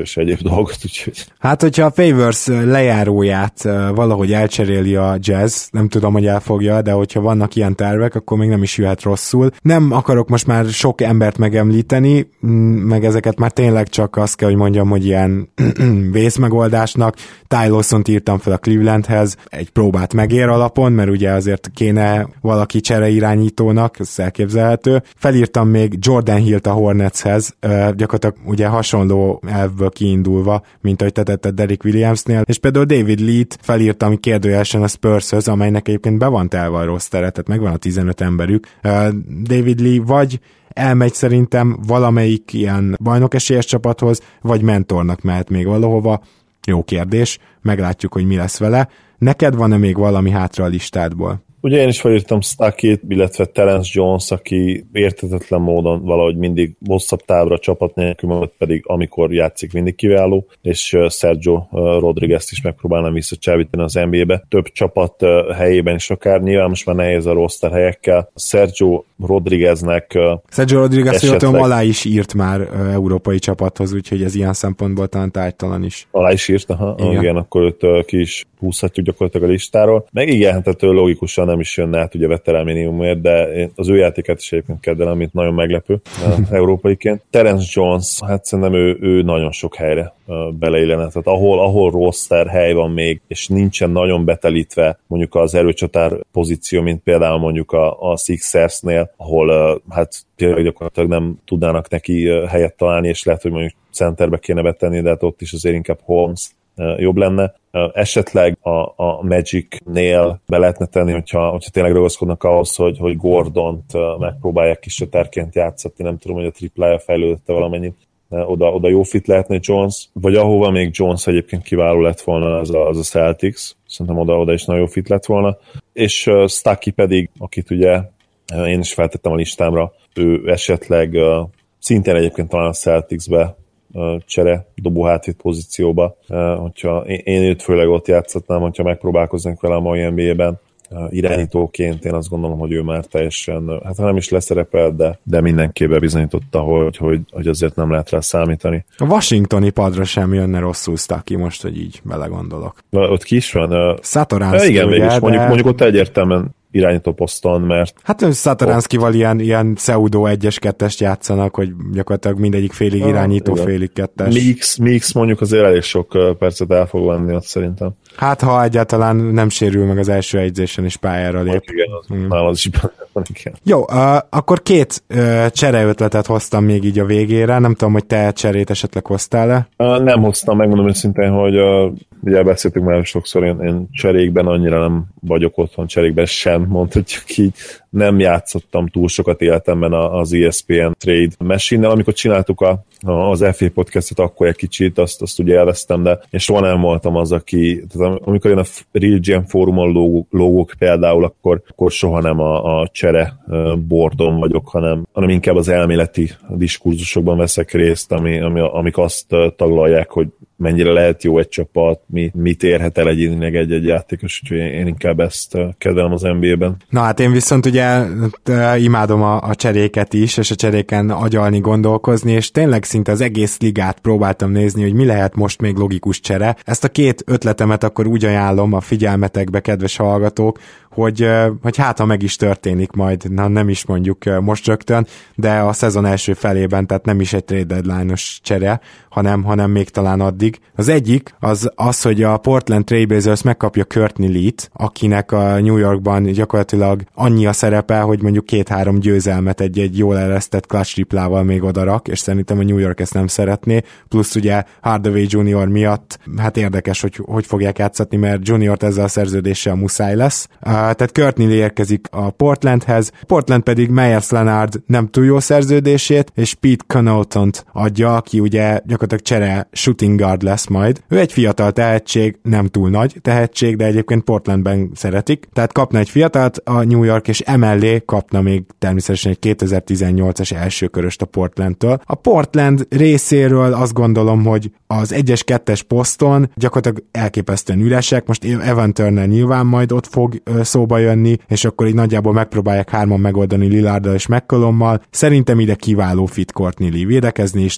és egyéb dolgot, úgyhogy... Hát, hogyha a Favors lejáróját valahogy elcseréli a Jazz, nem tudom, hogy elfogja, de hogyha vannak ilyen tervek, akkor még nem is jöhet rosszul. Nem akarok most már sok embert megemlíteni, meg ezeket már tényleg csak azt kell, hogy mondjam, hogy ilyen vészmegoldásnak. Ty Lawsont írtam fel a Clevelandhez, egy próbát megér alapon, mert ugye azért kéne valaki csereirányítónak, ez elképzelhető. Felírtam még Jordan Hill-t a Hornetshez, gyakorlatilag ugye hasonló elvből kiindulva, mint ahogy te tetted Derrick Williamsnél, és például David Lee-t felírtam kérdőjelesen a Spurshöz, amelynek egyébként be van telve a roster, tehát megvan a tizenöt emberük. David Lee vagy elmegy szerintem valamelyik ilyen bajnokesélyes csapathoz, vagy mentornak mehet még valahova. Jó kérdés, meglátjuk, hogy mi lesz vele. Neked van-e még valami hátra a listádból? Ugye én is felírtam Stuckey-t, illetve Terence Jones, aki érthetetlen módon valahogy mindig hosszabb távra csapat nélkül, majd pedig amikor játszik mindig kiváló, és Sergio Rodriguez-t is megpróbálnám visszacsábítani az en bé á-be. Több csapat helyében is akár, nyilván most már nehéz a roster helyekkel. Sergio Rodrigueznek Sergio Rodriguez esetleg... alá is írt már európai csapathoz, úgyhogy ez ilyen szempontból talán tájtalan is. Alá is írt, aha, igen. igen, akkor őt ki is húzhatjuk gyakorlatilag a listáról. Meg igen, hát logikusan nem is jönne át ugye veterán minimumért, de az ő játékát is egyébként kedvelem, mint nagyon meglepő európaiként. Terence Jones, hát szerintem ő, ő nagyon sok helyre beleillene. Tehát ahol, ahol roster hely van még, és nincsen nagyon betelítve mondjuk az erőcsatár pozíció, mint például mondjuk a, a Sixersnél, ahol hát tényleg gyakorlatilag nem tudnának neki helyet találni, és lehet, hogy mondjuk centerbe kéne betenni, de hát ott is azért inkább Holmes jobb lenne. Esetleg a, a Magic-nél be lehetne tenni, hogyha, hogyha tényleg ragaszkodnak ahhoz, hogy, hogy Gordont megpróbálják kis csatárként játszatni, nem tudom, hogy a triplája fejlődött ovalamennyit. Oda, oda jó fit lehetne Jones, vagy ahova még Jones egyébként kiváló lett volna, az a, az a Celtics, szerintem oda, oda is nagyon jó fit lett volna, és uh, Stuckey pedig, akit ugye uh, én is feltettem a listámra, ő esetleg uh, szintén egyébként talán a Celticsbe uh, csere, dobó hátvéd pozícióba, uh, hogyha én, én őt főleg ott játszhatnám, hogyha megpróbálkoznak vele a mai en bé á-ben, irányítóként én azt gondolom, hogy ő már teljesen, hát nem is leszerepelt, de, de mindenképpen bizonyította, hogy, hogy, hogy azért nem lehet rá számítani. A washingtoni padra sem jönne rosszul Stuckey, most, hogy így belegondolok. Ott ki is van? Satoranski, igen, ugye, mégis, de... mondjuk, mondjuk ott egyértelműen irányító poszton, mert... Hát ő Satoranskival ilyen, ilyen pseudo egyes kettest játszanak, hogy gyakorlatilag mindegyik félig irányító, ah, félig kettes. Mix, mix mondjuk azért elég sok percet el fog venni ott szerintem. Hát ha egyáltalán nem sérül meg az első edzésen is pályára lép. Igen, az, mm. az is van, igen. Jó, uh, akkor két uh, csereötletet hoztam még így a végére, nem tudom, hogy te cserét esetleg hoztál-e? Uh, nem hoztam, megmondom őszintén, hogy uh, ugye beszéltük már sokszor, én, én cserékben annyira nem vagyok otthon, cserékben sem, mondhatjuk így, nem játszottam túl sokat életemben az E S P N Trade Machine-nel, amikor csináltuk a, az ef á podcastot, akkor egy kicsit, azt, azt ugye elvesztem, de és soha nem voltam az, aki, tehát amikor én a Real G M fórumon lógok, lógok például, akkor, akkor soha nem a, a csere bordon vagyok, hanem, hanem inkább az elméleti diskurzusokban veszek részt, ami, ami, amik azt taglalják, hogy mennyire lehet jó egy csapat, mi, mit érhet el egyénileg egy-egy játékos, úgyhogy én inkább ezt kedvelem az en bé á-ben. Na hát én viszont ugye imádom a, a cseréket is, és a cseréken agyalni, gondolkozni, és tényleg szinte az egész ligát próbáltam nézni, hogy mi lehet most még logikus csere. Ezt a két ötletemet akkor úgy ajánlom a figyelmetekbe, kedves hallgatók, hogy, hogy hát ha meg is történik majd, na nem is mondjuk most rögtön, de a szezon első felében, tehát nem is egy trade deadline-os csere, hanem, hanem még talán addig. Az egyik az az, hogy a Portland Trailblazers megkapja Courtney Lee-t, akinek a New Yorkban gyakorlatilag annyi a szerepe, hogy mondjuk két-három győzelmet egy-egy jól eresztett clutch triplával még odarak, és szerintem a New York ezt nem szeretné, plusz ugye Hardaway junior miatt, hát érdekes, hogy hogy fogják játszatni, mert Juniort ezzel a szerződéssel muszáj lesz. Tehát Courtney Lee érkezik a Portlandhez, Portland pedig Meyers Leonard nem túl jó szerződését, és Pete Connaughton-t adja, aki ugye gyakorlatilag csere shooting guard lesz majd. Ő egy fiatal tehetség, nem túl nagy tehetség, de egyébként Portlandben szeretik, tehát kapna egy fiatalt a New York, és emellé kapna még természetesen egy kétezer-tizennyolcas elsőköröst a Portlandtől. A Portland részéről azt gondolom, hogy az egyes kettes poszton gyakorlatilag elképesztően üresek, most Evan Turner nyilván majd ott fog szóba jönni, és akkor így nagyjából megpróbálják hárman megoldani Lillarddal és McCollummal. Szerintem ide kiváló fit Courtney Lee, védekezni is tud.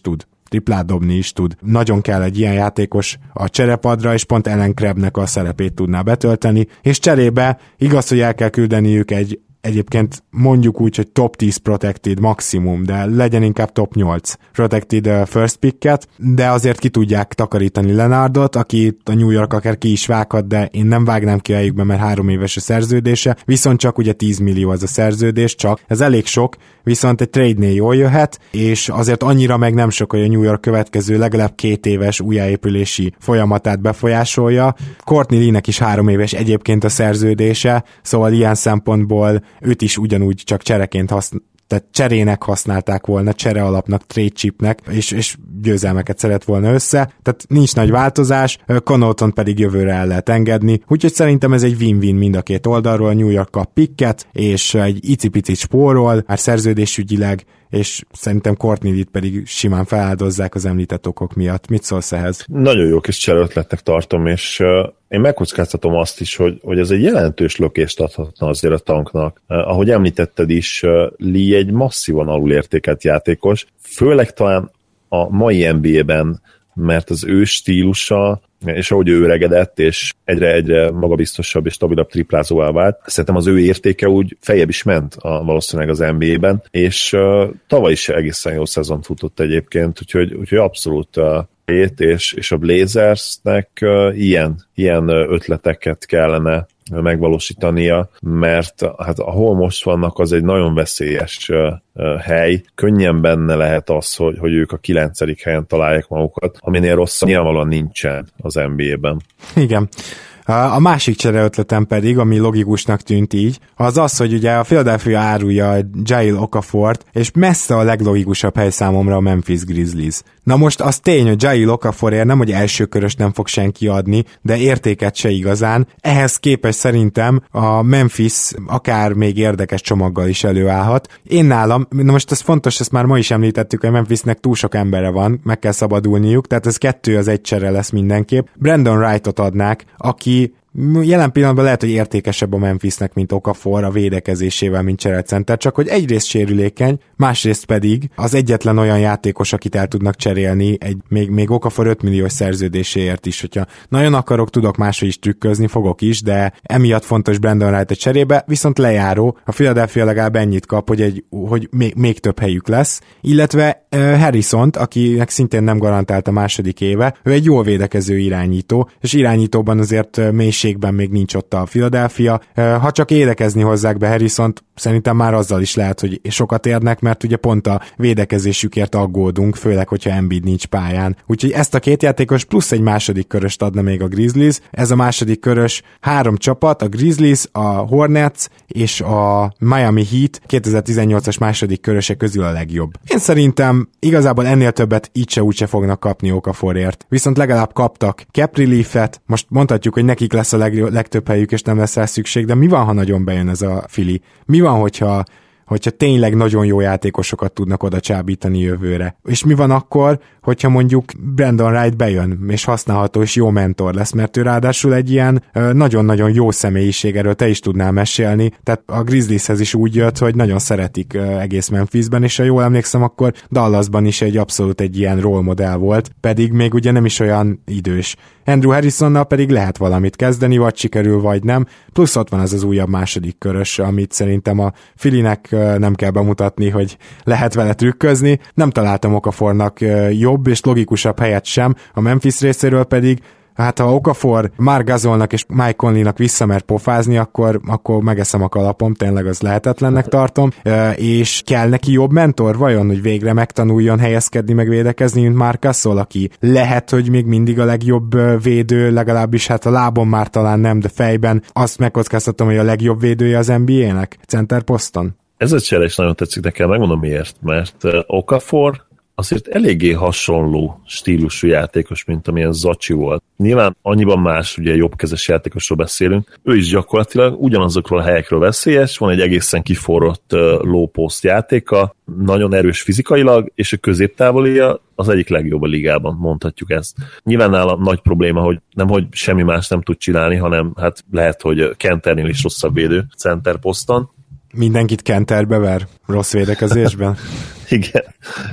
triplát dobni is tud. Nagyon kell egy ilyen játékos a cserepadra, és pont Allen Crabbe-nek a szerepét tudná betölteni, és cserébe igaz, hogy el kell küldeniük egy egyébként mondjuk úgy, hogy top tíz protected maximum, de legyen inkább top nyolc protected first picket, de azért ki tudják takarítani Leonardot, aki a New York akár ki is vághat, de én nem vágnám ki helyükbe, mert három éves a szerződése, viszont csak ugye tíz millió az a szerződés, csak ez elég sok, viszont egy trade-nél jól jöhet, és azért annyira meg nem sok, hogy a New York következő legalább két éves újjáépülési folyamatát befolyásolja. Courtney Lee-nek is három éves egyébként a szerződése, szóval ilyen szempontból őt is ugyanúgy csak csereként használ, tehát cserének használták volna, csere alapnak, trade chipnek, és, és győzelmeket szeret volna össze, tehát nincs nagy változás, Connaughton pedig jövőre el lehet engedni, úgyhogy szerintem ez egy win-win mind a két oldalról, a New York kap picket, és egy icipicit spórol, már szerződésügyileg, és szerintem Courtney-t pedig simán feláldozzák az említett okok miatt. Mit szólsz ehhez? Nagyon jó kis csereötletnek tartom, és uh, én megkockáztatom azt is, hogy, hogy ez egy jelentős lökést adhatna azért a tanknak. Uh, ahogy említetted is, uh, Lee egy masszívan alulértékelt játékos, főleg talán a mai en bé á-ben, mert az ő stílusa, és ahogy ő öregedett, és egyre-egyre magabiztosabb és stabilabb triplázóvá vált, szerintem az ő értéke úgy feljebb is ment a, valószínűleg az en bé á-ben, és uh, tavaly is egészen jó szezon futott egyébként, úgyhogy, úgyhogy abszolút uh, és, és a Blazersnek uh, ilyen, ilyen ötleteket kellene megvalósítania, mert hát ahol most vannak, az egy nagyon veszélyes uh, uh, hely. Könnyen benne lehet az, hogy, hogy ők a kilencedik helyen találják magukat, aminél rosszabb nyilvánvalóan nincsen az en bé á-ben. Igen. A másik csereötletem pedig, ami logikusnak tűnt így, az az, hogy ugye a Philadelphia árulja Jahlil Okafort, és messze a leglogikusabb hely számomra a Memphis Grizzlies. Na most az tény, hogy Jahlil Okaforért nem, hogy első körös nem fog senki adni, de értéket se igazán. Ehhez képest szerintem a Memphis akár még érdekes csomaggal is előállhat. Én nálam, na most ez fontos, ezt már ma is említettük, hogy Memphisnek túl sok embere van, meg kell szabadulniuk, tehát ez kettő az egy csere lesz mindenképp. Brandon Wrightot adnák, aki jelen pillanatban lehet, hogy értékesebb a Memphisnek, mint Okafor a védekezésével, mint cserecenter, csak hogy egyrészt sérülékeny, másrészt pedig az egyetlen olyan játékos, akit el tudnak cserélni, egy, még, még Okafor öt milliós szerződéséért is, hogyha nagyon akarok, tudok máshogy is trükközni, fogok is, de emiatt fontos Brandon Wright a cserébe, viszont lejáró, a Philadelphia legalább ennyit kap, hogy, egy, hogy még, még több helyük lesz, illetve uh, Harrisont, akinek szintén nem garantált a második éve, ő egy jól védekező irányító, és irányítóban azért uh, mélységben még nincs ott a Philadelphia. Ha csak édekezni hozzák be Harrisont, szerintem már azzal is lehet, hogy sokat érnek, mert ugye pont a védekezésükért aggódunk, főleg, hogyha Embiid nincs pályán. Úgyhogy ezt a két játékos plusz egy második köröst adna még a Grizzlies. Ez a második körös három csapat, a Grizzlies, a Hornets és a Miami Heat kétezer-tizennyolcas második köröse közül a legjobb. Én szerintem igazából ennél többet így se úgy se fognak kapni Okaforért. Viszont legalább kaptak cap relief-et, most mondhatjuk, hogy nekik lesz a leg, legtöbb helyük, és nem lesz rá szükség, de mi van, ha nagyon bejön ez a Philly? Mi van, hogyha, hogyha tényleg nagyon jó játékosokat tudnak oda csábítani jövőre? És mi van akkor, hogyha mondjuk Brandon Wright bejön, és használható, és jó mentor lesz, mert ő ráadásul egy ilyen nagyon-nagyon jó személyiség, erről te is tudnál mesélni, tehát a Grizzlieshez is úgy jött, hogy nagyon szeretik egész Memphisben, és ha jól emlékszem, akkor Dallasban is egy abszolút egy ilyen role model volt, pedig még ugye nem is olyan idős. Andrew Harrisonnal pedig lehet valamit kezdeni, vagy sikerül, vagy nem, plusz ott van ez az újabb második körös, amit szerintem a Phillynek nem kell bemutatni, hogy lehet vele trükközni. Nem találtam Okafornak jobb és logikusabb helyet sem, a Memphis részéről pedig hát ha Okafor Marc Gasolnak és Mike Conley-nak visszamer pofázni, akkor, akkor megeszem a kalapom, tényleg az lehetetlennek tartom, és kell neki jobb mentor vajon, hogy végre megtanuljon helyezkedni, meg védekezni, mint Marc Gasol, aki lehet, hogy még mindig a legjobb védő, legalábbis hát a lábon már talán nem, de fejben azt megkockáztatom, hogy a legjobb védője az en bé á-nek, center poszton. Ez a csere is nagyon tetszik nekem, megmondom miért, mert Okafor azért eléggé hasonló stílusú játékos, mint amilyen Zacsi volt. Nyilván annyiban más, ugye jobbkezes játékosról beszélünk, ő is gyakorlatilag ugyanazokról a helyekről veszélyes, van egy egészen kiforrott uh, low post játéka, nagyon erős fizikailag, és a középtávolija az egyik legjobb a ligában, mondhatjuk ezt. Nyilván nála nagy probléma, hogy nem, hogy semmi más nem tud csinálni, hanem hát lehet, hogy Kenternél is rosszabb védő center poszton, Mindenkit Kenterbe ver rossz védekezésben. Igen,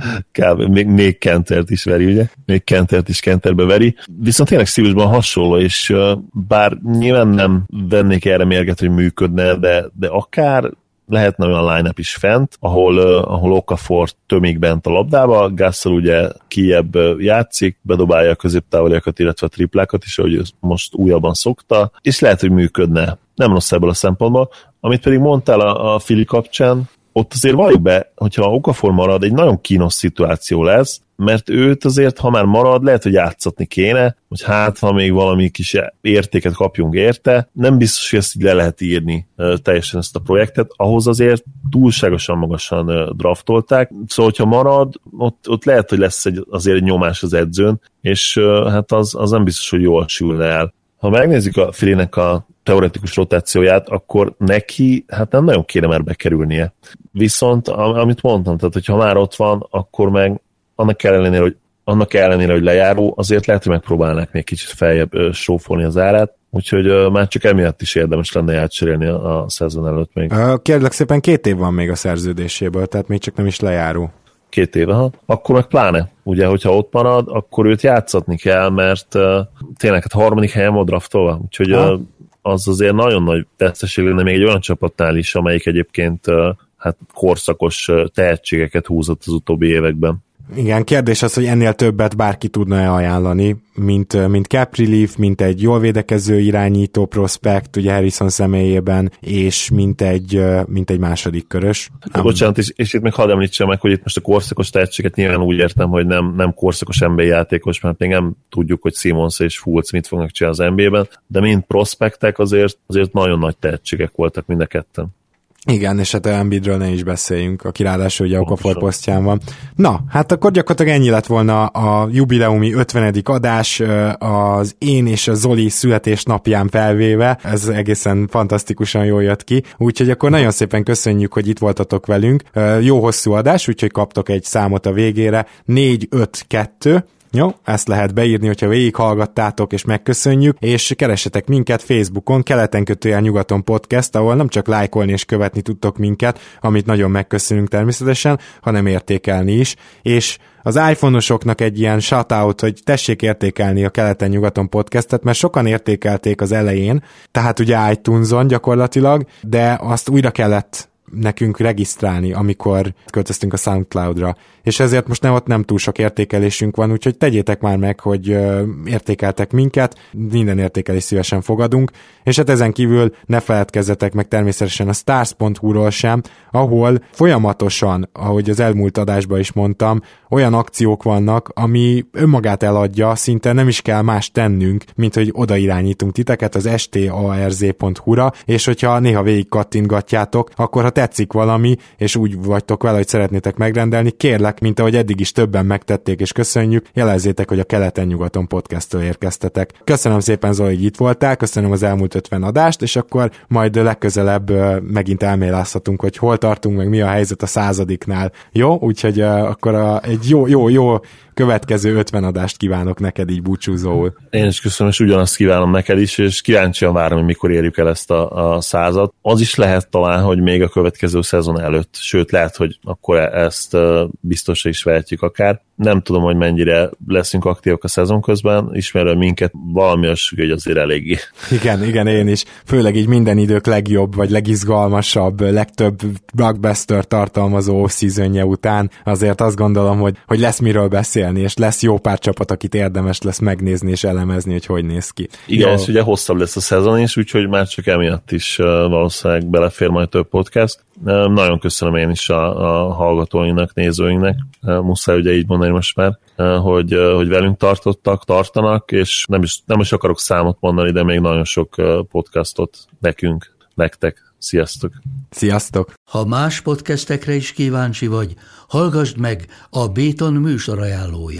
kb. Még, még Kentert is veri, ugye? Még Kentert is Kenterbe veri. Viszont tényleg stílusban hasonló, és bár nyilván nem vennék erre mérget, hogy működne, de, de akár lehetne olyan line-up is fent, ahol, uh, ahol Okafor tömik bent a labdába, Gasol ugye kijebb játszik, bedobálja a középtávoliakat, illetve a triplákat is, ahogy most újabban szokta, és lehet, hogy működne. Nem rossz ebből a szempontból. Amit pedig mondtál a, a Fili kapcsán, ott azért valljuk be, hogyha Okafor marad, egy nagyon kínos szituáció lesz, mert őt azért, ha már marad, lehet, hogy játszatni kéne, hogy hát, ha még valami kis értéket kapjunk érte, nem biztos, hogy ezt így le lehet írni teljesen ezt a projektet, ahhoz azért túlságosan magasan draftolták, szóval, hogyha marad, ott, ott lehet, hogy lesz egy, azért egy nyomás az edzőn, és hát az, az nem biztos, hogy jól sülne el. Ha megnézzük a Filinek a teoretikus rotációját, akkor neki hát nem nagyon kéne már bekerülnie. Viszont, amit mondtam, tehát hogyha már ott van, akkor meg annak ellenére, hogy, annak ellenére, hogy lejáró, azért lehet, hogy megpróbálnák még kicsit feljebb sófolni az árát, úgyhogy uh, már csak emiatt is érdemes lenne átcserélni a, a szezon előtt még. Kérlek szépen, két év van még a szerződéséből, tehát még csak nem is lejáró. Két éve, ha? Akkor meg pláne. Ugye, hogyha ott marad, akkor őt játszatni kell, mert uh, tényleg hát harmadik helyen van draftolva, úgyhogy uh, az azért nagyon nagy veszteség lenne még egy olyan csapatnál is, amelyik egyébként uh, hát korszakos tehetségeket húzott az utóbbi években. Igen, kérdés az, hogy ennél többet bárki tudna-e ajánlani, mint, mint cap relief, mint egy jól védekező irányító prospekt, ugye Harrison személyében, és mint egy, mint egy második körös. Um, Bocsánat, és, és itt még hadd említsem meg, hogy itt most a korszakos tehetséget nyilván úgy értem, hogy nem, nem korszakos en bé á játékos, mert még nem tudjuk, hogy Simmons és Fultz mit fognak csinálni az en bé á-ben, de mint prospektek azért, azért nagyon nagy tehetségek voltak mind a ketten. Igen, és hát Embiidről ne is beszéljünk, aki ráadásul ugye Okafor posztján van. Na, hát akkor gyakorlatilag ennyi lett volna a jubileumi ötvenedik adás, az én és a Zoli születésnapján felvéve, ez egészen fantasztikusan jól jött ki, úgyhogy akkor nagyon szépen köszönjük, hogy itt voltatok velünk. Jó hosszú adás, úgyhogy kaptok egy számot a végére, négy öt kettő. Jó, ezt lehet beírni, hogyha végighallgattátok, és megköszönjük, és keressetek minket Facebookon, keleten kötőjel nyugaton podcast, ahol nem csak lájkolni és követni tudtok minket, amit nagyon megköszönünk természetesen, hanem értékelni is, és az iPhone-osoknak egy ilyen shoutout, hogy tessék értékelni a keleten nyugaton podcastet, mert sokan értékelték az elején, tehát ugye iTunes-on gyakorlatilag, de azt újra kellett nekünk regisztrálni, amikor költöztünk a SoundCloud-ra, és ezért most nem, ott nem túl sok értékelésünk van, úgyhogy tegyétek már meg, hogy ö, értékeltek minket, minden értékelés szívesen fogadunk, és hát ezen kívül ne feledkezzetek meg természetesen a stars pont hu-ról sem, ahol folyamatosan, ahogy az elmúlt adásban is mondtam, olyan akciók vannak, ami önmagát eladja, szinte nem is kell más tennünk, mint hogy oda irányítunk titeket az starz pont hu-ra, és hogyha néha végig kattintgatjátok, akkor ha tetszik valami, és úgy vagytok vele, hogy szeretnétek megrendelni, kérlek, mint ahogy eddig is többen megtették, és köszönjük, jelezzétek, hogy a Keleten-nyugaton podcasttől érkeztetek. Köszönöm szépen, Zoli, hogy itt voltál, köszönöm az elmúlt ötven adást, és akkor majd legközelebb megint elmélázhatunk, hogy hol tartunk, meg mi a helyzet a századiknál. Jó? Úgyhogy akkor a, egy jó, jó, jó következő ötven adást kívánok neked így búcsúzóul. Én is köszönöm, és ugyanazt kívánom neked is, és kíváncsian várom, hogy mikor érjük el ezt a, a százat. Az is lehet talán, hogy még a következő szezon előtt, sőt lehet, hogy akkor ezt biztosra is vehetjük akár. Nem tudom, hogy mennyire leszünk aktívak a szezon közben, ismerve minket, valami az, hogy azért eléggé. Igen, igen, én is. Főleg így minden idők legjobb, vagy legizgalmasabb, legtöbb blockbuster tartalmazó off-seasonje után azért azt gondolom, hogy, hogy lesz miről beszélni, és lesz jó pár csapat, akit érdemes lesz megnézni és elemezni, hogy hogy néz ki. Igen, jó. És ugye hosszabb lesz a szezon is, úgyhogy már csak emiatt is valószínűleg belefér majd több podcast. Nagyon köszönöm én is a, a hallgatóinak, nézőinknek. Muszáj ugye így mondani most már, hogy, hogy velünk tartottak, tartanak, és nem is, nem is akarok számot mondani, de még nagyon sok podcastot nekünk, nektek. Sziasztok! Sziasztok! Ha más podcastekre is kíváncsi vagy, hallgassd meg a Béton műsor ajánlóját.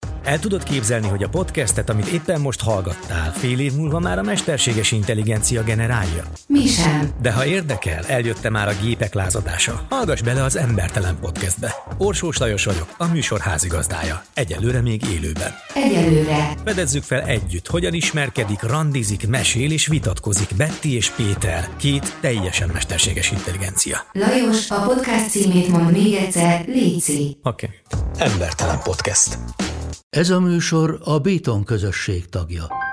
El tudod képzelni, hogy a podcastet, amit éppen most hallgattál, fél év múlva már a mesterséges intelligencia generálja? Mi sem. De ha érdekel, eljötte már a gépek lázadása. Hallgass bele az Embertelen Podcastbe. Orsós Lajos vagyok, a műsor házigazdája. Egyelőre még élőben. Egyelőre. Fedezzük fel együtt, hogyan ismerkedik, randizik, mesél és vitatkozik Betty és Péter, két teljesen mesterséges intelligencia. Lajos, a podcast címét mond még egyszer, léci. Oké. Okay. Embertelen Podcast. Ez a műsor a Béton közösség tagja.